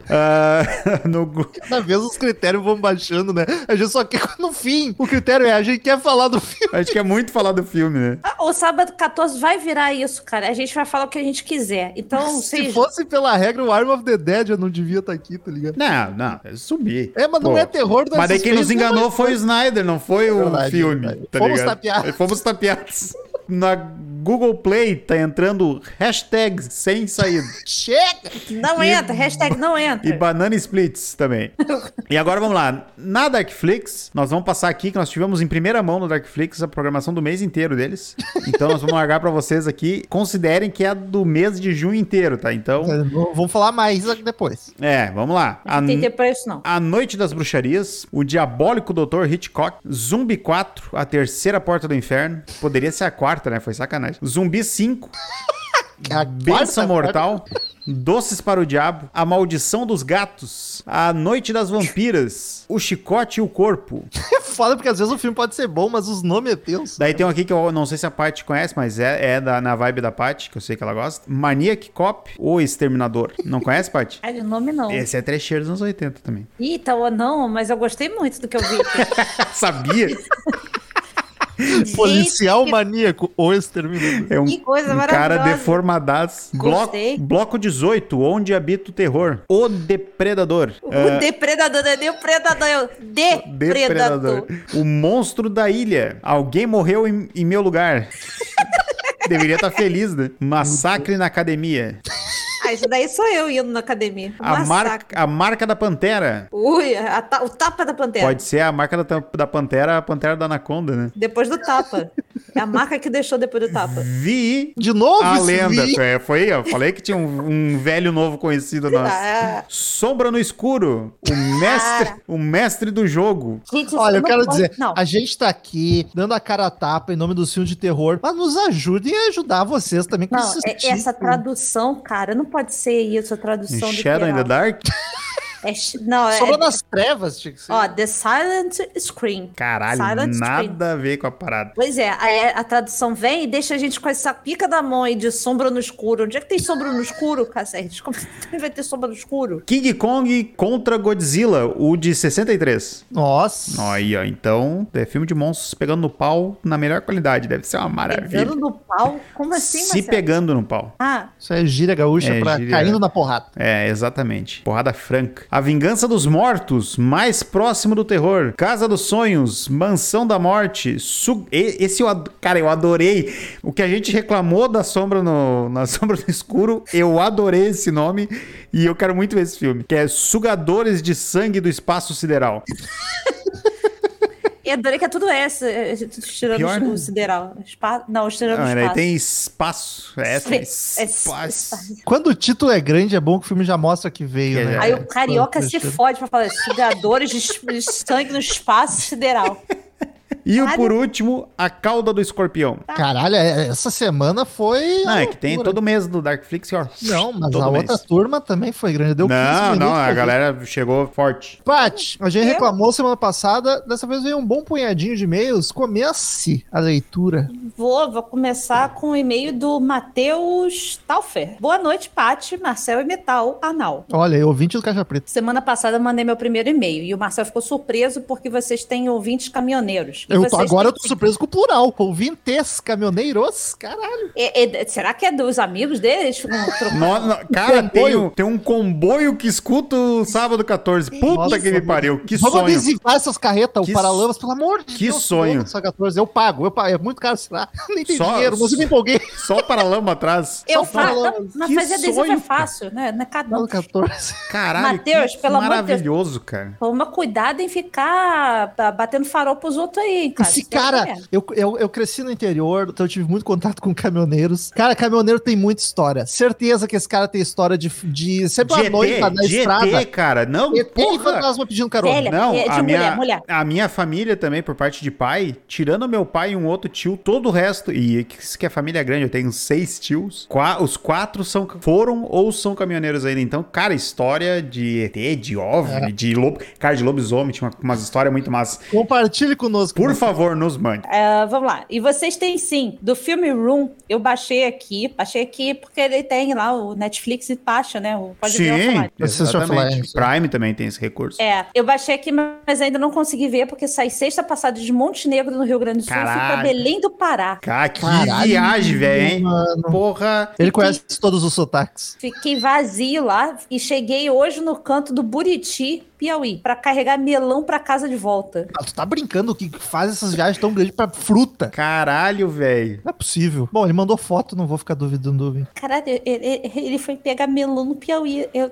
Cada vez os critérios vão baixando, né? A gente só quer, no fim, o critério é a gente quer falar do filme. A gente quer muito falar do filme, né? O Sábado 14 vai virar isso, cara. A gente vai falar o que a gente quiser. Então, se fosse pela regra, o Arm of the Dead eu não devia estar aqui, tá ligado? Não, é subir. Mas não é terror, não é. Mas daí quem nos enganou foi o Snyder, não foi o filme. Tá Fomos tapeados. Fomos tapeados. Na Google Play tá entrando hashtag sem saída. Chega! Não entra, hashtag não entra. E Banana Splits também. E agora vamos lá. Na Darkflix, nós vamos passar aqui que nós tivemos em primeira mão no Darkflix a programação do mês inteiro deles. Então nós vamos largar pra vocês aqui. Considerem que é do mês de junho inteiro, tá? Então... Vamos falar mais depois. Vamos lá. Não tem tempo pra isso, não. A Noite das Bruxarias, O Diabólico Dr. Hitchcock, Zumbi 4, A Terceira Porta do Inferno. Poderia ser a quarta, né? Foi sacanagem. Zumbi 5. Bênção Mortal, Doces para o Diabo, A Maldição dos Gatos, A Noite das Vampiras, O Chicote e o Corpo. É foda, porque às vezes o filme pode ser bom, mas os nomes é tenso. Daí tem um aqui que eu não sei se a Paty conhece, mas na vibe da Paty, que eu sei que ela gosta. Maniac Cop, O Exterminador. Não conhece, Paty? Ai, o nome não. Esse é trecheiro dos anos 80 também. Ih, então não, mas eu gostei muito do que eu vi. Sabia? Policial maníaco, O Exterminador. É um, Que coisa um cara maravilhosa. deformadaço. Gostei. Bloco 18, Onde Habita o Terror. O Depredador. O Depredador, não é nem o Predador, é o Depredador. O Monstro da Ilha. Alguém morreu em meu lugar. Deveria estar feliz, né? Massacre na Academia. Ah, isso daí sou eu indo na academia. A Marca da Pantera. Ui, o tapa da Pantera. Pode ser a marca da Pantera, a Pantera da Anaconda, né? Depois do tapa. É a marca que deixou depois do tapa. Vi De novo a esse lenda. Vi? Foi, eu falei que tinha um velho novo conhecido nosso. Sombra no Escuro. O mestre do jogo. Gente, Olha, eu não quero pode- dizer, Não. a gente tá aqui dando a cara a tapa em nome dos filmes de terror, mas nos ajudem a ajudar vocês também com Não, esses essa títulos. tradução, cara, não pode ser isso, a tradução Shadow in the literal. Dark? Não, Sombra nas trevas, tinha que ser. Ó, The Silent Scream. Caralho, Silent Scream. nada a ver com a parada. Pois é, a tradução vem e deixa a gente com essa pica da mão aí de sombra no escuro. Onde é que tem sombra no escuro, cacete? Como vai ter sombra no escuro? King Kong contra Godzilla, o de 63. Nossa. Aí, ó, então, é filme de monstros pegando no pau na melhor qualidade. Deve ser uma maravilha. Pegando no pau? Como assim, Se Marcelo? pegando no pau. Ah, Isso é gíria gaúcha É, pra gíria- caindo na porrada. É, exatamente. Porrada franca. A Vingança dos Mortos, mais próximo do terror. Casa dos Sonhos, Mansão da Morte. Esse cara, eu adorei. O que a gente reclamou da Sombra na Sombra no Escuro, eu adorei esse nome e eu quero muito ver esse filme. Que é Sugadores de Sangue do Espaço Sideral. eu adorei que é tudo essa. Tirando Pior, o né? sideral. Não, tirando o Não, aí espaço. tem espaço. Espaço. Espaço. Quando o título é grande, é bom que o filme já mostra que veio, Que né? já- Aí o carioca Poxa. se fode pra falar sugadores de sangue no espaço sideral. E o Caralho. por último, A Cauda do Escorpião. Caralho, essa semana foi... Não, a é que tem loucura. todo mês do Darkflix, ó. Não, mas todo a mês. outra turma também foi grande. Deu 15 Não, minutos a pra ver. galera chegou forte. Paty, a gente reclamou semana passada, dessa vez veio um bom punhadinho de e-mails. Comece a leitura. Vou começar com o e-mail do Matheus Taufer. Boa noite, Paty, Marcel e Metal Anal. Olha, eu ouvinte do Caixa Preta. Semana passada eu mandei meu primeiro e-mail e o Marcel ficou surpreso porque vocês têm ouvintes caminhoneiros. E Agora eu têm- tô surpreso com o plural. Ouvintes, caminhoneiros, caralho. Será que é dos amigos deles? Cara, Comboio. tem um comboio que escuta o sábado 14. Puta Nossa, que me pariu. Que Vamos sonho. adesivar essas carretas, Que o Paralamas, pelo amor de que Deus. sonho. Essa 14, eu pago. É muito caro, será? Nem tem Só- dinheiro, mas eu me empolguei. Só o paralama atrás. Eu Só faço. falando. Mas Que fazer adesivo sonho, é fácil, né? Não é cada um. Não, 14. Caralho, Mateus, que pelo amor de Deus. maravilhoso, cara. Toma cuidado em ficar batendo farol pros outros aí, cara. Esse Isso é cara, merda. eu cresci no interior, então eu tive muito contato com caminhoneiros. Cara, caminhoneiro tem muita história. Certeza que esse cara tem história de sempre uma noite na estrada. GT, cara. Não, ET e porra. fantasma pedindo carona. Velha. Não, É de mulher. a minha família também, por parte de pai, tirando meu pai e um outro tio, todo o resto, e isso que a família é grande, eu tenho 6 tios, os 4 foram ou são caminhoneiros ainda. Então, cara, história de ET, de OVNI, de lobo, cara, de lobisomem, tinha umas histórias muito massas. Compartilhe conosco. Por favor, nos mande. Vamos lá. E vocês têm sim, do filme Room, eu baixei aqui porque ele tem lá o Netflix e baixa, né? Pode ver Sim, automático. exatamente. Prime também tem esse recurso. Eu baixei aqui, mas ainda não consegui ver, porque sai sexta passada de Montenegro, no Rio Grande do Sul, fui pra Caraca. Belém do Pará. Cara, que Caralho, viagem, velho, hein? mano. Porra. Ele conhece todos os sotaques. Fiquei vazio lá e cheguei hoje no canto do Buriti, Piauí, pra carregar melão pra casa de volta. Ah, tu tá brincando que faz essas viagens tão grandes pra fruta? Caralho, velho. Não é possível. Bom, ele mandou foto, não vou ficar duvidando. Hein? Caralho, ele foi pegar melão no Piauí. Eu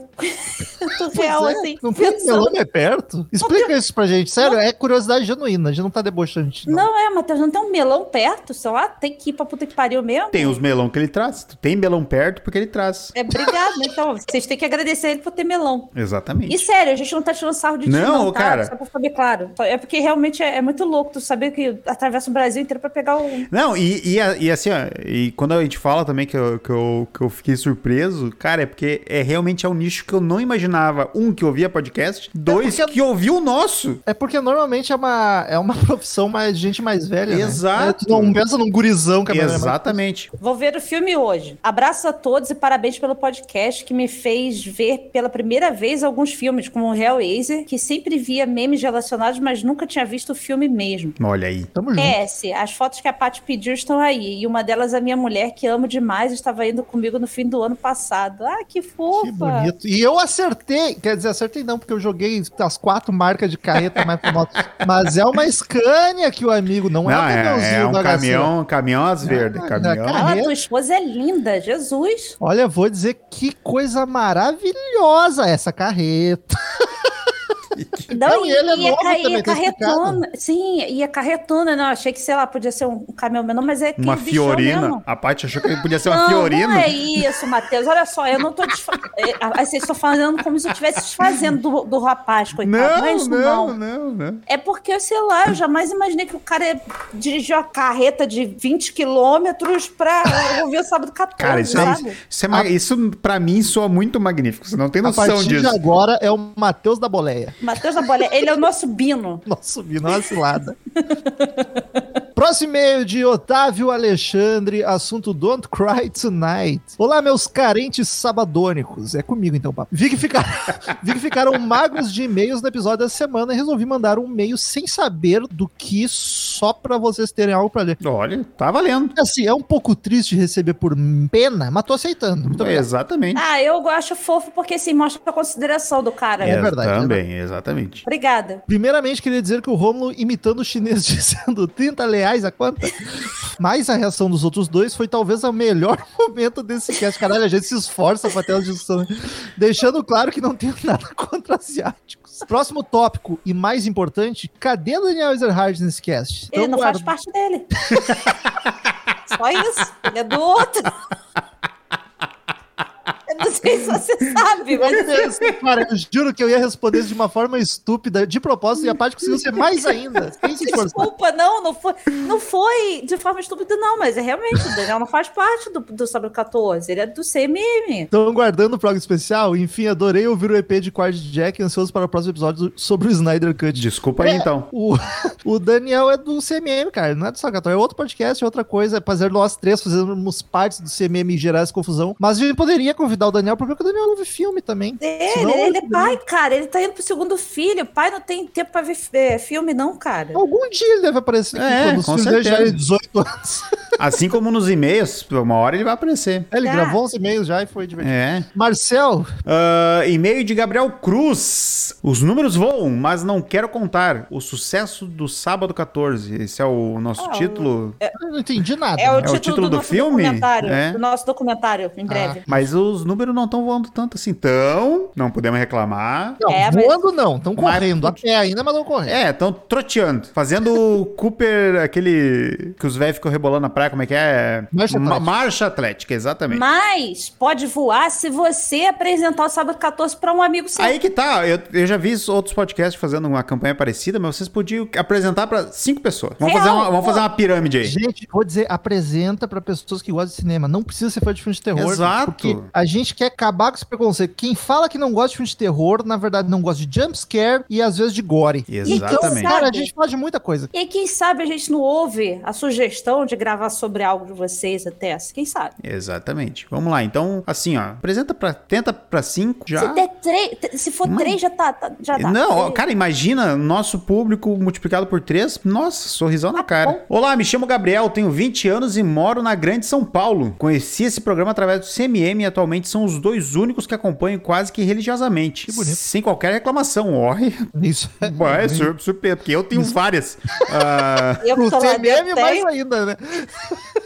tô real, Pois é, assim. não tem pensando. melão é perto? Explica isso pra gente. Sério, é curiosidade genuína. A gente não tá debochando. Não, Matheus, não tem um melão perto? Sei lá, tem que ir pra puta que pariu mesmo? Tem os melão que ele traz. Tu tem melão perto porque ele traz. Obrigado, então. Vocês têm que agradecer ele por ter melão. Exatamente. E sério, a gente não tá tirando sarro de ti, Não, tá? cara. Só pra saber, claro. É porque realmente é muito louco tu saber que atravessa o Brasil inteiro pra pegar o... Não, e assim, ó, e quando a gente fala também que eu fiquei surpreso, cara, é porque realmente é um nicho que eu não imaginava. Um, que ouvia podcast. Dois, que ouvia o nosso. É porque normalmente é uma profissão de gente mais velha, Exato. né? Tu não pensa num gurizão que Exatamente. Vou ver o filme hoje. Abraço a todos e parabéns pelo podcast que me fez ver pela primeira vez alguns filmes, como o Hellraiser, que sempre via memes relacionados, mas nunca tinha visto o filme mesmo. Olha aí. Tamo junto. As fotos que a Paty pediu estão aí. E uma delas, a minha mulher, que amo demais, estava indo comigo no fim do ano passado. Ah, que fofa! Que bonito. E eu acertei, quer dizer, acertei não, porque eu joguei as 4 marcas de carreta mais pro moto. Mas é uma Scania que o amigo, não é um caminhão às verdes. A tua esposa é linda, Jesus! Olha, vou dizer que coisa maravilhosa essa carreta. Não, e ele é novo também, a carretona. Sim, e a carretona, não. Achei que, sei lá, podia ser um caminhão menor, mas é que uma Fiorina. A Paty achou que podia ser uma Fiorina. Não é isso, Matheus. Olha só, eu não tô assim, estou falando como se eu estivesse desfazendo do rapaz, coitado. Não. É porque, sei lá, eu jamais imaginei que o cara dirigiu a carreta de 20 quilômetros pra ouvir o sábado 14, cara, sabe? Isso pra mim soa muito magnífico. Você não tem noção disso. A partir de agora é o Matheus da Boleia. Matheus da Boleia, ele é o nosso Bino. Nosso Bino, uma cilada. Próximo e-mail de Otávio Alexandre, assunto Don't Cry Tonight. Olá, meus carentes sabadônicos. É comigo então, papo. Vi que ficaram magros de e-mails no episódio da semana e resolvi mandar um e-mail sem saber do que, só pra vocês terem algo pra ler. Olha, tá valendo. Assim, é um pouco triste receber por pena, mas tô aceitando. Muito obrigado. Exatamente. Eu acho fofo porque assim, mostra a consideração do cara. É verdade. Também, exatamente. Obrigada. Primeiramente, queria dizer que o Rômulo imitando o chinês dizendo 30 reais a conta. Mas a reação dos outros dois foi talvez o melhor momento desse cast. Caralho, a gente se esforça pra ter uma discussão. Deixando claro que não tenho nada contra asiáticos. Próximo tópico, e mais importante, cadê o Daniel Ezerhard nesse cast? Ele não faz parte dele. Só isso. Ele é do outro. Eu não sei se você sabe, mas... Cara, eu juro que eu ia responder isso de uma forma estúpida, de propósito, e a parte conseguiu ser mais ainda. Desculpa, não foi de forma estúpida, não, mas realmente, o Daniel não faz parte do Sábado 14, ele é do CMM. Estão guardando o prog especial? Enfim, adorei ouvir o EP de Quad Jack, ansioso para o próximo episódio sobre o Snyder Cut. Desculpa aí, então. O Daniel é do CMM, cara, não é do Sábado 14, é outro podcast, é outra coisa, apesar de nós três fazermos partes do CMM e gerar essa confusão, mas a gente poderia convidar o Daniel, porque o Daniel não vê filme também. Ele é pai, cara. Ele tá indo pro segundo filho. O pai não tem tempo pra ver filme, não, cara. Algum dia ele deve aparecer aqui, quando os filhos dele já têm 18 anos. Assim como nos e-mails, uma hora ele vai aparecer. Ele gravou uns e-mails já e foi divertido. Marcel. E-mail de Gabriel Cruz. Os números voam, mas não quero contar. O sucesso do Sábado 14. Esse é o nosso título. Eu não entendi nada. É o título do filme? Do nosso documentário, em breve. Mas os números não estão voando tanto assim. Então, não podemos reclamar. Não, voando não. Estão correndo. A pé ainda, mas não correndo. Estão troteando. Fazendo o Cooper, aquele que os velhos ficam rebolando na praia, como é que é? Marcha Atlética, exatamente. Mas pode voar se você apresentar o Sábado 14 para um amigo seu. Aí que tá. Eu já vi outros podcasts fazendo uma campanha parecida, mas vocês podiam apresentar para 5 pessoas. Vamos fazer uma pirâmide aí. Gente, vou dizer, apresenta para pessoas que gostam de cinema. Não precisa ser fã de filme de terror. Exato. Porque a gente quer acabar com esse preconceito. Quem fala que não gosta de filme de terror, na verdade não gosta de jumpscare e às vezes de gore. Exatamente. Então, cara, a gente fala de muita coisa. E quem sabe a gente não ouve a sugestão de gravar sobre algo de vocês até, quem sabe? Exatamente. Vamos lá, então, assim, ó, tenta pra 5 já. Se der 3, se for 3 já dá. Não, cara, imagina nosso público multiplicado por 3, nossa, sorrisão na cara. Bom. Olá, me chamo Gabriel, tenho 20 anos e moro na Grande São Paulo. Conheci esse programa através do CMM e atualmente são os 2 únicos que acompanho quase que religiosamente. Que bonito. Sem qualquer reclamação. Isso é surpresa, porque eu tenho várias. O CMM mais ainda, né?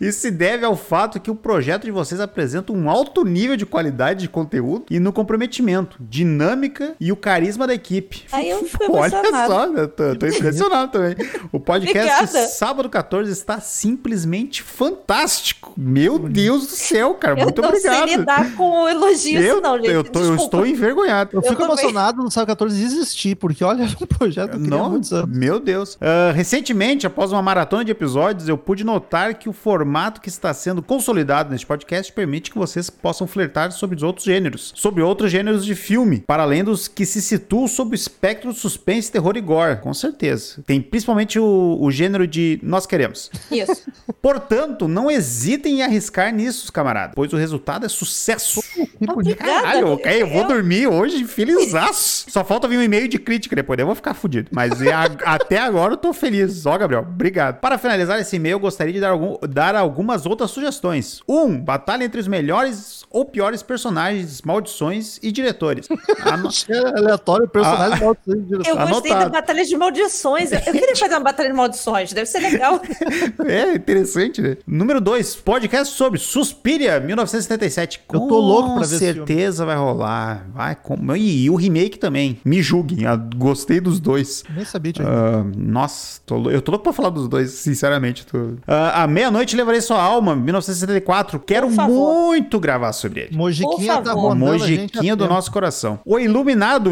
Isso se deve ao fato que o projeto de vocês apresenta um alto nível de qualidade de conteúdo e no comprometimento, dinâmica e o carisma da equipe. Aí eu fico Olha emocionado. só, eu tô impressionado também. O podcast Obrigada. Sábado 14 está simplesmente fantástico. Meu Deus do céu, cara. Muito eu não obrigado. sei lidar com elogios, não, gente. Eu Desculpa. estou envergonhado. Eu fico também. emocionado no Sábado 14 existir, porque olha, é um projeto que eu queria há muitos anos. Meu Deus. Recentemente, após uma maratona de episódios, eu pude notar que o formato que está sendo consolidado neste podcast permite que vocês possam flertar sobre outros gêneros de filme, para além dos que se situam sob o espectro do suspense, terror e gore, com certeza. Tem principalmente o gênero de nós queremos. Isso. Portanto, não hesitem em arriscar nisso, camarada, pois o resultado é sucesso. Obrigada. Caralho, ok, eu vou dormir hoje felizaço. Só falta vir um e-mail de crítica depois, eu vou ficar fudido. Mas até agora eu tô feliz. Ó, Gabriel, obrigado. Para finalizar esse e-mail, eu gostaria de dar algumas outras sugestões. Batalha entre os melhores ou piores personagens, maldições e diretores. Aleatório, personagem maldições de direção. Eu gostei da Batalha de Maldições. Eu queria fazer uma Batalha de Maldições. Deve ser legal. É, interessante, né? Número 2, podcast sobre Suspiria, 1977. Eu tô louco pra ver esse filme. Com certeza vai rolar. E o remake também. Me julguem, gostei dos dois. Nem sabia disso. Nossa, eu tô louco pra falar dos dois, sinceramente. À meia-noite levarei sua alma, 1974. Quero muito gravar sobre ele. Mojiquinha tá rondando a gente Mojiquinha do nosso coração. O Iluminado,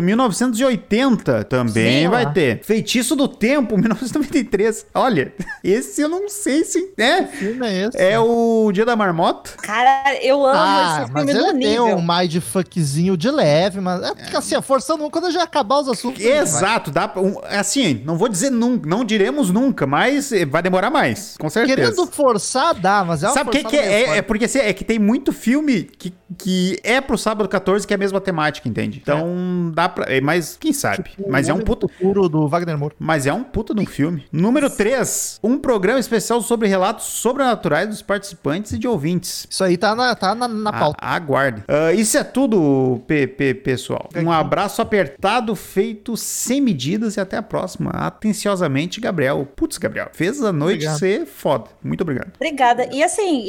1980, também vai ter. Feitiço do Tempo, 1993. Olha, esse eu não sei se... Que filme é esse? É o Dia da Marmota. Cara, eu amo esse mas filme no ele tem nível. um mindfuckzinho de leve, mas é porque assim, forçando quando já acabar os assuntos. Exato, assim, não vou dizer nunca, não diremos nunca, mas vai demorar mais, com certeza. Querendo forçar, dá, mas é uma Sabe o que é? É porque assim, é que tem muito filme que é pro Sábado 14 que é a mesma temática, entende? Então dá pra... Mas quem sabe? Mas é um puta... futuro do Wagner Moura. Mas é um puta de um filme. Número 3, um programa especial sobre relatos sobrenaturais dos participantes e de ouvintes. Isso aí tá na pauta. Aguarde. Isso é tudo, pessoal. Um abraço apertado, feito sem medidas e até a próxima. Atenciosamente, Gabriel. Putz, Gabriel, fez a noite ser foda. Muito obrigado. Obrigada. E assim,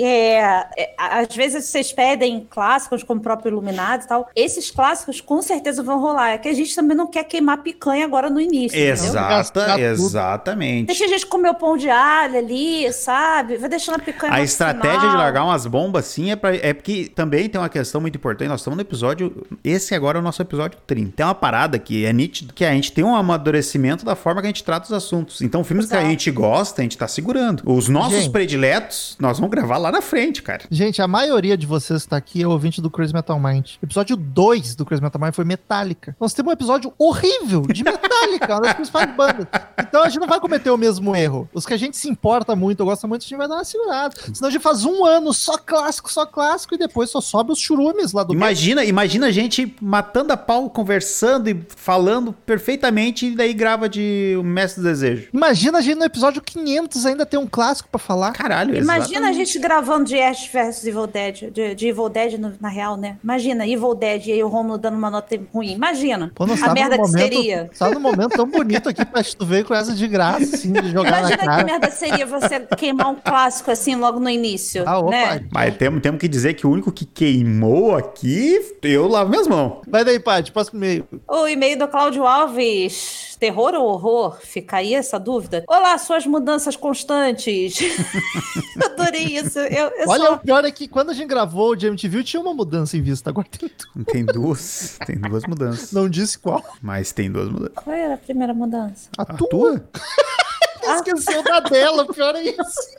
às vezes vocês pedem clássicos como o próprio Iluminado e tal. Esses clássicos com certeza vão rolar. É que a gente também não quer queimar picanha agora no início. Exatamente. Deixa a gente comer o pão de alho ali, sabe? Vai deixando a picanha. A estratégia de largar umas bombas assim é porque também tem uma questão muito importante. Nós estamos no episódio... Esse agora é o nosso episódio 30. Tem uma parada que é nítido, que a gente tem um amadurecimento da forma que a gente trata os assuntos. Então, filmes que a gente gosta, a gente tá segurando. Os nossos prediletos, nós vamos gravar lá na frente, cara. Gente, a maioria de vocês que tá aqui é ouvinte do Crazy Metal Mind. Episódio 2 do Crazy Metal Mind foi Metallica. Nós temos um episódio horrível de Metallica, uma das principais bandas. Então a gente não vai cometer o mesmo erro. Os que a gente se importa muito, gosta muito, a gente vai dar uma segurada. Senão a gente faz um ano só clássico e depois só sobe os churumes lá do... Imagina a gente matando a pau, conversando e falando perfeitamente e daí grava de O Mestre do Desejo. Imagina a gente no episódio 500 ainda ter um clássico pra falar. Caralho, Imagina a gente gravando de Ash vs Evil Dead, de Evil Dead na real, né? Imagina, Evil Dead e aí o Romulo dando uma nota ruim. Imagina a merda que seria. Tá num momento tão bonito aqui pra tu ver com essa de graça, assim, de jogar na cara. Imagina que merda seria você queimar um clássico assim logo no início, né? Mas temos que dizer que o único que queimou aqui, eu lavo minhas mãos. Vai daí, Paty, próximo e-mail. O e-mail do Cláudio Alves. Terror ou horror? Fica aí essa dúvida. Olá, suas mudanças constantes. Eu adorei isso. Olha, o pior é que quando a gente gravou o GMTV, tinha uma mudança em vista. Agora tem tudo. Tem duas mudanças. Não disse qual. Mas tem duas mudanças. Qual era a primeira mudança? A tua? Esqueceu da dela, o pior é isso.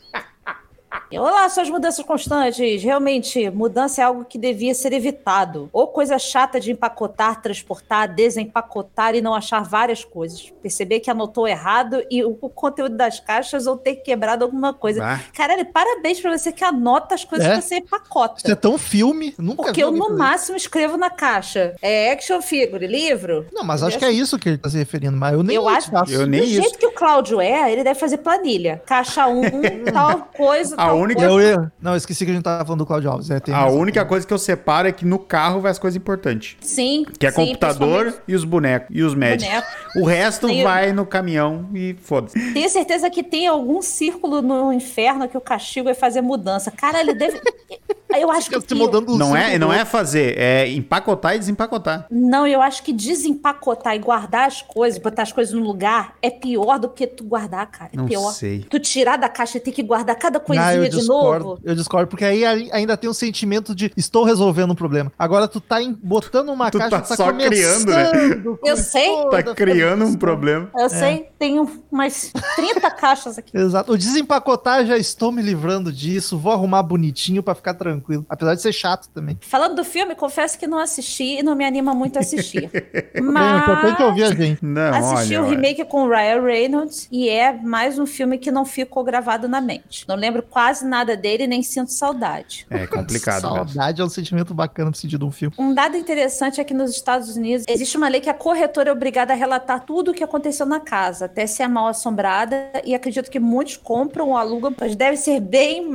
Olá, suas mudanças constantes. Realmente, mudança é algo que devia ser evitado. Ou coisa chata de empacotar, transportar, desempacotar e não achar várias coisas. Perceber que anotou errado e o conteúdo das caixas ou ter quebrado alguma coisa. Caralho, parabéns pra você que anota as coisas que você empacota. Isso é tão filme. Nunca Porque eu, no máximo, escrevo na caixa. É action figure, livro. Não, mas acho que é isso que ele tá se referindo. Mas eu nem faço. Do jeito que o Cláudio ele deve fazer planilha. Caixa 1, tal coisa, tal Não, eu esqueci que a gente tava falando do Cláudio Alves. A única coisa que eu separo é que no carro vai as coisas importantes. Sim. Que é computador e os bonecos e os médicos. O resto vai no caminhão e foda-se. Tenho certeza que tem algum círculo no inferno que o castigo é fazer mudança. Cara, ele deve... Eu acho que não é fazer, é empacotar e desempacotar. Não, eu acho que desempacotar e guardar as coisas, botar as coisas no lugar, é pior do que tu guardar, cara. É pior. Sei. Tu tirar da caixa e ter que guardar cada coisinha de novo. Eu discordo, porque aí ainda tem um sentimento de estou resolvendo um problema. Agora tu tá botando uma caixa, tu tá só criando, né? Eu sei. Tá criando um problema. Eu sei, tenho umas 30 caixas aqui. Exato. O desempacotar, já estou me livrando disso, vou arrumar bonitinho pra ficar tranquilo. Apesar de ser chato também. Falando do filme, confesso que não assisti e não me anima muito a assistir. Mas... É importante ouvir a gente. Assisti o remake com o Ryan Reynolds e é mais um filme que não ficou gravado na mente. Não lembro quase nada dele, nem sinto saudade. É complicado. Saudade é um sentimento bacana de sentir de um filme. Um dado interessante é que nos Estados Unidos existe uma lei que a corretora é obrigada a relatar tudo o que aconteceu na casa, até se é mal assombrada, e acredito que muitos compram ou alugam, mas deve ser bem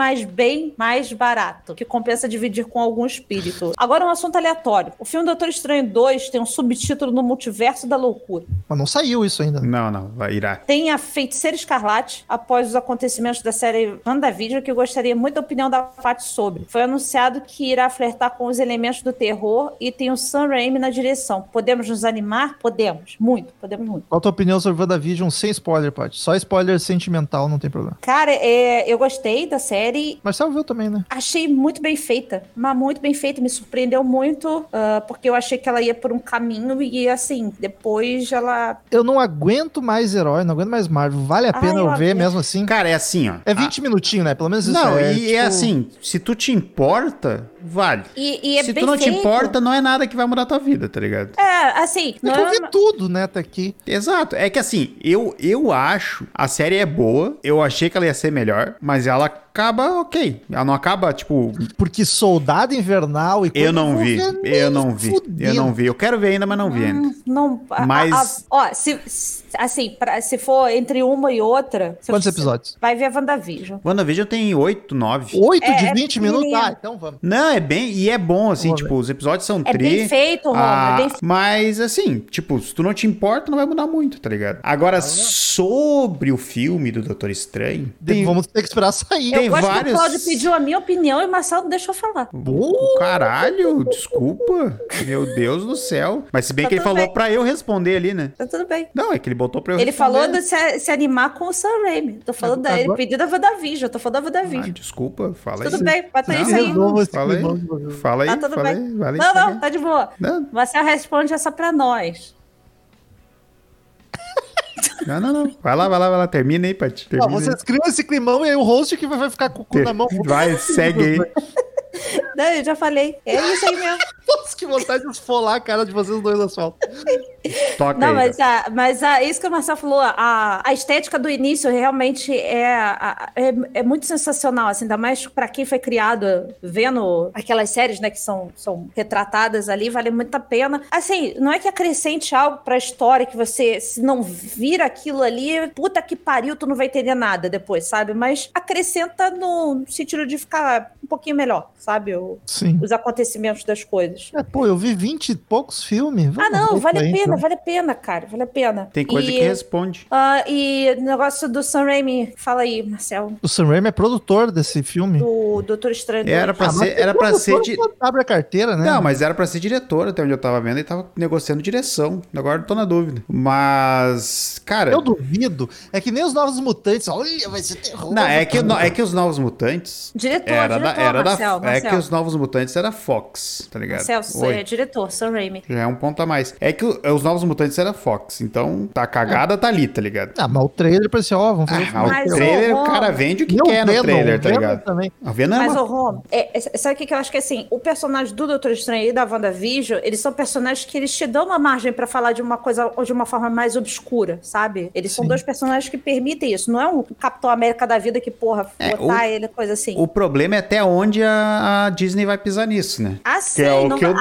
mais barato, que compensa dividir com algum espírito. Agora um assunto aleatório. O filme Doutor Estranho 2 tem um subtítulo no Multiverso da Loucura. Mas não saiu isso ainda. Não, vai irá. Tem a Feiticeira Escarlate, após os acontecimentos da série WandaVision, que eu gostaria muito da opinião da Paty sobre. Foi anunciado que irá flertar com os elementos do terror e tem o Sam Raimi na direção. Podemos nos animar? Podemos. Muito. Qual a tua opinião sobre WandaVision sem spoiler, Paty? Só spoiler sentimental, não tem problema. Cara, eu gostei da série. Marcelo viu também, né? Achei muito bem feita, mas muito bem feita. Me surpreendeu muito, porque eu achei que ela ia por um caminho e, assim, depois ela... Eu não aguento mais herói, não aguento mais Marvel. Vale a pena eu ver mesmo assim? Cara, é assim, ó. É 20 minutinhos, né? Pelo menos isso. Não, é assim, se tu te importa, vale. E é se bem tu não feito. te importa, não é nada que vai mudar a tua vida, tá ligado? Assim... Eu vi tudo, né, até aqui. Exato. É que assim, eu acho, a série é boa, eu achei que ela ia ser melhor, mas ela acaba ok. Ela não acaba, tipo... Porque Soldado Invernal e... Eu não vi. Eu quero ver ainda, mas não vi ainda. Mas... se for entre uma e outra... Quantos episódios? Vai ver a WandaVision. WandaVision tem 8, 9. 8 de 20 minutos? Então vamos. Não, é bem... E é bom, assim, tipo, os episódios são bem feito, Romulo. Mas, assim, tipo, se tu não te importa, não vai mudar muito, tá ligado? Agora, sobre o filme do Doutor Estranho... Vamos ter que esperar sair. Eu gosto que o Cláudio pediu a minha opinião e o Marcelo não deixou falar. Caralho, desculpa. Meu Deus do céu. Mas se bem que ele falou bem pra eu responder ali, né? Tá tudo bem. Não, é que ele botou pra eu responder. Ele falou de se animar com o Sam Raimi. Tô falando ele pediu da WandaVision. Eu tô falando da WandaVision. Desculpa, fala aí. Tudo bem, bota isso aí. Fala aí, tá tudo bem. Vale não, tá de boa. Marcelo responde essa pra nós. Não. Vai lá. Termina aí, Paty. Vocês criam esse climão e aí o host que vai ficar com o cu na mão. Vai, segue aí. Não, eu já falei. É isso aí mesmo. Nossa, que vontade de esfolar a cara de vocês dois no asfalto. Toca não, aí. Mas isso que o Marcelo falou, a estética do início realmente é muito sensacional, assim, ainda mais pra quem foi criado vendo aquelas séries, né, que são retratadas ali, vale muito a pena. Assim, não é que acrescente algo pra história que você, se não vira aquilo ali, puta que pariu, tu não vai entender nada depois, sabe? Mas acrescenta no sentido de ficar um pouquinho melhor, sabe? Os acontecimentos das coisas. Eu vi 20 e poucos filmes. Vale a pena, cara. Vale a pena. Tem coisa que responde. E o negócio do Sam Raimi, fala aí, Marcelo. O Sam Raimi é produtor desse filme. Do Doutor Estranho. Era pra ser... Abre a carteira, né? Não, mas era pra ser diretor, até onde eu tava vendo, e tava negociando direção. Agora eu tô na dúvida. Mas, cara... Eu duvido. É que nem os Novos Mutantes. Olha, vai ser terror. Não, é que os Novos Mutantes... Marcelo. É que os Novos Mutantes era Fox, tá ligado? Marcelo, é diretor, Sam Raimi. Já é um ponto a mais. É que os Novos Mutantes era Fox, então tá cagada, tá ali, tá ligado? Mas o trailer parecia, vamos fazer o trailer, o cara vende o que quer no trailer, tá ligado? Também. A Venom mas, Rom, sabe o que eu acho que, assim, o personagem do Doutor Estranho e da WandaVision, eles são personagens que eles te dão uma margem pra falar de uma coisa de uma forma mais obscura, sabe? Eles são dois personagens que permitem isso. Não é um Capitão América da vida que, botar ele, coisa assim. O problema é até onde a Disney vai pisar nisso, né? Sim. Que é o que eu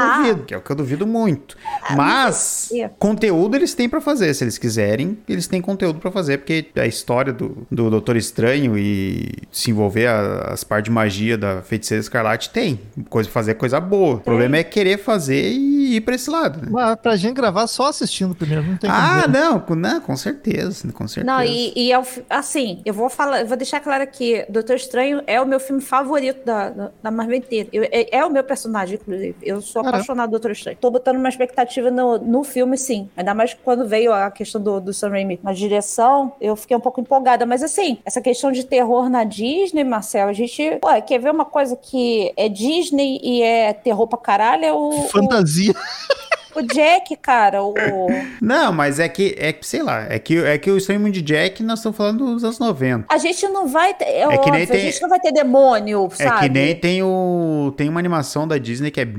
duvido, que é o que eu duvido muito. Mas conteúdo eles têm pra fazer, se eles quiserem, eles têm conteúdo pra fazer, porque a história do Doutor Estranho e se envolver as partes de magia da Feiticeira Escarlate tem. Fazer coisa boa. O problema é querer fazer e ir pra esse lado. Né? Mas pra gente gravar só assistindo primeiro, não tem não, com certeza, com certeza. Não, assim, eu vou deixar claro aqui, Doutor Estranho é o meu filme favorito da Marvel inteira. É o meu personagem, inclusive. Eu sou apaixonado do Doutor Estranho. Tô botando uma expectativa no filme, sim. Ainda mais quando veio a questão do Sam Raimi na direção, eu fiquei um pouco empolgada. Mas assim, essa questão de terror na Disney, Marcel, a gente... quer ver uma coisa que é Disney e é terror pra caralho? É fantasia. O Jack, cara, Não, mas sei lá, é que o Estranho Mundo de Jack nós estamos falando dos anos 90. A gente não vai ter, a gente não vai ter demônio, sabe? É que nem tem uma animação da Disney que é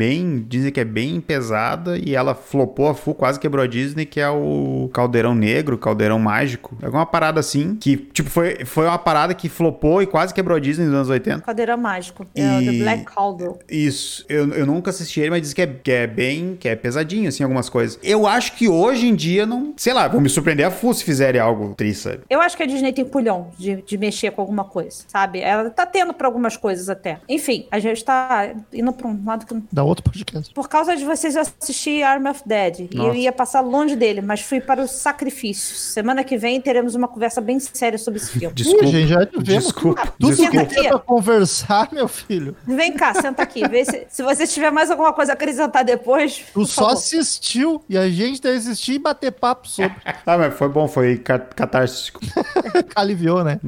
bem pesada e ela flopou a full, quase quebrou a Disney, que é o Caldeirão Negro, Caldeirão Mágico. Alguma parada assim, que tipo, foi uma parada que flopou e quase quebrou a Disney nos anos 80. Caldeirão Mágico, The Black Cauldron. Isso, eu nunca assisti ele, mas diz que é pesadinho, assim, algumas coisas. Eu acho que hoje em dia não... Sei lá, vou me surpreender a full se fizerem algo triste, sabe? Eu acho que a Disney tem culhão de mexer com alguma coisa, sabe? Ela tá tendo pra algumas coisas até. Enfim, a gente tá indo pra um lado que... Da outro podcast. Por causa de vocês, eu assisti Army of Dead. Nossa. E eu ia passar longe dele, mas fui para o sacrifício. Semana que vem teremos uma conversa bem séria sobre esse filme. Desculpa, gente, já tivemos. Desculpa. Tudo que é pra conversar, meu filho. Vem cá, senta aqui. Vê se você tiver mais alguma coisa a acrescentar depois. Tu só assistiu e a gente deve assistir e bater papo sobre. Mas foi bom, foi catártico. Aliviou, né?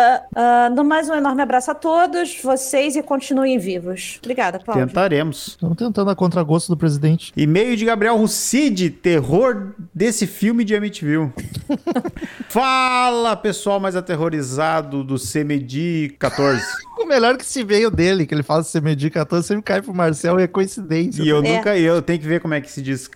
No mais, um enorme abraço a todos vocês e continuem vivos. Obrigada, Paulo. Tentaremos. Estamos tentando a contragosto do presidente. E-mail de Gabriel Rucide, terror desse filme de Amityville. Fala, pessoal mais aterrorizado do CMD 14. O melhor que se veio dele, que ele fala CMD 14, sempre cai pro Marcel e é coincidência. E eu tenho que ver como é que se diz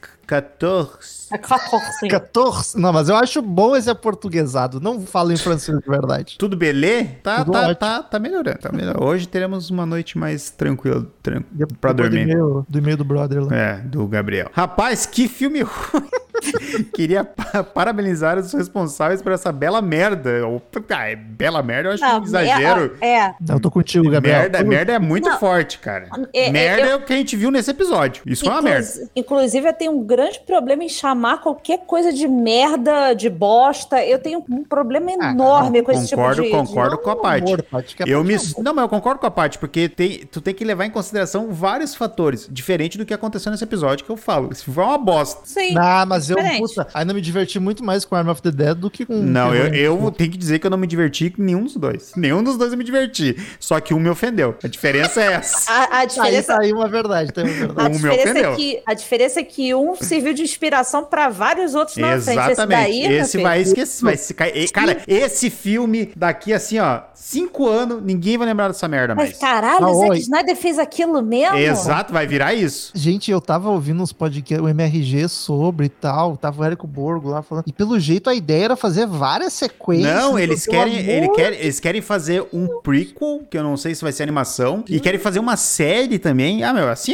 14. É 14. 14? Não, mas eu acho bom esse aportuguesado. Não falo em francês de verdade. Tudo belê? Tá melhorando, tá melhorando. Hoje teremos uma noite mais tranquila pra dormir. Do e-mail do brother lá. Do Gabriel. Rapaz, que filme ruim. Queria parabenizar os responsáveis por essa bela merda. Bela merda, eu acho um exagero. Eu tô contigo, Gabriel. Merda é muito forte, cara. Merda é o que a gente viu nesse episódio. Isso foi uma merda. Inclusive, eu tenho um grande problema em chamar qualquer coisa de merda, de bosta. Eu tenho um problema enorme com esse tipo de... Concordo com a parte. Não, mas eu concordo com a parte, porque tu tem que levar em consideração vários fatores, diferente do que aconteceu nesse episódio que eu falo. Isso foi uma bosta. Sim. Mas ainda me diverti muito mais com Army of the Dead do que com... Não, eu tenho que dizer que eu não me diverti com nenhum dos dois. Nenhum dos dois eu me diverti. Só que um me ofendeu. A diferença é essa. A diferença... Aí uma verdade, tem uma verdade. A diferença é que um serviu de inspiração pra vários outros na frente. Exatamente. Esse vai esquecer. Vai se cair. Cara, esse filme daqui assim, 5 anos, ninguém vai lembrar dessa merda mais. Mas caralho, o Zack Snyder fez aquilo mesmo? Exato, vai virar isso. Gente, eu tava ouvindo uns podcasts, o MRG sobre e tal, tava o Érico Borgo lá falando, e pelo jeito a ideia era fazer várias sequências. Não, eles querem fazer um prequel, que eu não sei se vai ser animação, e querem fazer uma série também. Assim,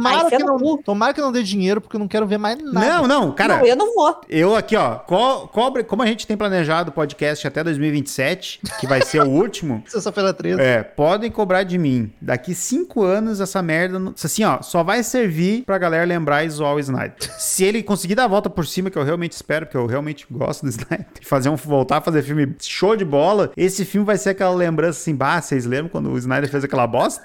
Tomara que não dê dinheiro, porque eu não quero ver mais nada. Não, cara. Não, eu não vou. Eu aqui, cobre, como a gente tem planejado o podcast até 2027, que vai ser o último. Sexta-feira 13. Podem cobrar de mim. Daqui 5 anos, essa merda, assim, só vai servir pra galera lembrar e zoar o Snyder. Se ele conseguir dar a volta por cima, que eu realmente espero, porque eu realmente gosto do Snyder, voltar a fazer filme show de bola, esse filme vai ser aquela lembrança assim, vocês lembram quando o Snyder fez aquela bosta?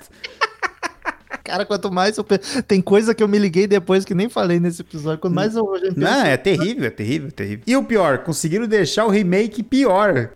Cara, quanto mais eu... Tem coisa que eu me liguei depois que nem falei nesse episódio. Quanto mais eu... Não, é terrível. E o pior, conseguiram deixar o remake pior.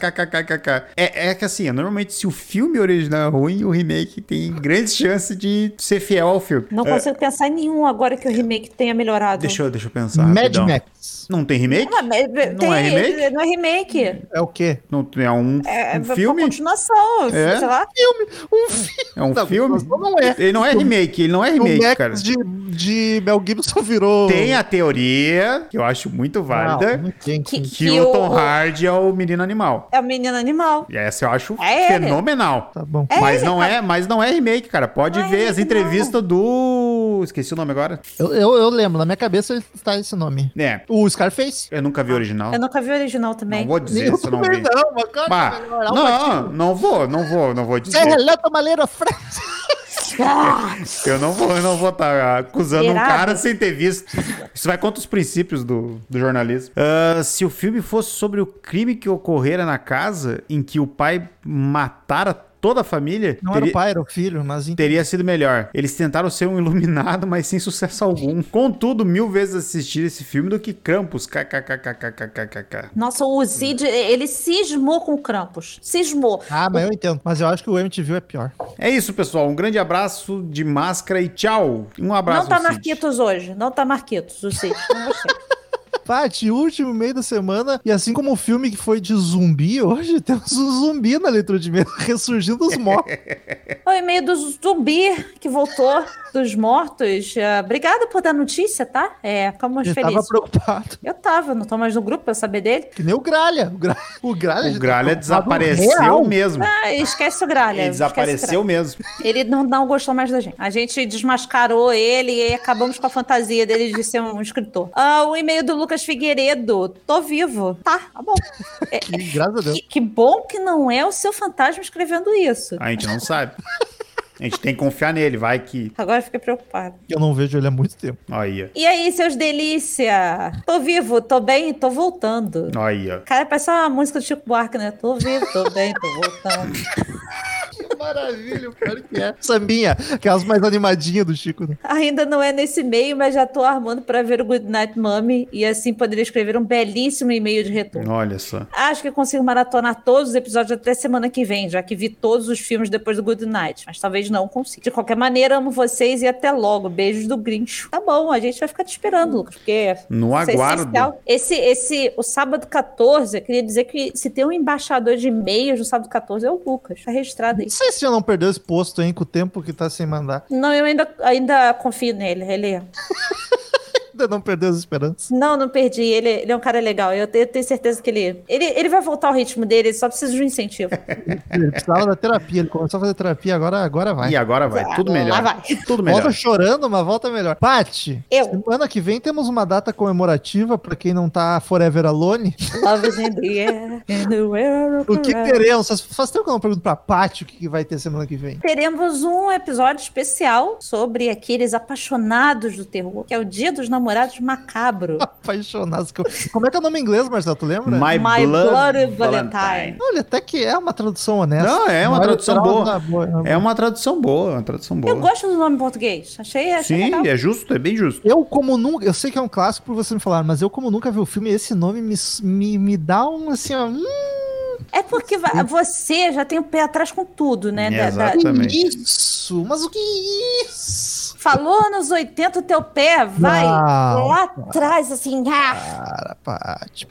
É que assim, normalmente se o filme original é ruim, o remake tem grande chance de ser fiel ao filme. Não consigo pensar em nenhum agora que o remake tenha melhorado. Deixa eu pensar. Mad Max. Não tem remake? Não é remake? Não é remake. É o quê? Não é um filme? É uma continuação, sei lá. Um filme. É um filme? Não é. Ele não é remake, cara. De Mel Gibson virou... Tem a teoria, que eu acho muito válida, que o Tom Hardy é o menino animal. É o menino animal. E essa eu acho fenomenal. Tá bom. Mas não é remake, cara. Pode ver as entrevistas do Esqueci o nome agora. Eu lembro, na minha cabeça está esse nome. É. O Scarface. Eu nunca vi o original. Eu nunca vi o original também. Não vou dizer se eu não vi. Não, mas claro Bah, que não vou dizer. Relata Maleira França. Eu não vou estar acusando Irado. um cara sem ter visto. Isso vai contra os princípios do jornalismo. Se o filme fosse sobre o crime que ocorrera na casa em que o pai matara toda a família, Não era o pai, era o filho, mas... teria sido melhor. Eles tentaram ser um iluminado, mas sem sucesso algum. Contudo, 1000 vezes assistir esse filme do que Krampus. KKKKKKKK. Nossa, o Zid, ele cismou com o Krampus. Cismou. Ah, mas eu entendo. Mas eu acho que o MTV é pior. É isso, pessoal. Um grande abraço de máscara e tchau. Um abraço. Não tá ao Cid. Marquitos hoje. Não tá Marquitos, o Cid. Não gostei. Paty, último meio da semana, e assim como o filme que foi de zumbi, hoje temos um zumbi na leitura de medo, ressurgindo dos mortos. O e-mail do zumbi que voltou dos mortos. Obrigada por dar notícia, tá? Ficamos Eu felizes. tava preocupado. Eu tava, não tô mais no grupo pra eu saber dele. Que nem o Gralha. O Gralha, O Gralha tá desapareceu real. mesmo. Esquece o Gralha. Ele esquece o desapareceu Gralha. mesmo. Ele não gostou mais da gente. A gente desmascarou ele e acabamos com a fantasia dele de ser um escritor. O e-mail do Lucas Figueiredo. Tô vivo. Tá bom. Graças a Deus. Que bom que não é o seu fantasma escrevendo isso. A gente não sabe. A gente tem que confiar nele, vai que... Agora eu fiquei preocupada. Eu não vejo ele há muito tempo. Olha, E aí, seus delícia? Tô vivo, tô bem, tô voltando. olha. Cara, parece uma música do Chico Buarque, né? Tô vivo, tô bem, tô voltando. Que maravilha, o pior que é. Sambinha, aquelas mais animadinhas do Chico, né? Ainda não é nesse e-mail, mas já tô armando pra ver o Good Night Mommy e assim poderia escrever um belíssimo e-mail de retorno. Olha só. Acho que consigo maratonar todos os episódios até semana que vem, já que vi todos os filmes depois do Good Night, mas talvez não consiga. De qualquer maneira, amo vocês e até logo. Beijos do Grinch. Tá bom, a gente vai ficar te esperando, Lucas, porque No isso é aguardo. essencial. O sábado 14, eu queria dizer que se tem um embaixador de e-mails no sábado 14 é o Lucas. Tá registrado aí. Não sei se eu não perdeu esse posto, hein, com o tempo que tá sem mandar. Não, eu ainda confio nele. Ele Ainda não perdeu as esperanças. Não perdi. Ele é um cara legal. Eu tenho certeza que ele vai voltar ao ritmo dele. Ele só precisa de um incentivo. Ele precisava da terapia, ele começou a fazer terapia, agora vai. E agora vai, tudo melhor. Lá vai. Tudo melhor. Volta chorando, mas volta melhor. Paty, Eu. semana que vem temos uma data comemorativa pra quem não tá forever alone. Love is in the air, in the air of O que around. teremos? Faz tempo que eu não pergunto pra Paty o que vai ter semana que vem. Teremos um episódio especial sobre aqueles apaixonados do terror, que é o Dia dos Namorados Macabro. Apaixonados. Como é que é o nome em inglês, Marcelo? Tu lembra? My My Bloody Bloody Valentine. Olha, até que é uma tradução honesta. Não, é uma Não tradução literal, boa. não É uma tradução boa, Eu gosto do nome em português. Achei Sim, legal. é justo, é bem justo. Eu sei que é um clássico por você me falar, mas eu como nunca vi o filme, esse nome me dá um assim, ó, É porque você já tem o pé atrás com tudo, né? Exatamente. que isso? Mas o que é isso? Falou anos 80, o teu pé vai Não. lá atrás, assim. Cara, Paty.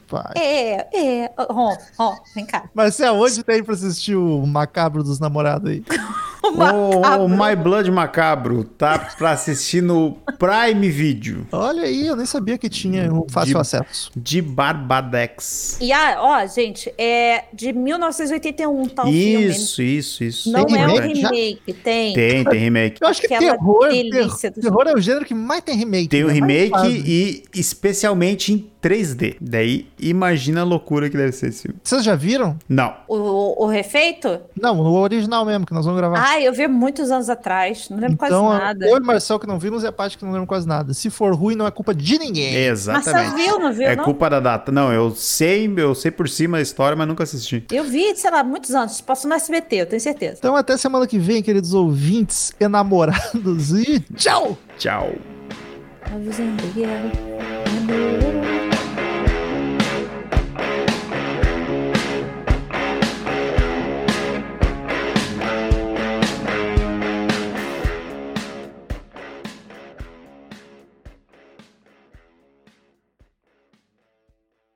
Vem cá. Marcelo, onde tem pra assistir o Macabro dos Namorados aí? O My Blood Macabro tá pra assistir no Prime Video Olha aí, eu nem sabia que tinha um fácil De- acesso. de Barbadex. E gente, é de 1981, tá o filme. Isso. Não Tem é um remake já? remake, tem. Tem remake. Eu acho que Aquela delícia do terror é o gênero que mais tem remake. Tem o né? remake Mais fácil. e especialmente em 3D. Daí, imagina a loucura que deve ser esse filme. Vocês já viram? Não. O refeito? Não, o original mesmo, que nós vamos gravar. Eu vi muitos anos atrás, não lembro Então, quase nada. eu e o Marcel que não vimos e a Paty que não lembra quase nada. Se for ruim, não é culpa de ninguém. Exatamente. Marcelo viu, não viu, É não? culpa da data. Não, eu sei por cima a história, mas nunca assisti. Eu vi, sei lá, muitos anos. Passou no SBT, eu tenho certeza. Então até semana que vem, queridos ouvintes enamorados, e tchau! Tchau. I was in the air, in the